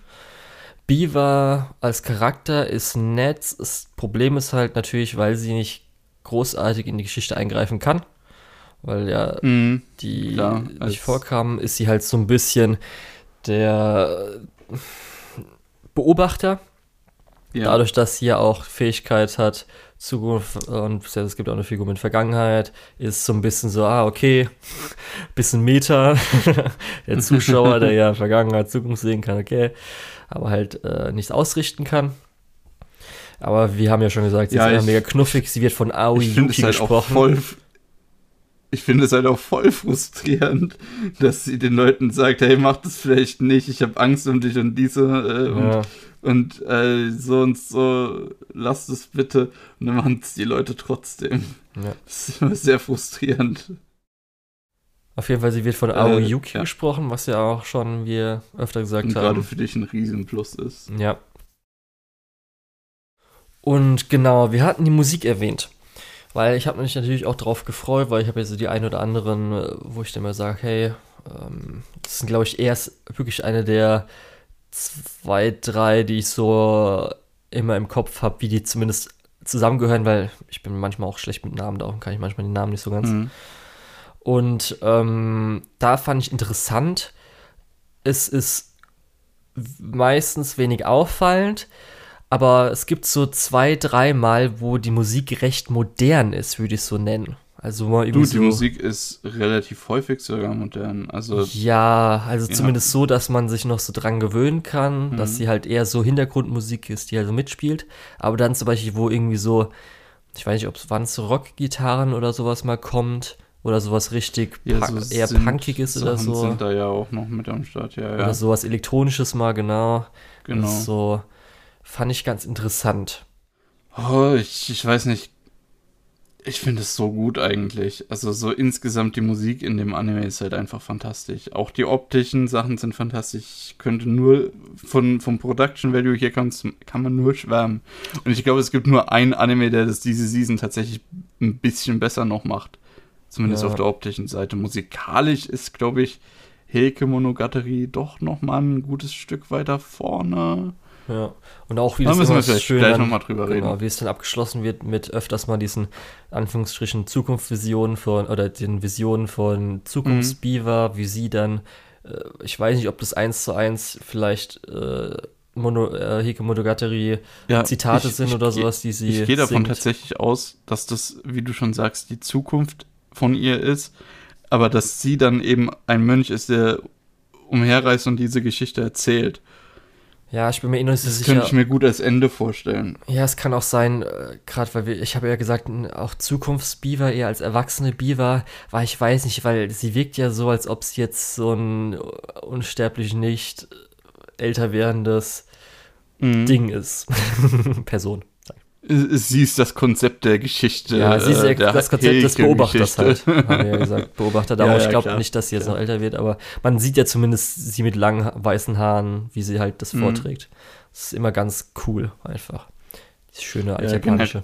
Biwa als Charakter ist nett. Das Problem ist halt natürlich, weil sie nicht großartig in die Geschichte eingreifen kann. weil ja die klar, nicht vorkamen, ist sie halt so ein bisschen der Beobachter. Ja. Dadurch, dass sie ja auch Fähigkeit hat, Zukunft und es gibt auch eine Figur mit Vergangenheit, ist so ein bisschen so, okay, bisschen Meta, der Zuschauer, der ja Vergangenheit, Zukunft sehen kann, okay, aber halt nichts ausrichten kann. Aber wir haben ja schon gesagt, sie ist einfach mega knuffig, sie wird von Aoi Yuki gesprochen. Ich finde es halt auch voll frustrierend, dass sie den Leuten sagt, hey, mach das vielleicht nicht, ich habe Angst um dich und diese und so und so, lass es bitte. Und dann machen es die Leute trotzdem. Ja. Das ist immer sehr frustrierend. Auf jeden Fall, sie wird von Aoi Yuki gesprochen, was ja auch schon wir öfter gesagt haben. Und gerade für dich ein Riesenplus ist. Ja. Und genau, wir hatten die Musik erwähnt. Weil ich habe mich natürlich auch drauf gefreut, weil ich habe ja so die ein oder anderen, wo ich dann mal sage, hey, das sind, glaube ich, erst wirklich eine der 2, 3, die ich so immer im Kopf habe, wie die zumindest zusammengehören, weil ich bin manchmal auch schlecht mit Namen, darum kann ich manchmal die Namen nicht so ganz. Und da fand ich interessant, es ist meistens wenig auffallend, aber es gibt so 2, 3 Mal, wo die Musik recht modern ist, würde ich so nennen. Also mal irgendwie die Musik ist relativ häufig sogar modern. Also zumindest so, dass man sich noch so dran gewöhnen kann, dass sie halt eher so Hintergrundmusik ist, die halt so mitspielt. Aber dann zum Beispiel, wo irgendwie so, ich weiß nicht, wann es so Rockgitarren oder sowas mal kommt, oder sowas richtig eher Punkiges oder so. Sind da ja auch noch mit am Start, ja. Oder sowas Elektronisches mal, genau. So fand ich ganz interessant. Oh, ich weiß nicht. Ich finde es so gut eigentlich. Also so insgesamt die Musik in dem Anime ist halt einfach fantastisch. Auch die optischen Sachen sind fantastisch. Ich könnte nur vom Production Value hier kann man nur schwärmen. Und ich glaube, es gibt nur einen Anime, der das diese Season tatsächlich ein bisschen besser noch macht. Zumindest auf der optischen Seite. Musikalisch ist, glaube ich, Heike Monogatari doch noch mal ein gutes Stück weiter vorne. Ja, und auch wie das immer schön gleich nochmal drüber reden. Wie es dann abgeschlossen wird mit öfters mal diesen Anführungsstrichen Zukunftsvisionen den Visionen von Zukunftsbeaver, wie sie dann, ich weiß nicht, ob das 1:1 vielleicht Heike Monogatari Zitate sind oder sowas, die sie Ich gehe davon singt. tatsächlich aus, dass das, wie du schon sagst, die Zukunft von ihr ist, aber dass sie dann eben ein Mönch ist, der umherreist und diese Geschichte erzählt. Ja, ich bin mir nicht so sicher. Das könnte ich mir gut als Ende vorstellen. Ja, es kann auch sein, gerade weil ich habe ja gesagt, auch Zukunftsbeaver eher als erwachsene Beaver, weil ich weiß nicht, weil sie wirkt ja so, als ob sie jetzt so ein unsterblich nicht älter werdendes Ding ist. Person. Sie ist das Konzept der Geschichte. Ja, sie ist das Konzept des Beobachters halt. Haben wir ja gesagt, Beobachter. Darum, ich glaube nicht, dass sie jetzt noch älter wird, aber man sieht ja zumindest sie mit langen weißen Haaren, wie sie halt das vorträgt. Das ist immer ganz cool, einfach. Das schöne altjapanische.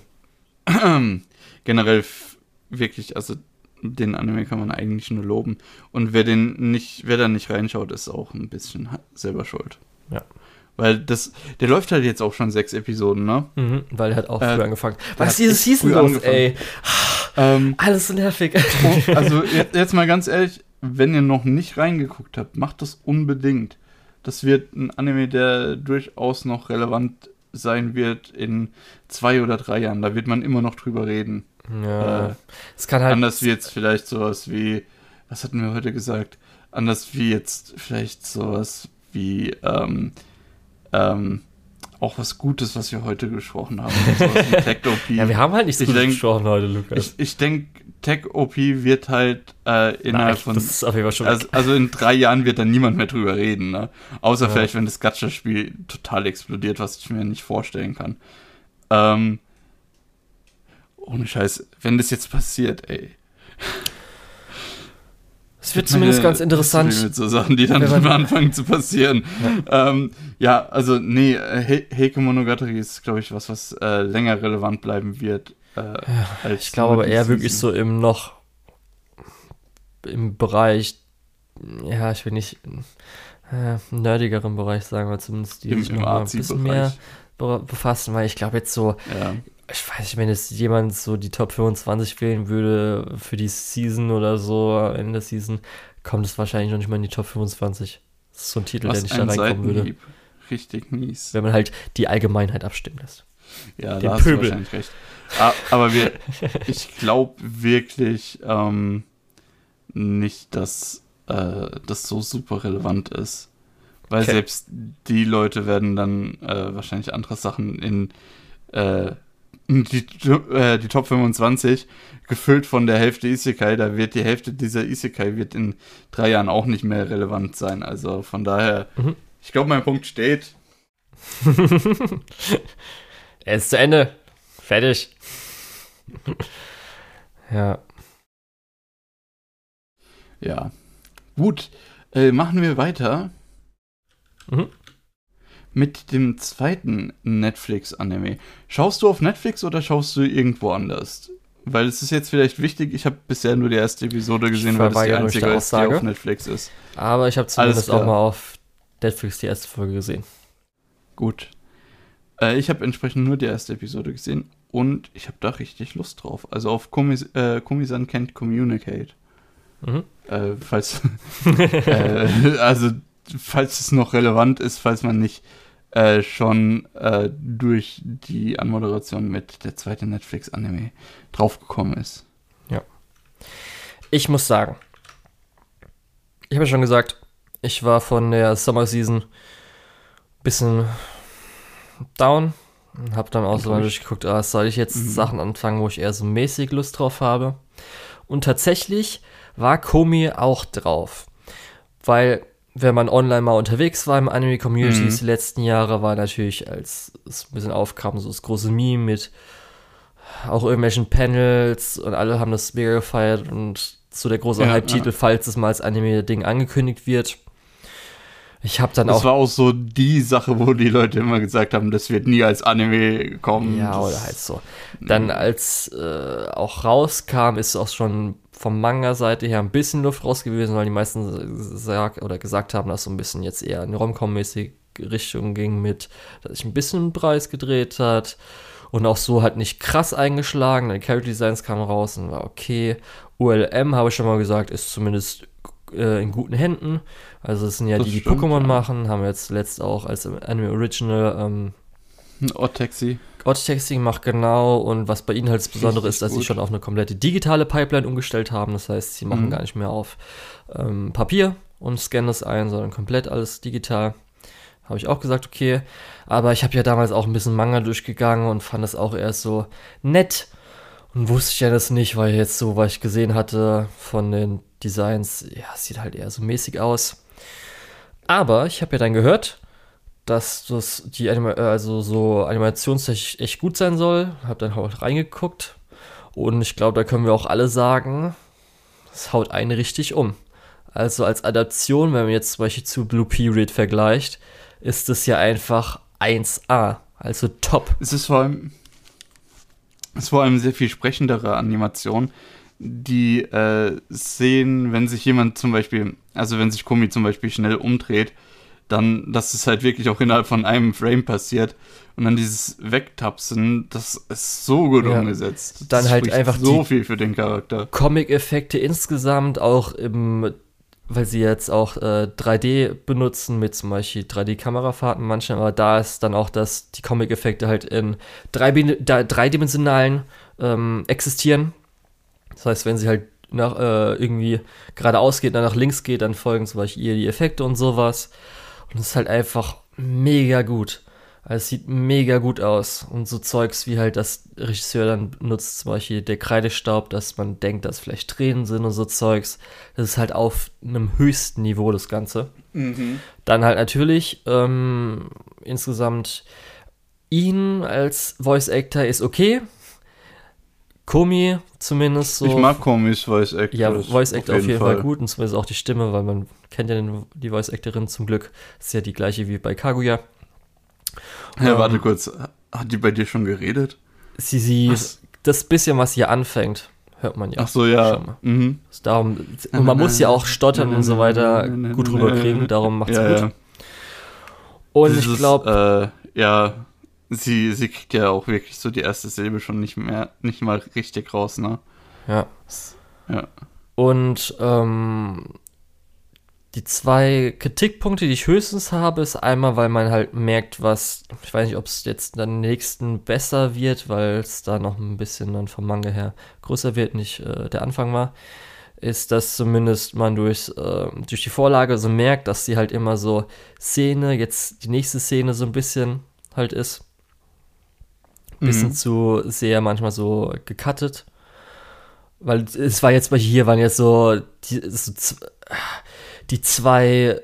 Generell wirklich, also den Anime kann man eigentlich nur loben. Und wer da nicht reinschaut, ist auch ein bisschen selber schuld. Ja. Weil der läuft halt jetzt auch schon 6 Episoden, ne? Weil er hat auch früh angefangen. Was diese Season los, ey? Alles so nervig. Also jetzt mal ganz ehrlich, wenn ihr noch nicht reingeguckt habt, macht das unbedingt. Das wird ein Anime, der durchaus noch relevant sein wird in 2 oder 3 Jahren. Da wird man immer noch drüber reden. Ja, es kann halt anders wie jetzt vielleicht sowas wie, was hatten wir heute gesagt? Anders wie jetzt vielleicht sowas wie, auch was Gutes, was wir heute gesprochen haben. Sowas wie Tech OP. Ja, wir haben halt nicht so gut gesprochen heute, Lukas. Ich denke, Tech OP wird halt innerhalb von... Das ist auf jeden Fall schon also in 3 Jahren wird dann niemand mehr drüber reden, ne? Außer vielleicht, wenn das Gacha-Spiel total explodiert, was ich mir nicht vorstellen kann. Ohne Scheiß, wenn das jetzt passiert, ey. Es wird zumindest ganz interessant. Mit so Sachen, die dann anfangen zu passieren. Also, nee, Heike Monogatari ist, glaube ich, was länger relevant bleiben wird. Ich glaube aber eher wirklich so im Bereich, ja, ich will nicht nerdigeren Bereich sagen, aber zumindest die sich noch mal ein bisschen mehr befassen, weil ich glaube jetzt so Ich weiß nicht, wenn jetzt jemand so die Top 25 wählen würde für die Season oder so, Ende der Season, kommt es wahrscheinlich noch nicht mal in die Top 25. Das ist so ein Titel, der nicht da reinkommen würde. Richtig mies. Wenn man halt die Allgemeinheit abstimmen lässt. Ja, da hast du wahrscheinlich recht. Aber ich glaube wirklich nicht, dass das so super relevant ist. Weil selbst die Leute werden dann wahrscheinlich andere Sachen in die Top 25 gefüllt von der Hälfte Isekai. Da wird die Hälfte dieser Isekai wird in 3 Jahren auch nicht mehr relevant sein. Also von daher, ich glaube, mein Punkt steht. Er ist zu Ende. Fertig. Ja. Ja. Gut. Machen wir weiter. Mit dem zweiten Netflix-Anime. Schaust du auf Netflix oder schaust du irgendwo anders? Weil es ist jetzt vielleicht wichtig, ich habe bisher nur die erste Episode gesehen, weil das die einzige ist, die auf Netflix ist. Aber ich habe zumindest auch mal auf Netflix die erste Folge gesehen. Gut. Ich habe entsprechend nur die erste Episode gesehen und ich habe da richtig Lust drauf. Also auf Komi-san Can't Communicate. Falls es noch relevant ist, falls man nicht schon durch die Anmoderation mit der zweiten Netflix-Anime draufgekommen ist. Ja. Ich muss sagen, ich habe ja schon gesagt, ich war von der Summer Season ein bisschen down und habe dann auch so mal durchgeguckt, soll ich jetzt Sachen anfangen, wo ich eher so mäßig Lust drauf habe. Und tatsächlich war Komi auch drauf, weil wenn man online mal unterwegs war im Anime-Community die letzten Jahre, war natürlich, als es ein bisschen aufkam, so das große Meme mit auch irgendwelchen Panels und alle haben das mega gefeiert und so der große Hype-Titel, falls es mal als Anime-Ding angekündigt wird. Ich habe dann das war auch so die Sache, wo die Leute immer gesagt haben, das wird nie als Anime kommen. Ja, oder halt so. Dann als auch rauskam, ist auch schon vom Manga-Seite her ein bisschen Luft raus gewesen, weil die meisten gesagt haben, dass so ein bisschen jetzt eher in eine Rom-Com-mäßige Richtung ging mit, dass sich ein bisschen Preis gedreht hat und auch so halt nicht krass eingeschlagen. Die Character Designs kamen raus und war okay. ULM, habe ich schon mal gesagt, ist zumindest in guten Händen. Also es sind ja die Pokémon machen, haben wir jetzt letzt auch als Anime Original Odd Taxi macht, genau, und was bei ihnen halt das Besondere ist, dass sie schon auf eine komplette digitale Pipeline umgestellt haben, das heißt, sie machen gar nicht mehr auf Papier und scannen das ein, sondern komplett alles digital. Habe ich auch gesagt, okay, aber ich habe ja damals auch ein bisschen Manga durchgegangen und fand das auch erst so nett und wusste ich ja das nicht, weil jetzt so, was ich gesehen hatte von den Designs, ja, sieht halt eher so mäßig aus. Aber ich habe ja dann gehört, dass das so animationstechnisch echt gut sein soll. Hab dann auch reingeguckt. Und ich glaube, da können wir auch alle sagen, es haut einen richtig um. Also als Adaption, wenn man jetzt zum Beispiel zu Blue Period vergleicht, ist es ja einfach 1A. Also top. Es ist vor allem sehr viel sprechendere Animation, die sehen, wenn sich jemand zum Beispiel, also wenn sich Komi zum Beispiel schnell umdreht, dann, dass es halt wirklich auch innerhalb von einem Frame passiert und dann dieses Wegtapsen, das ist so gut umgesetzt. Dann das halt einfach so viel für den Charakter. Comic-Effekte insgesamt auch weil sie jetzt auch 3D benutzen mit zum Beispiel 3D-Kamerafahrten manchmal, aber da ist dann auch, dass die Comic-Effekte halt in dreidimensionalen existieren. Das heißt, wenn sie halt nach irgendwie geradeaus geht, dann nach links geht, dann folgen zum Beispiel ihr die Effekte und sowas. Und es ist halt einfach mega gut. Also es sieht mega gut aus. Und so Zeugs wie halt das Regisseur dann nutzt, zum Beispiel der Kreidestaub, dass man denkt, dass vielleicht Tränen sind und so Zeugs. Das ist halt auf einem höchsten Niveau, das Ganze. Dann halt natürlich insgesamt ihn als Voice Actor ist okay. Komi zumindest so. Ich mag Komis Voice Actor. Ja, Voice Actor auf jeden Fall gut und zumindest auch die Stimme, weil man kennt ja die Voice Actorin zum Glück. Ist ja die gleiche wie bei Kaguya. Ja, warte kurz. Hat die bei dir schon geredet? Das bisschen, was hier anfängt, hört man ja. Ach so, ja. Und man muss ja auch stottern und so weiter gut rüberkriegen, darum macht's gut. Ja. Und ich glaube, sie kriegt ja auch wirklich so die erste Silbe schon nicht mal richtig raus, ne? Ja. Ja. Und die 2 Kritikpunkte, die ich höchstens habe, ist einmal, weil man halt merkt, ich weiß nicht, ob es jetzt dann nächsten besser wird, weil es da noch ein bisschen dann vom Manga her größer wird, nicht der Anfang war, ist, dass zumindest man durch die Vorlage so merkt, dass sie halt immer so jetzt die nächste Szene so ein bisschen halt ist. Ein bisschen zu sehr manchmal so gecuttet. Weil es war jetzt waren jetzt so die 2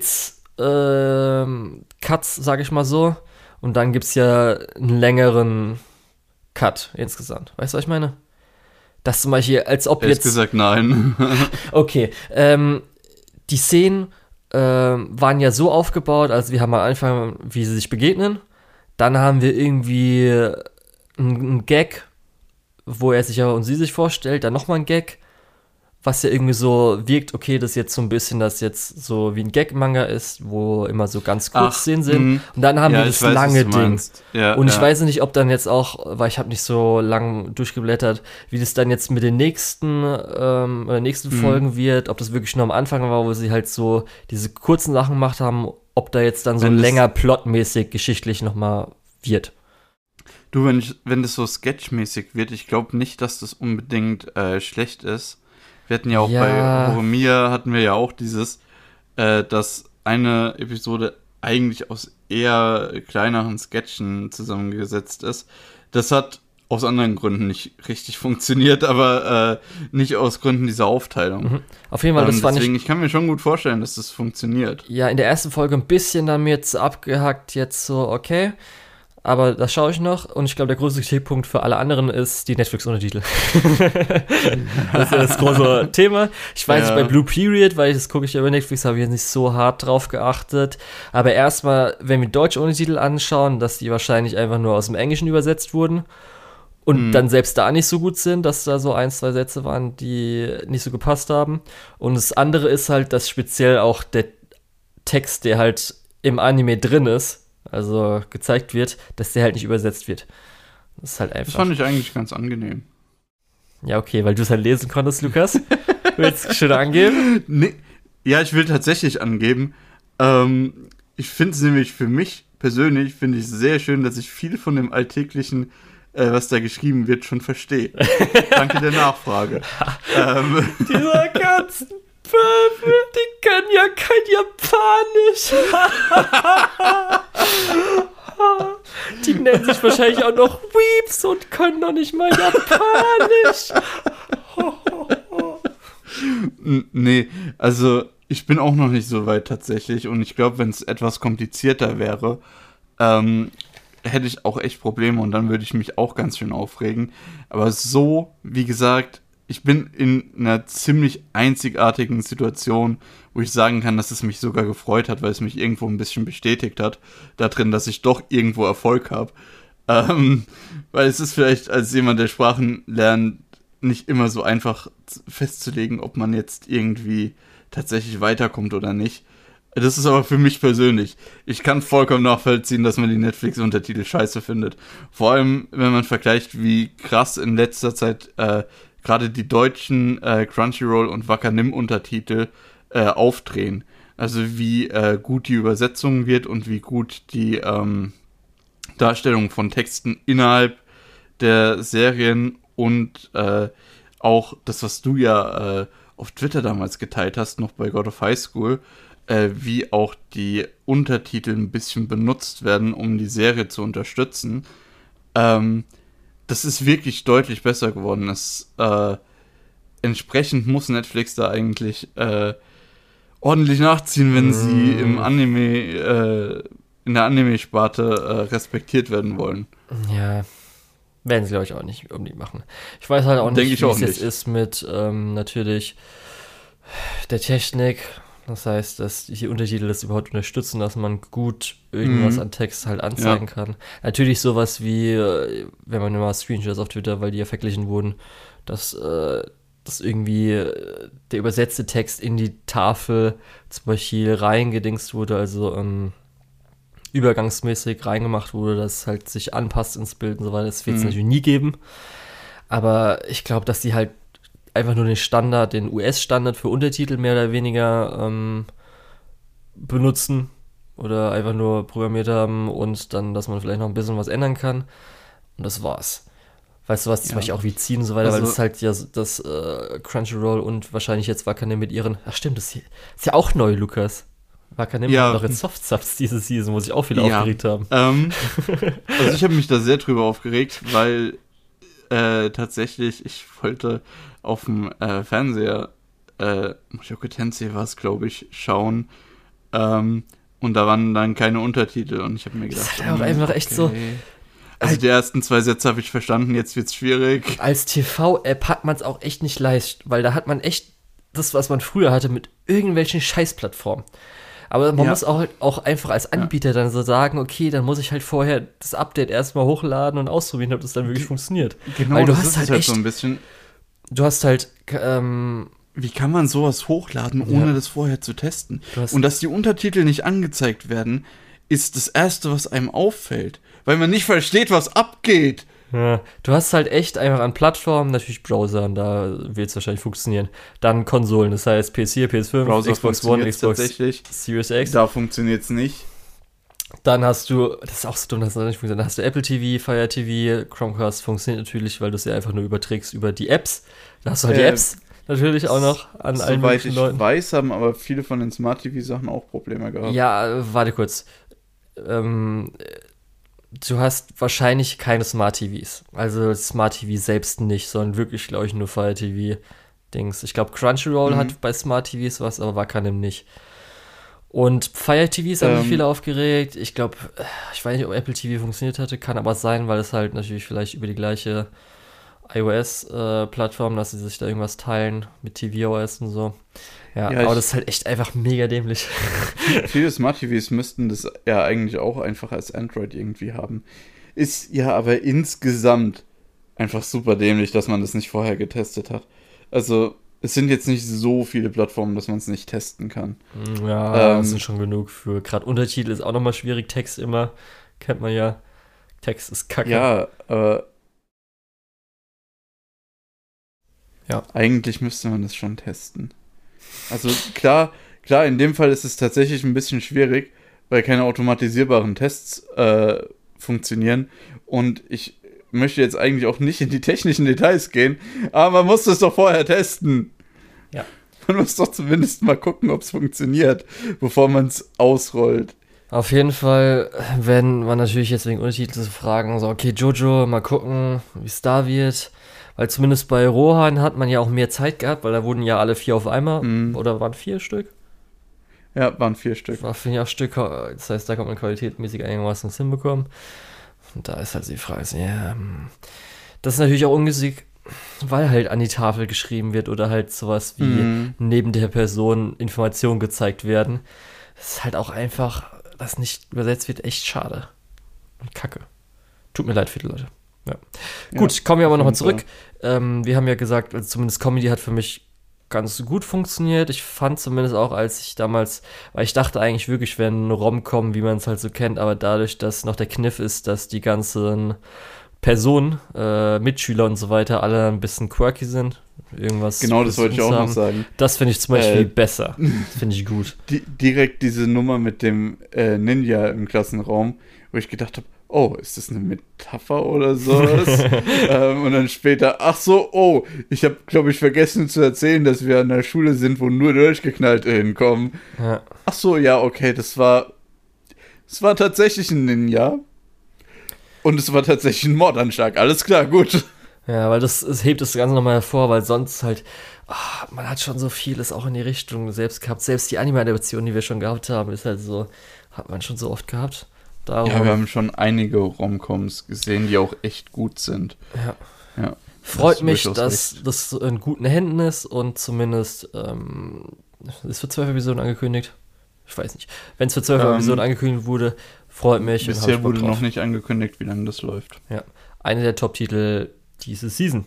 Witz-Cuts, sag ich mal so. Und dann gibt's ja einen längeren Cut insgesamt. Weißt du, was ich meine? Das zum Beispiel, als ob jetzt... gesagt, nein. Okay, die Szenen waren ja so aufgebaut, also wir haben am Anfang, wie sie sich begegnen. Dann haben wir irgendwie einen Gag, wo er sich ja und sie sich vorstellt. Dann nochmal ein Gag, was ja irgendwie so wirkt, okay, das jetzt so ein bisschen, das jetzt so wie ein Gag-Manga ist, wo immer so ganz kurz Szenen sind. Und dann haben wir das lange Ding. Ja, und ich weiß nicht, ob dann jetzt auch, weil ich habe nicht so lang durchgeblättert, wie das dann jetzt mit den nächsten Folgen wird, ob das wirklich nur am Anfang war, wo sie halt so diese kurzen Sachen gemacht haben, ob da jetzt dann so länger plotmäßig geschichtlich nochmal wird. Du, wenn das so sketchmäßig wird, ich glaube nicht, dass das unbedingt schlecht ist. Wir hatten ja auch bei Horimiya hatten wir ja auch dieses, dass eine Episode eigentlich aus eher kleineren Sketchen zusammengesetzt ist. Das hat aus anderen Gründen nicht richtig funktioniert, aber nicht aus Gründen dieser Aufteilung. Mhm. Auf jeden Fall, das fand ich kann mir schon gut vorstellen, dass das funktioniert. Ja, in der ersten Folge ein bisschen damit abgehackt, jetzt so, okay. Aber das schaue ich noch und ich glaube, der größte Kritikpunkt für alle anderen ist die Netflix-Untertitel. Das ist ja das große Thema. Ich weiß nicht, bei Blue Period, weil das gucke ich ja über Netflix, habe ich jetzt nicht so hart drauf geachtet. Aber erstmal, wenn wir deutsche Untertitel anschauen, dass die wahrscheinlich einfach nur aus dem Englischen übersetzt wurden und dann selbst da nicht so gut sind, dass da so 1, 2 Sätze waren, die nicht so gepasst haben. Und das andere ist halt, dass speziell auch der Text, der halt im Anime drin ist, also gezeigt wird, dass der halt nicht übersetzt wird. Das ist halt einfach. Das fand ich eigentlich ganz angenehm. Ja, okay, weil du es halt lesen konntest, Lukas. Willst du schon angeben? Nee. Ja, ich will tatsächlich angeben. Ich finde es nämlich für mich persönlich, finde ich sehr schön, dass ich viel von dem Alltäglichen, was da geschrieben wird, schon verstehe. Danke der Nachfrage. Dieser ganzen Pöbel, die können ja kein Japanisch. Die nennen sich wahrscheinlich auch noch Weeps und können noch nicht mal Japanisch. Nee, also ich bin auch noch nicht so weit tatsächlich und ich glaube, wenn es etwas komplizierter wäre, hätte ich auch echt Probleme und dann würde ich mich auch ganz schön aufregen. Aber so, wie gesagt, ich bin in einer ziemlich einzigartigen Situation, wo ich sagen kann, dass es mich sogar gefreut hat, weil es mich irgendwo ein bisschen bestätigt hat, darin, dass ich doch irgendwo Erfolg habe. Weil es ist vielleicht als jemand, der Sprachen lernt, nicht immer so einfach festzulegen, ob man jetzt irgendwie tatsächlich weiterkommt oder nicht. Das ist aber für mich persönlich. Ich kann vollkommen nachvollziehen, dass man die Netflix-Untertitel scheiße findet. Vor allem, wenn man vergleicht, wie krass in letzter Zeit gerade die deutschen Crunchyroll und Wakanim-Untertitel aufdrehen. Also wie gut die Übersetzung wird und wie gut die Darstellung von Texten innerhalb der Serien und auch das, was du ja auf Twitter damals geteilt hast, noch bei God of High School, wie auch die Untertitel ein bisschen benutzt werden, um die Serie zu unterstützen. Das ist wirklich deutlich besser geworden. Entsprechend muss Netflix da eigentlich ordentlich nachziehen, wenn sie im Anime, in der Anime-Sparte respektiert werden wollen. Ja, werden sie, glaube ich, auch nicht unbedingt machen. Ich weiß halt auch nicht, wie es jetzt ist mit natürlich der Technik. Das heißt, dass die Untertitel das überhaupt unterstützen, dass man gut irgendwas an Text halt anzeigen kann. Natürlich sowas wie, wenn man mal Screenshots auf Twitter, weil die ja verglichen wurden, dass irgendwie der übersetzte Text in die Tafel zum Beispiel reingedingst wurde, also übergangsmäßig reingemacht wurde, dass halt sich anpasst ins Bild und so weiter. Das wird es natürlich nie geben. Aber ich glaube, dass die halt einfach nur den US-Standard für Untertitel mehr oder weniger benutzen oder einfach nur programmiert haben und dann, dass man vielleicht noch ein bisschen was ändern kann. Und das war's. Weißt du was, zum Beispiel auch wie ziehen und so weiter, weil das ist halt ja das Crunchyroll und wahrscheinlich jetzt Wakanim mit ihren, ach stimmt, das ist ja auch neu, Lukas. Wakanim hat noch jetzt Softsubs diese Season, wo sich auch viele aufgeregt haben. Also ich habe mich da sehr drüber aufgeregt, weil tatsächlich, ich wollte auf dem Fernseher, Mushoku Tensei war es, glaube ich, schauen, und da waren dann keine Untertitel und ich habe mir gedacht, das ist halt auch einfach echt so. Also die ersten 2 Sätze habe ich verstanden, jetzt wird's schwierig. Als TV-App hat man es auch echt nicht leicht, weil da hat man echt das, was man früher hatte, mit irgendwelchen Scheißplattformen. Aber man muss auch einfach als Anbieter dann so sagen, okay, dann muss ich halt vorher das Update erstmal hochladen und ausprobieren, ob das dann wirklich funktioniert. Genau, weil du das hast ist halt halt echt, so ein bisschen. Du hast halt, wie kann man sowas hochladen, ohne das vorher zu testen? Und dass die Untertitel nicht angezeigt werden, ist das Erste, was einem auffällt. Weil man nicht versteht, was abgeht. Ja, du hast halt echt einfach an Plattformen, natürlich Browsern, da wird es wahrscheinlich funktionieren. Dann Konsolen, das heißt PS4, PS5, Browser Xbox One, Xbox Series X. Da funktioniert es nicht. Dann hast du, das ist auch so dumm, dass das nicht funktioniert, dann hast du Apple TV, Fire TV, Chromecast funktioniert natürlich, weil du es ja einfach nur überträgst über die Apps. Da hast du halt die Apps natürlich auch noch an allen möglichen Leuten. Soweit ich weiß, haben aber viele von den Smart TV-Sachen auch Probleme gehabt. Ja, warte kurz. Du hast wahrscheinlich keine Smart TVs. Also Smart TV selbst nicht, sondern wirklich, glaube ich, nur Fire TV-Dings. Ich glaube, Crunchyroll hat bei Smart TVs was, aber Wakanim nicht. Und Fire TVs haben sich viele aufgeregt. Ich glaube, ich weiß nicht, ob Apple TV funktioniert hatte, kann aber sein, weil es halt natürlich vielleicht über die gleiche iOS-Plattform, dass sie sich da irgendwas teilen mit tvOS und so. Ja, aber das ist halt echt einfach mega dämlich. Viele Smart TVs müssten das ja eigentlich auch einfach als Android irgendwie haben. Ist ja aber insgesamt einfach super dämlich, dass man das nicht vorher getestet hat. Also, es sind jetzt nicht so viele Plattformen, dass man es nicht testen kann. Ja, das sind schon genug für. Gerade Untertitel ist auch nochmal schwierig, Text immer, kennt man ja. Text ist kacke. Ja, aber eigentlich müsste man das schon testen. Also klar, in dem Fall ist es tatsächlich ein bisschen schwierig, weil keine automatisierbaren Tests funktionieren. Und ich möchte jetzt eigentlich auch nicht in die technischen Details gehen, aber man muss das doch vorher testen. Ja. Man muss doch zumindest mal gucken, ob es funktioniert, bevor man es ausrollt. Auf jeden Fall werden man natürlich jetzt wegen Untertitel fragen, so, okay, Jojo, mal gucken, wie es da wird. Weil zumindest bei Rohan hat man ja auch mehr Zeit gehabt, weil da wurden ja alle 4 auf einmal. Oder waren 4 Stück? Ja, waren 4 Stück. War 4 Stück, das heißt, da kann man qualitätmäßig einigermaßen hinbekommen. Und da ist halt die Frage, ja, das ist natürlich auch ungünstig, weil halt an die Tafel geschrieben wird oder halt sowas wie neben der Person Informationen gezeigt werden. Das ist halt auch einfach, dass nicht übersetzt wird, echt schade. Und kacke. Tut mir leid für die Leute. Ja. Gut, kommen wir aber nochmal zurück. Wir haben ja gesagt, also zumindest Comedy hat für mich ganz gut funktioniert. Ich fand zumindest auch, als ich damals, weil ich dachte eigentlich wirklich, wäre ein Rom-Com, wie man es halt so kennt, aber dadurch, dass noch der Kniff ist, dass die ganzen Personen, Mitschüler und so weiter, alle ein bisschen quirky sind. Irgendwas. Genau, das wollte ich auch noch sagen. Das finde ich zum Beispiel besser. Das finde ich gut. Direkt diese Nummer mit dem Ninja im Klassenraum, wo ich gedacht habe, oh, ist das eine Metapher oder sowas? Und dann später, ach so, oh, ich habe, glaube ich, vergessen zu erzählen, dass wir an der Schule sind, wo nur Durchgeknallte hinkommen. Ja. Ach so, ja, okay, das war tatsächlich ein Ninja. Und es war tatsächlich ein Mordanschlag. Alles klar, gut. Ja, weil das hebt das Ganze nochmal hervor, weil sonst halt, man hat schon so vieles auch in die Richtung selbst gehabt. Selbst die Anime-Adaption, die wir schon gehabt haben, ist halt so, hat man schon so oft gehabt. Darum. Ja, wir haben schon einige Romcoms gesehen, die auch echt gut sind. Ja. Freut mich, dass das in guten Händen ist und zumindest ist für 12 Episoden angekündigt. Ich weiß nicht. Wenn es für 12 Episoden angekündigt wurde, freut mich. Bisher wurde noch nicht angekündigt, wie lange das läuft. Ja, eine der Top-Titel diese Season.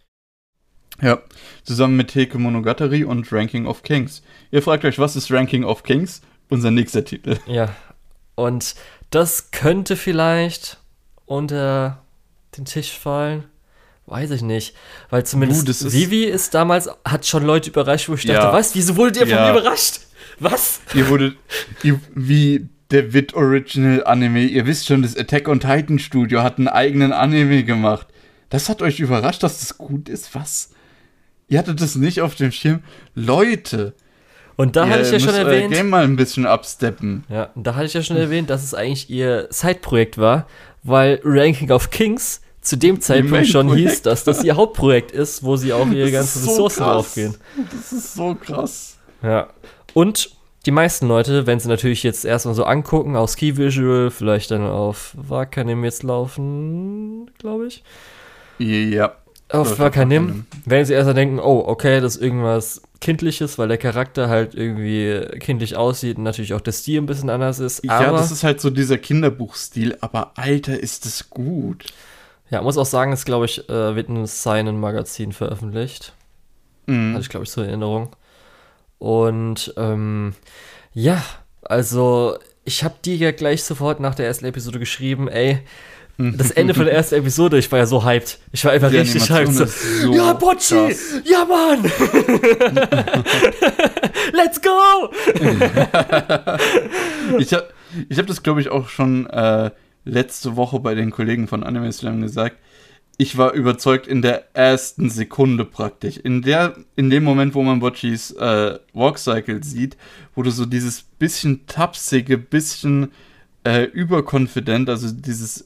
Ja, zusammen mit Heike Monogatari und Ranking of Kings. Ihr fragt euch, was ist Ranking of Kings? Unser nächster Titel. Ja, und Das könnte vielleicht unter den Tisch fallen. Weiß ich nicht. Weil zumindest Vivi ist damals, hat schon Leute überrascht, wo ich dachte, was? Wieso wurdet ihr von mir überrascht? Was? Wie der Wit Original Anime. Ihr wisst schon, das Attack on Titan Studio hat einen eigenen Anime gemacht. Das hat euch überrascht, dass das gut ist? Was? Ihr hattet das nicht auf dem Schirm? Leute! Und da hatte ich ja schon erwähnt. Game mal ein bisschen absteppen. Ja, da hatte ich ja schon erwähnt, dass es eigentlich ihr Side-Projekt war, weil Ranking of Kings zu dem Zeitpunkt schon hieß, dass das ihr Hauptprojekt ist, wo sie auch ihre ganzen Ressourcen draufgehen. Das ist so krass. Ja. Und die meisten Leute, wenn sie natürlich jetzt erstmal so angucken, auf Ski Visual, vielleicht dann auf Wakanim jetzt laufen, glaube ich. Ja. Auf Wakanim, wenn sie erstmal denken, oh, okay, das ist irgendwas Kindliches, weil der Charakter halt irgendwie kindlich aussieht und natürlich auch der Stil ein bisschen anders ist. Ja, das ist halt so dieser Kinderbuchstil, aber Alter, ist das gut. Ja, muss auch sagen, es glaube ich, wird ein Seinen-Magazin veröffentlicht. Hatte ich, glaube ich, so in Erinnerung. Und ja, also ich habe dir ja gleich sofort nach der ersten Episode geschrieben, ey, das Ende von der ersten Episode, ich war ja so hyped. Ich war einfach richtig hyped. So, ja, Bocci! Krass. Ja, Mann! Let's go! Ich hab das, glaube ich, auch schon letzte Woche bei den Kollegen von Anime Slam gesagt. Ich war überzeugt in der ersten Sekunde praktisch. In dem Moment, wo man Boccis Walkcycle sieht, wo du so dieses bisschen tapsige, bisschen überkonfident, also dieses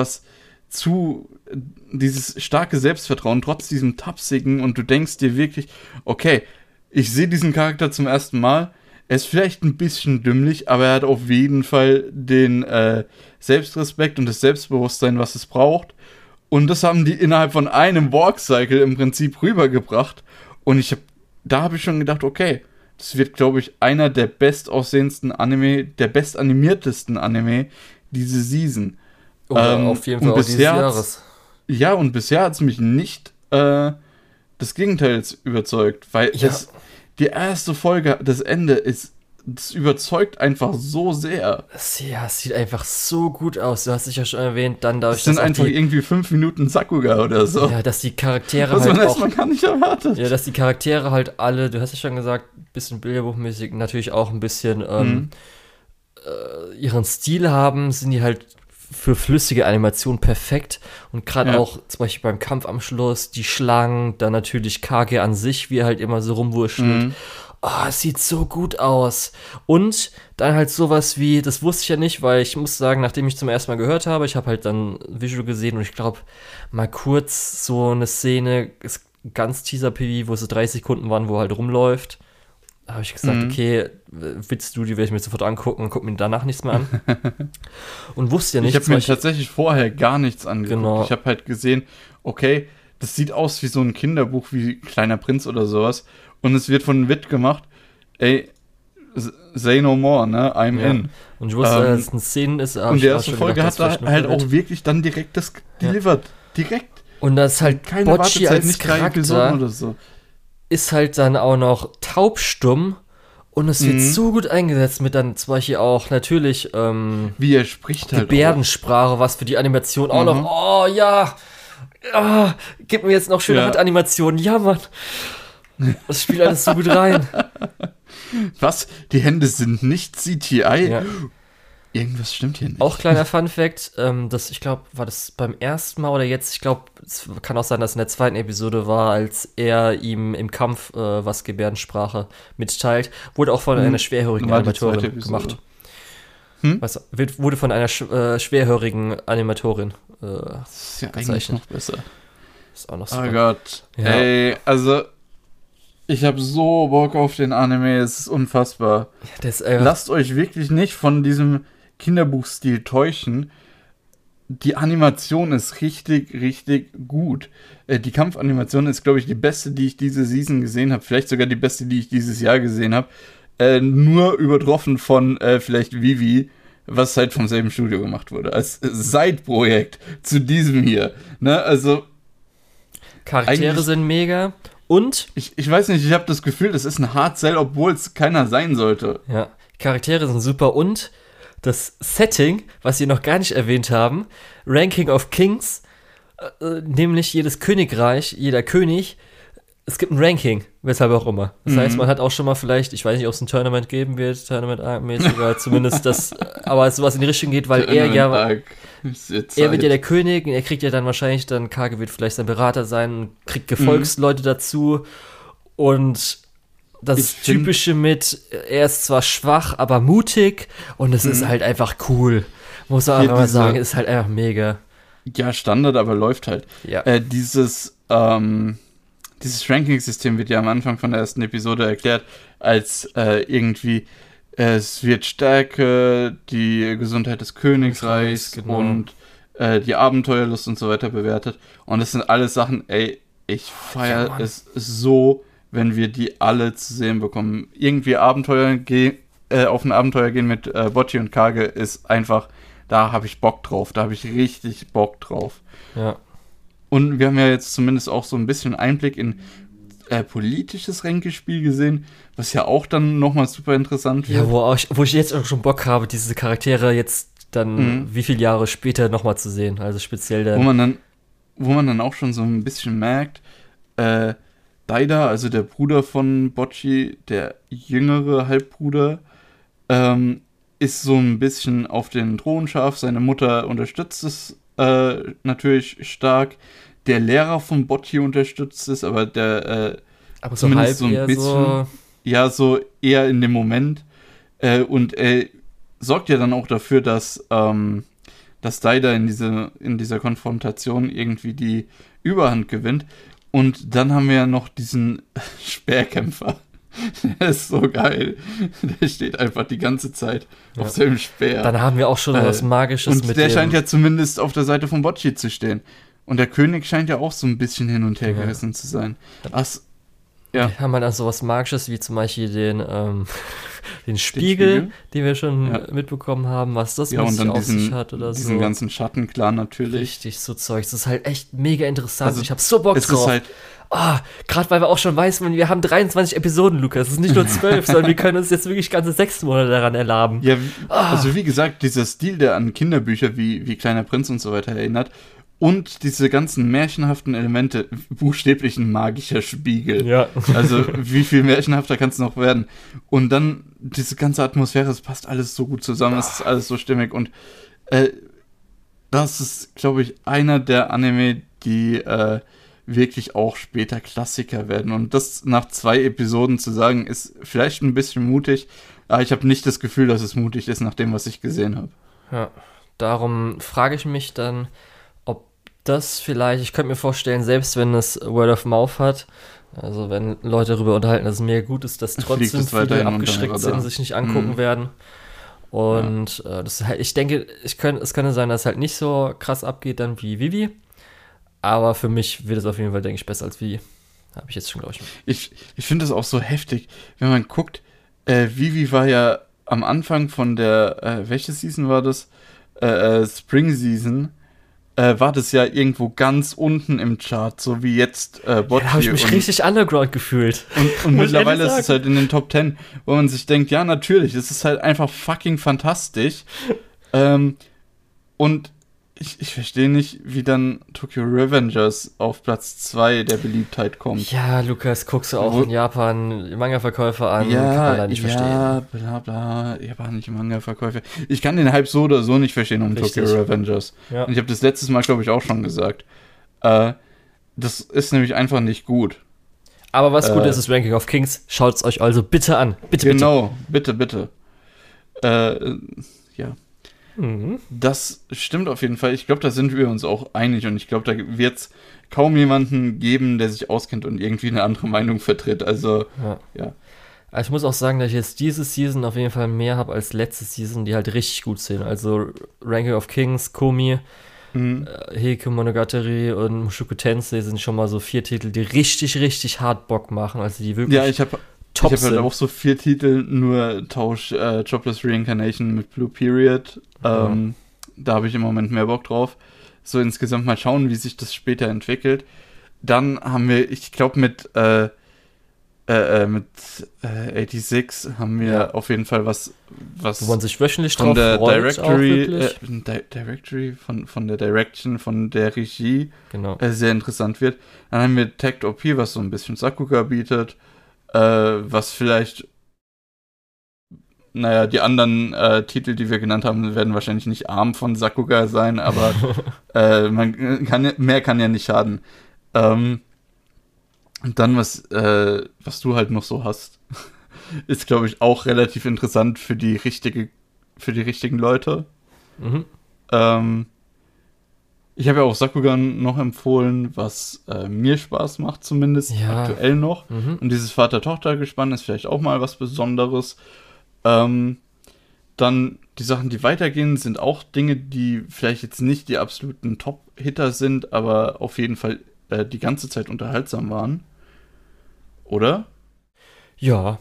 starke Selbstvertrauen, trotz diesem tapsigen, und du denkst dir wirklich, okay, ich sehe diesen Charakter zum ersten Mal, er ist vielleicht ein bisschen dümmlich, aber er hat auf jeden Fall den Selbstrespekt und das Selbstbewusstsein, was es braucht, und das haben die innerhalb von einem Walkcycle im Prinzip rübergebracht, und da habe ich schon gedacht, okay, das wird, glaube ich, einer der bestaussehendsten Anime, der bestanimiertesten Anime diese Season. Auf jeden Fall auch dieses Jahres. Ja, und bisher hat es mich nicht des Gegenteils überzeugt, weil die erste Folge, das Ende, das überzeugt einfach so sehr. Ja, es sieht einfach so gut aus. Du hast dich ja schon erwähnt, dann dadurch, das sind einfach irgendwie 5 Minuten Sakuga oder so. Ja, dass die Charaktere was halt man erstmal gar nicht erwartet. Ja, dass die Charaktere halt alle, du hast ja schon gesagt, ein bisschen bilderbuchmäßig, natürlich auch ein bisschen ihren Stil haben, sind die halt für flüssige Animation perfekt. Und gerade auch zum Beispiel beim Kampf am Schluss, die Schlangen, dann natürlich Kage an sich, wie er halt immer so rumwurschtelt. Oh, es sieht so gut aus. Und dann halt sowas wie, das wusste ich ja nicht, weil ich muss sagen, nachdem ich zum ersten Mal gehört habe, ich habe halt dann Visual gesehen und ich glaube, mal kurz so eine Szene, ist ganz Teaser-PV, wo es so 30 Sekunden waren, wo er halt rumläuft. Da habe ich gesagt, okay, willst du, die werde ich mir sofort angucken und gucke mir danach nichts mehr an. Und wusste ja nicht. Ich habe mir tatsächlich vorher gar nichts angeguckt. Genau. Ich habe halt gesehen, okay, das sieht aus wie so ein Kinderbuch, wie Kleiner Prinz oder sowas. Und es wird von Wit gemacht, ey, say no more, ne, I'm in. Und ich wusste, dass es eine Szene ist. Und die erste Folge hat da halt auch wirklich dann direkt das delivered. Direkt. Und das ist halt keine Bocci als nicht Charakter oder so. Ist halt dann auch noch taubstumm. Und es wird so gut eingesetzt mit dann zum Beispiel auch natürlich wie er spricht halt Gebärdensprache, was für die Animation auch noch, oh ja, gib mir jetzt noch schöne Handanimationen, ja Mann. Das spielt alles so gut rein. Was? Die Hände sind nicht CGI? Ja. Irgendwas stimmt hier nicht. Auch kleiner Fun-Fact, ich glaube, war das beim ersten Mal oder jetzt, ich glaube, es kann auch sein, dass es in der zweiten Episode war, als er ihm im Kampf was Gebärdensprache mitteilt, wurde auch von einer schwerhörigen Animatorin gemacht. Wurde von einer schwerhörigen Animatorin das ist ja eigentlich noch besser. Ist auch noch super. Oh Gott. Ja. Ey, also ich habe so Bock auf den Anime, es ist unfassbar. Lasst euch wirklich nicht von diesem Kinderbuchstil täuschen. Die Animation ist richtig, richtig gut. Die Kampfanimation ist, glaube ich, die beste, die ich diese Season gesehen habe. Vielleicht sogar die beste, die ich dieses Jahr gesehen habe. Nur übertroffen von vielleicht Vivi, was halt vom selben Studio gemacht wurde. Als Side-Projekt zu diesem hier. Ne? Also Charaktere sind mega. Und? Ich weiß nicht, ich habe das Gefühl, das ist ein Hard Sell, obwohl es keiner sein sollte. Ja, Charaktere sind super und das Setting, was wir noch gar nicht erwähnt haben, Ranking of Kings, nämlich jedes Königreich, jeder König, es gibt ein Ranking, weshalb auch immer. Das heißt, man hat auch schon mal vielleicht, ich weiß nicht, ob es ein Tournament geben wird, Tournament-mäßig, oder zumindest das, aber sowas in die Richtung geht, weil er wird ja der König und er kriegt ja dann wahrscheinlich, Karge wird vielleicht sein Berater sein, kriegt Gefolgsleute dazu und das Typische mit, er ist zwar schwach, aber mutig und es ist halt einfach cool. Muss man auch mal sagen, ist halt einfach mega. Ja, Standard, aber läuft halt. Ja. Dieses Ranking-System wird ja am Anfang von der ersten Episode erklärt, als irgendwie es wird Stärke, die Gesundheit des Königreichs genau. und die Abenteuerlust und so weiter bewertet. Und das sind alles Sachen, ich feiere es so, wenn wir die alle zu sehen bekommen. Irgendwie auf ein Abenteuer gehen mit Bocci und Karge ist einfach, da habe ich Bock drauf, da habe ich richtig Bock drauf. Ja. Und wir haben ja jetzt zumindest auch so ein bisschen Einblick in politisches Ränkespiel gesehen, was ja auch dann nochmal super interessant wird. Ja, wo ich jetzt auch schon Bock habe, diese Charaktere jetzt dann wie viele Jahre später nochmal zu sehen. Also speziell dann. Wo man dann auch schon so ein bisschen merkt, Daida, also der Bruder von Bocci, der jüngere Halbbruder, ist so ein bisschen auf den Thron scharf. Seine Mutter unterstützt es natürlich stark. Der Lehrer von Bocci unterstützt es, aber der aber so halb so ein bisschen, so ja, so eher in dem Moment. Und er sorgt ja dann auch dafür, dass Daida in dieser Konfrontation irgendwie die Überhand gewinnt. Und dann haben wir ja noch diesen Speerkämpfer. Der ist so geil. Der steht einfach die ganze Zeit auf seinem Speer. Dann haben wir auch schon was Magisches und der scheint ja zumindest auf der Seite von Bocci zu stehen. Und der König scheint ja auch so ein bisschen hin und her gerissen zu sein. Wir haben halt auch so was Magisches, wie zum Beispiel den Spiegel, den wir schon mitbekommen haben, was das mit sich auf sich hat oder so. Diesen ganzen Schattenclan natürlich. Richtig, so Zeug. Das ist halt echt mega interessant. Also, ich hab so Bock drauf. Ist halt gerade weil wir auch schon wissen, wir haben 23 Episoden, Lukas. Es ist nicht nur 12, sondern wir können uns jetzt wirklich ganze 6 Monate daran erlaben. Ja, also wie gesagt, dieser Stil, der an Kinderbücher wie Kleiner Prinz und so weiter erinnert. Und diese ganzen märchenhaften Elemente, buchstäblich ein magischer Spiegel. Ja. Also wie viel märchenhafter kann es noch werden? Und dann diese ganze Atmosphäre, es passt alles so gut zusammen, es ist alles so stimmig. Und das ist, glaube ich, einer der Anime, die wirklich auch später Klassiker werden. Und das nach 2 Episoden zu sagen, ist vielleicht ein bisschen mutig, aber ich habe nicht das Gefühl, dass es mutig ist, nach dem, was ich gesehen habe. Ja, darum frage ich mich dann, das vielleicht, ich könnte mir vorstellen, selbst wenn es Word of Mouth hat, also wenn Leute darüber unterhalten, dass es mega gut ist, dass trotzdem viele abgeschreckt sind, sich nicht angucken werden. Und das halt, ich denke, es könnte sein, dass es halt nicht so krass abgeht dann wie Vivi, aber für mich wird es auf jeden Fall, denke ich, besser als Vivi. Habe ich jetzt schon, glaube ich. Ich finde das auch so heftig, wenn man guckt, Vivi war ja am Anfang von der, welche Season war das? Spring Season, war das ja irgendwo ganz unten im Chart, so wie jetzt Bocci. Da habe ich mich richtig underground gefühlt. Und mittlerweile ist es halt in den Top 10, wo man sich denkt, ja, natürlich, es ist halt einfach fucking fantastisch. Und ich verstehe nicht, wie dann Tokyo Revengers auf Platz 2 der Beliebtheit kommt. Ja, Lukas, guckst du auch in Japan Manga-Verkäufer an, kann man da nicht verstehen. Ja, bla bla, japanische Manga-Verkäufer. Ich kann den Hype so oder so nicht verstehen um Tokyo Revengers. Ja. Und ich habe das letztes Mal, glaube ich, auch schon gesagt. Das ist nämlich einfach nicht gut. Aber was gut ist, ist Ranking of Kings. Schaut es euch also bitte an. Bitte, genau, bitte. Ja. Das stimmt auf jeden Fall. Ich glaube, da sind wir uns auch einig und ich glaube, da wird es kaum jemanden geben, der sich auskennt und irgendwie eine andere Meinung vertritt. Also, ja. Also ich muss auch sagen, dass ich jetzt diese Season auf jeden Fall mehr habe als letzte Season, die halt richtig gut sind. Also Ranking of Kings, Komi, Heike Monogatari und Mushoku Tensei sind schon mal so 4 Titel, die richtig, richtig hart Bock machen. Also die wirklich Ich habe halt auch so 4 Titel, nur Tausch Jobless Reincarnation mit Blue Period. Da habe ich im Moment mehr Bock drauf. So insgesamt mal schauen, wie sich das später entwickelt. Dann haben wir, ich glaube mit mit 86 haben wir auf jeden Fall was wo man sich wöchentlich von drauf der freut, Directory, von der Direction, von der Regie genau. Sehr interessant wird. Dann haben wir Tact OP, was so ein bisschen Sakuga bietet, was vielleicht, naja, die anderen Titel, die wir genannt haben, werden wahrscheinlich nicht arm von Sakuga sein, aber mehr kann ja nicht schaden. Und dann, was du halt noch so hast, ist, glaube ich, auch relativ interessant für die richtigen Leute. Mhm. Ich habe ja auch Sakugan noch empfohlen, was mir Spaß macht, zumindest aktuell noch. Mhm. Und dieses Vater-Tochter-Gespann ist vielleicht auch mal was Besonderes. Dann die Sachen, die weitergehen, sind auch Dinge, die vielleicht jetzt nicht die absoluten Top-Hitter sind, aber auf jeden Fall die ganze Zeit unterhaltsam waren. Oder? Ja.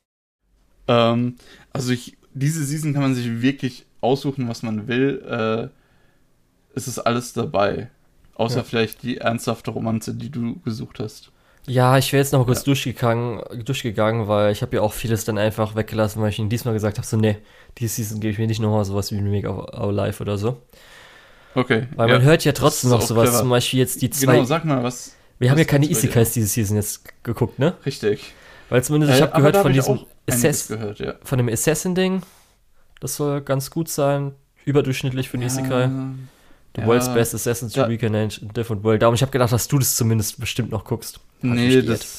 Also diese Season kann man sich wirklich aussuchen, was man will. Es ist alles dabei. Außer vielleicht die ernsthafte Romanze, die du gesucht hast. Ja, ich wäre jetzt noch mal kurz durchgegangen, weil ich habe ja auch vieles dann einfach weggelassen, weil ich ihnen diesmal gesagt habe, so nee, diese Season gebe ich mir nicht nochmal sowas wie Remake of Our Life oder so. Okay. Weil man hört ja trotzdem noch sowas, clever. Zum Beispiel jetzt die zwei... Genau, sag mal, was... Wir haben ja keine Isekais diese Season jetzt geguckt, ne? Richtig. Weil zumindest, ich habe gehört von diesem von dem Assassin-Ding, das soll ganz gut sein, überdurchschnittlich für den Isekai. The World's Best Assassins to Reconnect in Different World. Darum, ich habe gedacht, dass du das zumindest bestimmt noch guckst. Okay.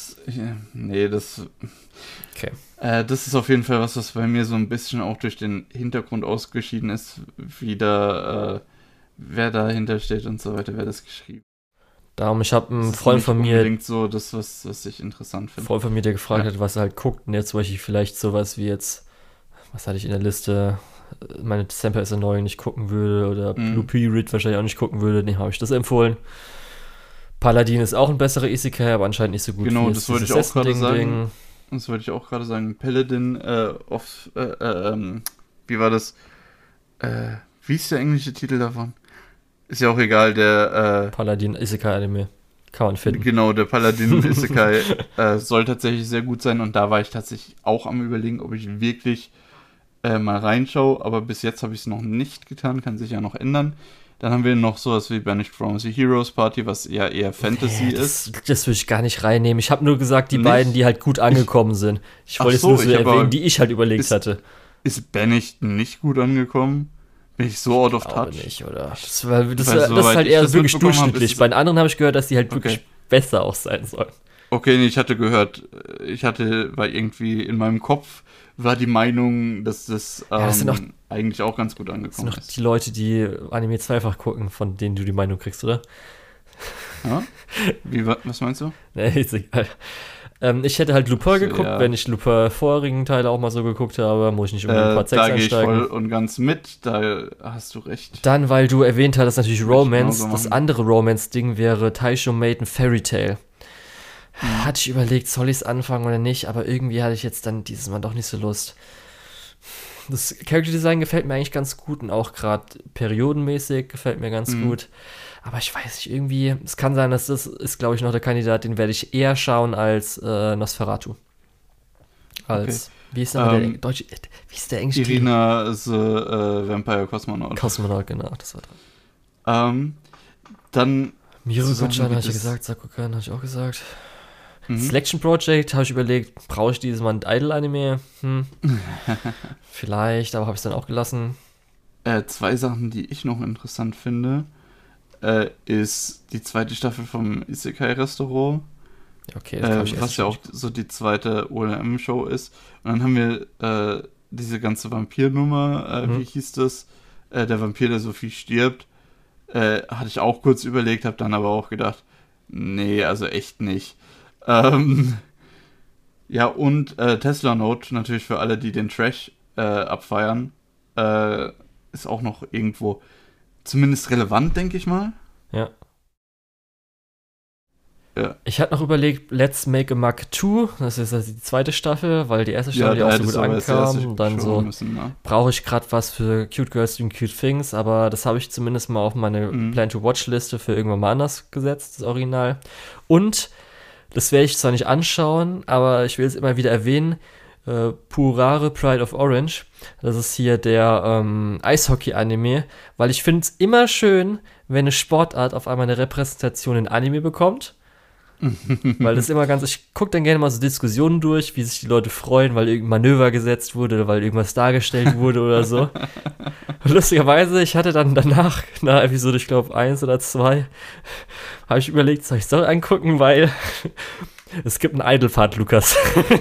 Das ist auf jeden Fall was bei mir so ein bisschen auch durch den Hintergrund ausgeschieden ist, wer dahinter steht und so weiter, wer das geschrieben. Darum, ich habe einen Freund von mir... unbedingt so das, was ich interessant finde. Freund von mir, der gefragt hat, was er halt guckt. Und jetzt zum Beispiel vielleicht sowas wie jetzt, was hatte ich in der Liste, meine Sample is Annoying nicht gucken würde oder Blue Period wahrscheinlich auch nicht gucken würde. Nee, habe ich das empfohlen. Paladin ist auch ein besserer Isekai, aber anscheinend nicht so gut. Genau, das wollte ich auch gerade sagen. Paladin wie war das? Wie ist der englische Titel davon? Ist ja auch egal, der Paladin Isekai Anime. Kann man finden. Genau, der Paladin Isekai soll tatsächlich sehr gut sein und da war ich tatsächlich auch am Überlegen, ob ich wirklich mal reinschaue, aber bis jetzt habe ich es noch nicht getan, kann sich ja noch ändern. Dann haben wir noch sowas wie Banished from the Heroes Party, was ja eher Fantasy ist. Das würde ich gar nicht reinnehmen. Ich habe nur gesagt, die beiden, die halt gut angekommen sind. Ich wollte es nur so erwähnen, die ich halt überlegt hatte. Ist Banished nicht gut angekommen? Bin ich so out of touch? Nicht, oder? Das ist halt eher wirklich durchschnittlich. Bei den anderen habe ich gehört, dass die halt wirklich besser auch sein sollen. Okay, nee, ich hatte gehört, war irgendwie in meinem Kopf war die Meinung, dass das eigentlich auch ganz gut angekommen ist. Das sind noch die Leute, die Anime zweifach gucken, von denen du die Meinung kriegst, oder? Ja? Was meinst du? Nee, ist egal. Ich hätte halt Lupin geguckt, wenn ich Lupin vorigen Teile auch mal so geguckt habe, muss ich nicht unbedingt Part 6 einsteigen. Da gehe ich voll und ganz mit, da hast du recht. Dann, weil du erwähnt hattest, natürlich Romance, das andere Romance-Ding wäre Taisho Maiden Fairy Tail. Hatte ich überlegt, soll ich es anfangen oder nicht, aber irgendwie hatte ich jetzt dann dieses Mal doch nicht so Lust. Das Character Design gefällt mir eigentlich ganz gut und auch gerade periodenmäßig gefällt mir ganz gut. Aber ich weiß nicht, irgendwie, es kann sein, dass das ist, glaube ich, noch der Kandidat, den werde ich eher schauen als Nosferatu. Wie ist der deutsche, wie ist der englische Irina the Vampire Cosmonaut. Cosmonaut, genau, das war dran. Dann Miruko-chan habe ich gesagt, Sakugan habe ich auch gesagt. Selection Project habe ich überlegt, brauche ich dieses Mal ein Idol-Anime? Vielleicht, aber habe ich es dann auch gelassen. 2 Sachen, die ich noch interessant finde, ist die 2. Staffel vom Isekai-Restaurant. Okay, das was ja auch so die zweite OLM-Show ist. Und dann haben wir diese ganze Vampir-Nummer, wie hieß das? Der Vampir, der so viel stirbt. Hatte ich auch kurz überlegt, habe dann aber auch gedacht, nee, also echt nicht. Ja, und Tesla Note, natürlich für alle, die den Trash abfeiern, ist auch noch irgendwo zumindest relevant, denke ich mal. Ja. Ich hatte noch überlegt, Let's Make a Mug 2, das ist also die 2. Staffel, weil die erste Staffel ja auch so gut ankam. Und dann so, brauche ich gerade was für Cute Girls Doing Cute Things, aber das habe ich zumindest mal auf meine Plan-to-Watch-Liste für irgendwann mal anders gesetzt, das Original. Und das werde ich zwar nicht anschauen, aber ich will es immer wieder erwähnen, Purare Pride of Orange. Das ist hier der Eishockey-Anime, weil ich finde es immer schön, wenn eine Sportart auf einmal eine Repräsentation in Anime bekommt. Weil das immer ich gucke dann gerne mal so Diskussionen durch, wie sich die Leute freuen, weil irgendein Manöver gesetzt wurde oder weil irgendwas dargestellt wurde oder so. Und lustigerweise, ich hatte dann danach, nach Episode, ich glaube 1 oder 2, habe ich überlegt, soll ich es doch angucken, weil es gibt einen Idle-Part, Lukas.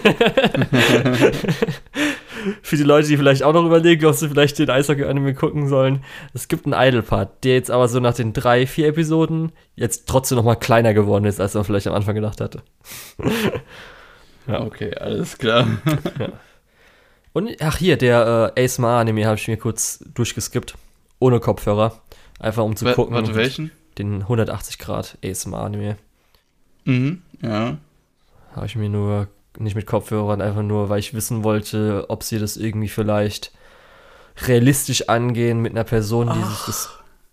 Für die Leute, die vielleicht auch noch überlegen, ob sie vielleicht den Eishockey-Anime gucken sollen. Es gibt einen Idle-Part, der jetzt aber so nach den 3-4 Episoden jetzt trotzdem noch mal kleiner geworden ist, als man vielleicht am Anfang gedacht hatte. Ja. Okay, alles klar. Ja. Und, hier, der ASMR-Anime habe ich mir kurz durchgeskippt. Ohne Kopfhörer. Einfach um zu gucken. Warte, welchen? Den 180 Grad ASMR-Anime. Ja. Habe ich mir nur nicht mit Kopfhörern, einfach nur, weil ich wissen wollte, ob sie das irgendwie vielleicht realistisch angehen mit einer Person, die sich das...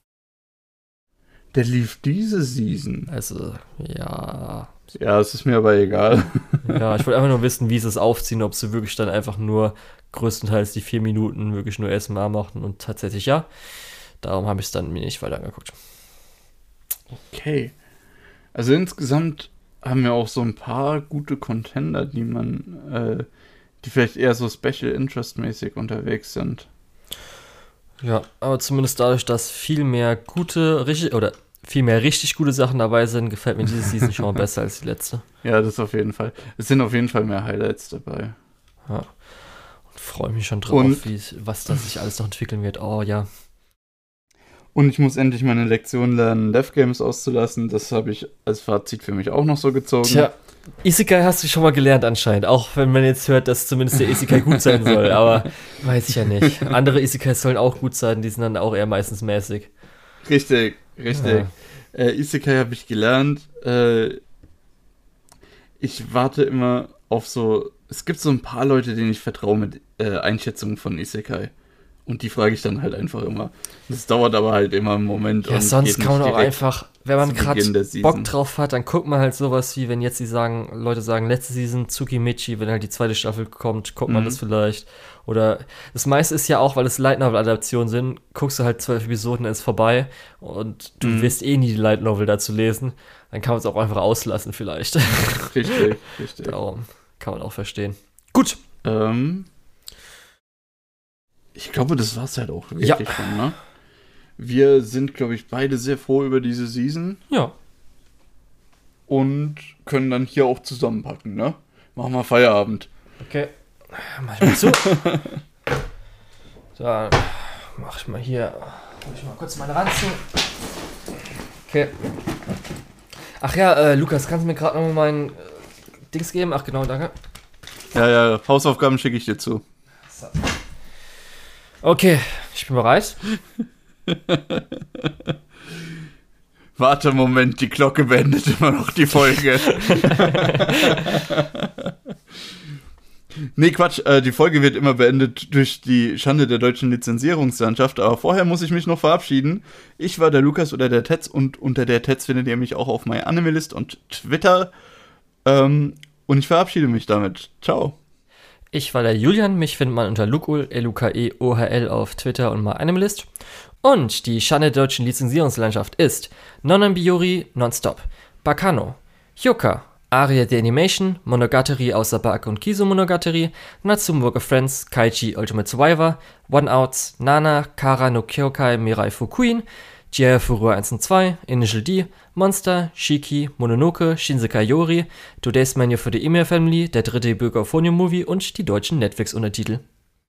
Der lief diese Season. Also, ja... Ja, es ist mir aber egal. Ja, ich wollte einfach nur wissen, wie sie es aufziehen, ob sie wirklich dann einfach nur größtenteils die 4 Minuten wirklich nur ASMR machen und tatsächlich ja. Darum habe ich es dann mir nicht weiter angeguckt. Okay. Also insgesamt haben wir auch so ein paar gute Contender, die vielleicht eher so Special Interest mäßig unterwegs sind. Ja, aber zumindest dadurch, dass viel mehr richtig gute Sachen dabei sind, gefällt mir diese Season schon mal besser als die letzte. Ja, das auf jeden Fall. Es sind auf jeden Fall mehr Highlights dabei. Ja. Und freue mich schon drauf, was das sich alles noch entwickeln wird. Oh ja. Und ich muss endlich meine Lektion lernen, Death Games auszulassen. Das habe ich als Fazit für mich auch noch so gezogen. Tja, Isekai hast du schon mal gelernt anscheinend. Auch wenn man jetzt hört, dass zumindest der Isekai gut sein soll. Aber weiß ich ja nicht. Andere Isekais sollen auch gut sein. Die sind dann auch eher meistens mäßig. Richtig. Ja. Isekai habe ich gelernt. Ich warte immer auf so... Es gibt so ein paar Leute, denen ich vertraue mit Einschätzungen von Isekai. Und die frage ich dann halt einfach immer. Das dauert aber halt immer einen Moment. Ja, und sonst kann man auch einfach, wenn man gerade Bock drauf hat, dann guckt man halt sowas wie, wenn jetzt Leute sagen, letzte Season Tsukimichi, wenn halt die 2. Staffel kommt, guckt man das vielleicht. Oder das meiste ist ja auch, weil es Light Novel Adaptionen sind, guckst du halt 12 Episoden, ist vorbei und du wirst eh nie die Light Novel dazu lesen. Dann kann man es auch einfach auslassen vielleicht. Richtig. Darum kann man auch verstehen. Gut. Ich glaube, das war's halt auch wirklich schon, ne? Wir sind, glaube ich, beide sehr froh über diese Season. Ja. Und können dann hier auch zusammenpacken, ne? Machen wir Feierabend. Okay. Mach ich mal zu. Dann mach ich mal hier. Muss ich mal kurz meine ranziehen. Okay. Ach ja, Lukas, kannst du mir gerade noch mal mein Dings geben? Ach genau, danke. Ja, Hausaufgaben schicke ich dir zu. So. Okay, ich bin bereit. Warte, Moment, die Glocke beendet immer noch die Folge. Nee, Quatsch, die Folge wird immer beendet durch die Schande der deutschen Lizenzierungslandschaft, aber vorher muss ich mich noch verabschieden. Ich war der Lukas oder der Tetz und unter der Tetz findet ihr mich auch auf MyAnimeList und Twitter. Und ich verabschiede mich damit. Ciao. Ich war der Julian, mich findet man unter Lukul, Lukeohl auf Twitter und MyAnimeList. Und die Schande der deutschen Lizenzierungslandschaft ist Nononbiori Nonstop, Bakano, Hyoka, Aria the Animation, Monogatari außer Bak und Kizu Monogatari, Natsume Work of Friends, Kaichi Ultimate Survivor, One Outs, Nana, Kara no Kyokai Mirai Fukuin, Jia Furua 1 und 2, Initial D, Monster, Shiki, Mononoke, Shinsekai Yori, Today's Menu for the Email Family, der dritte Bürger Euphonium Movie und die deutschen Netflix-Untertitel.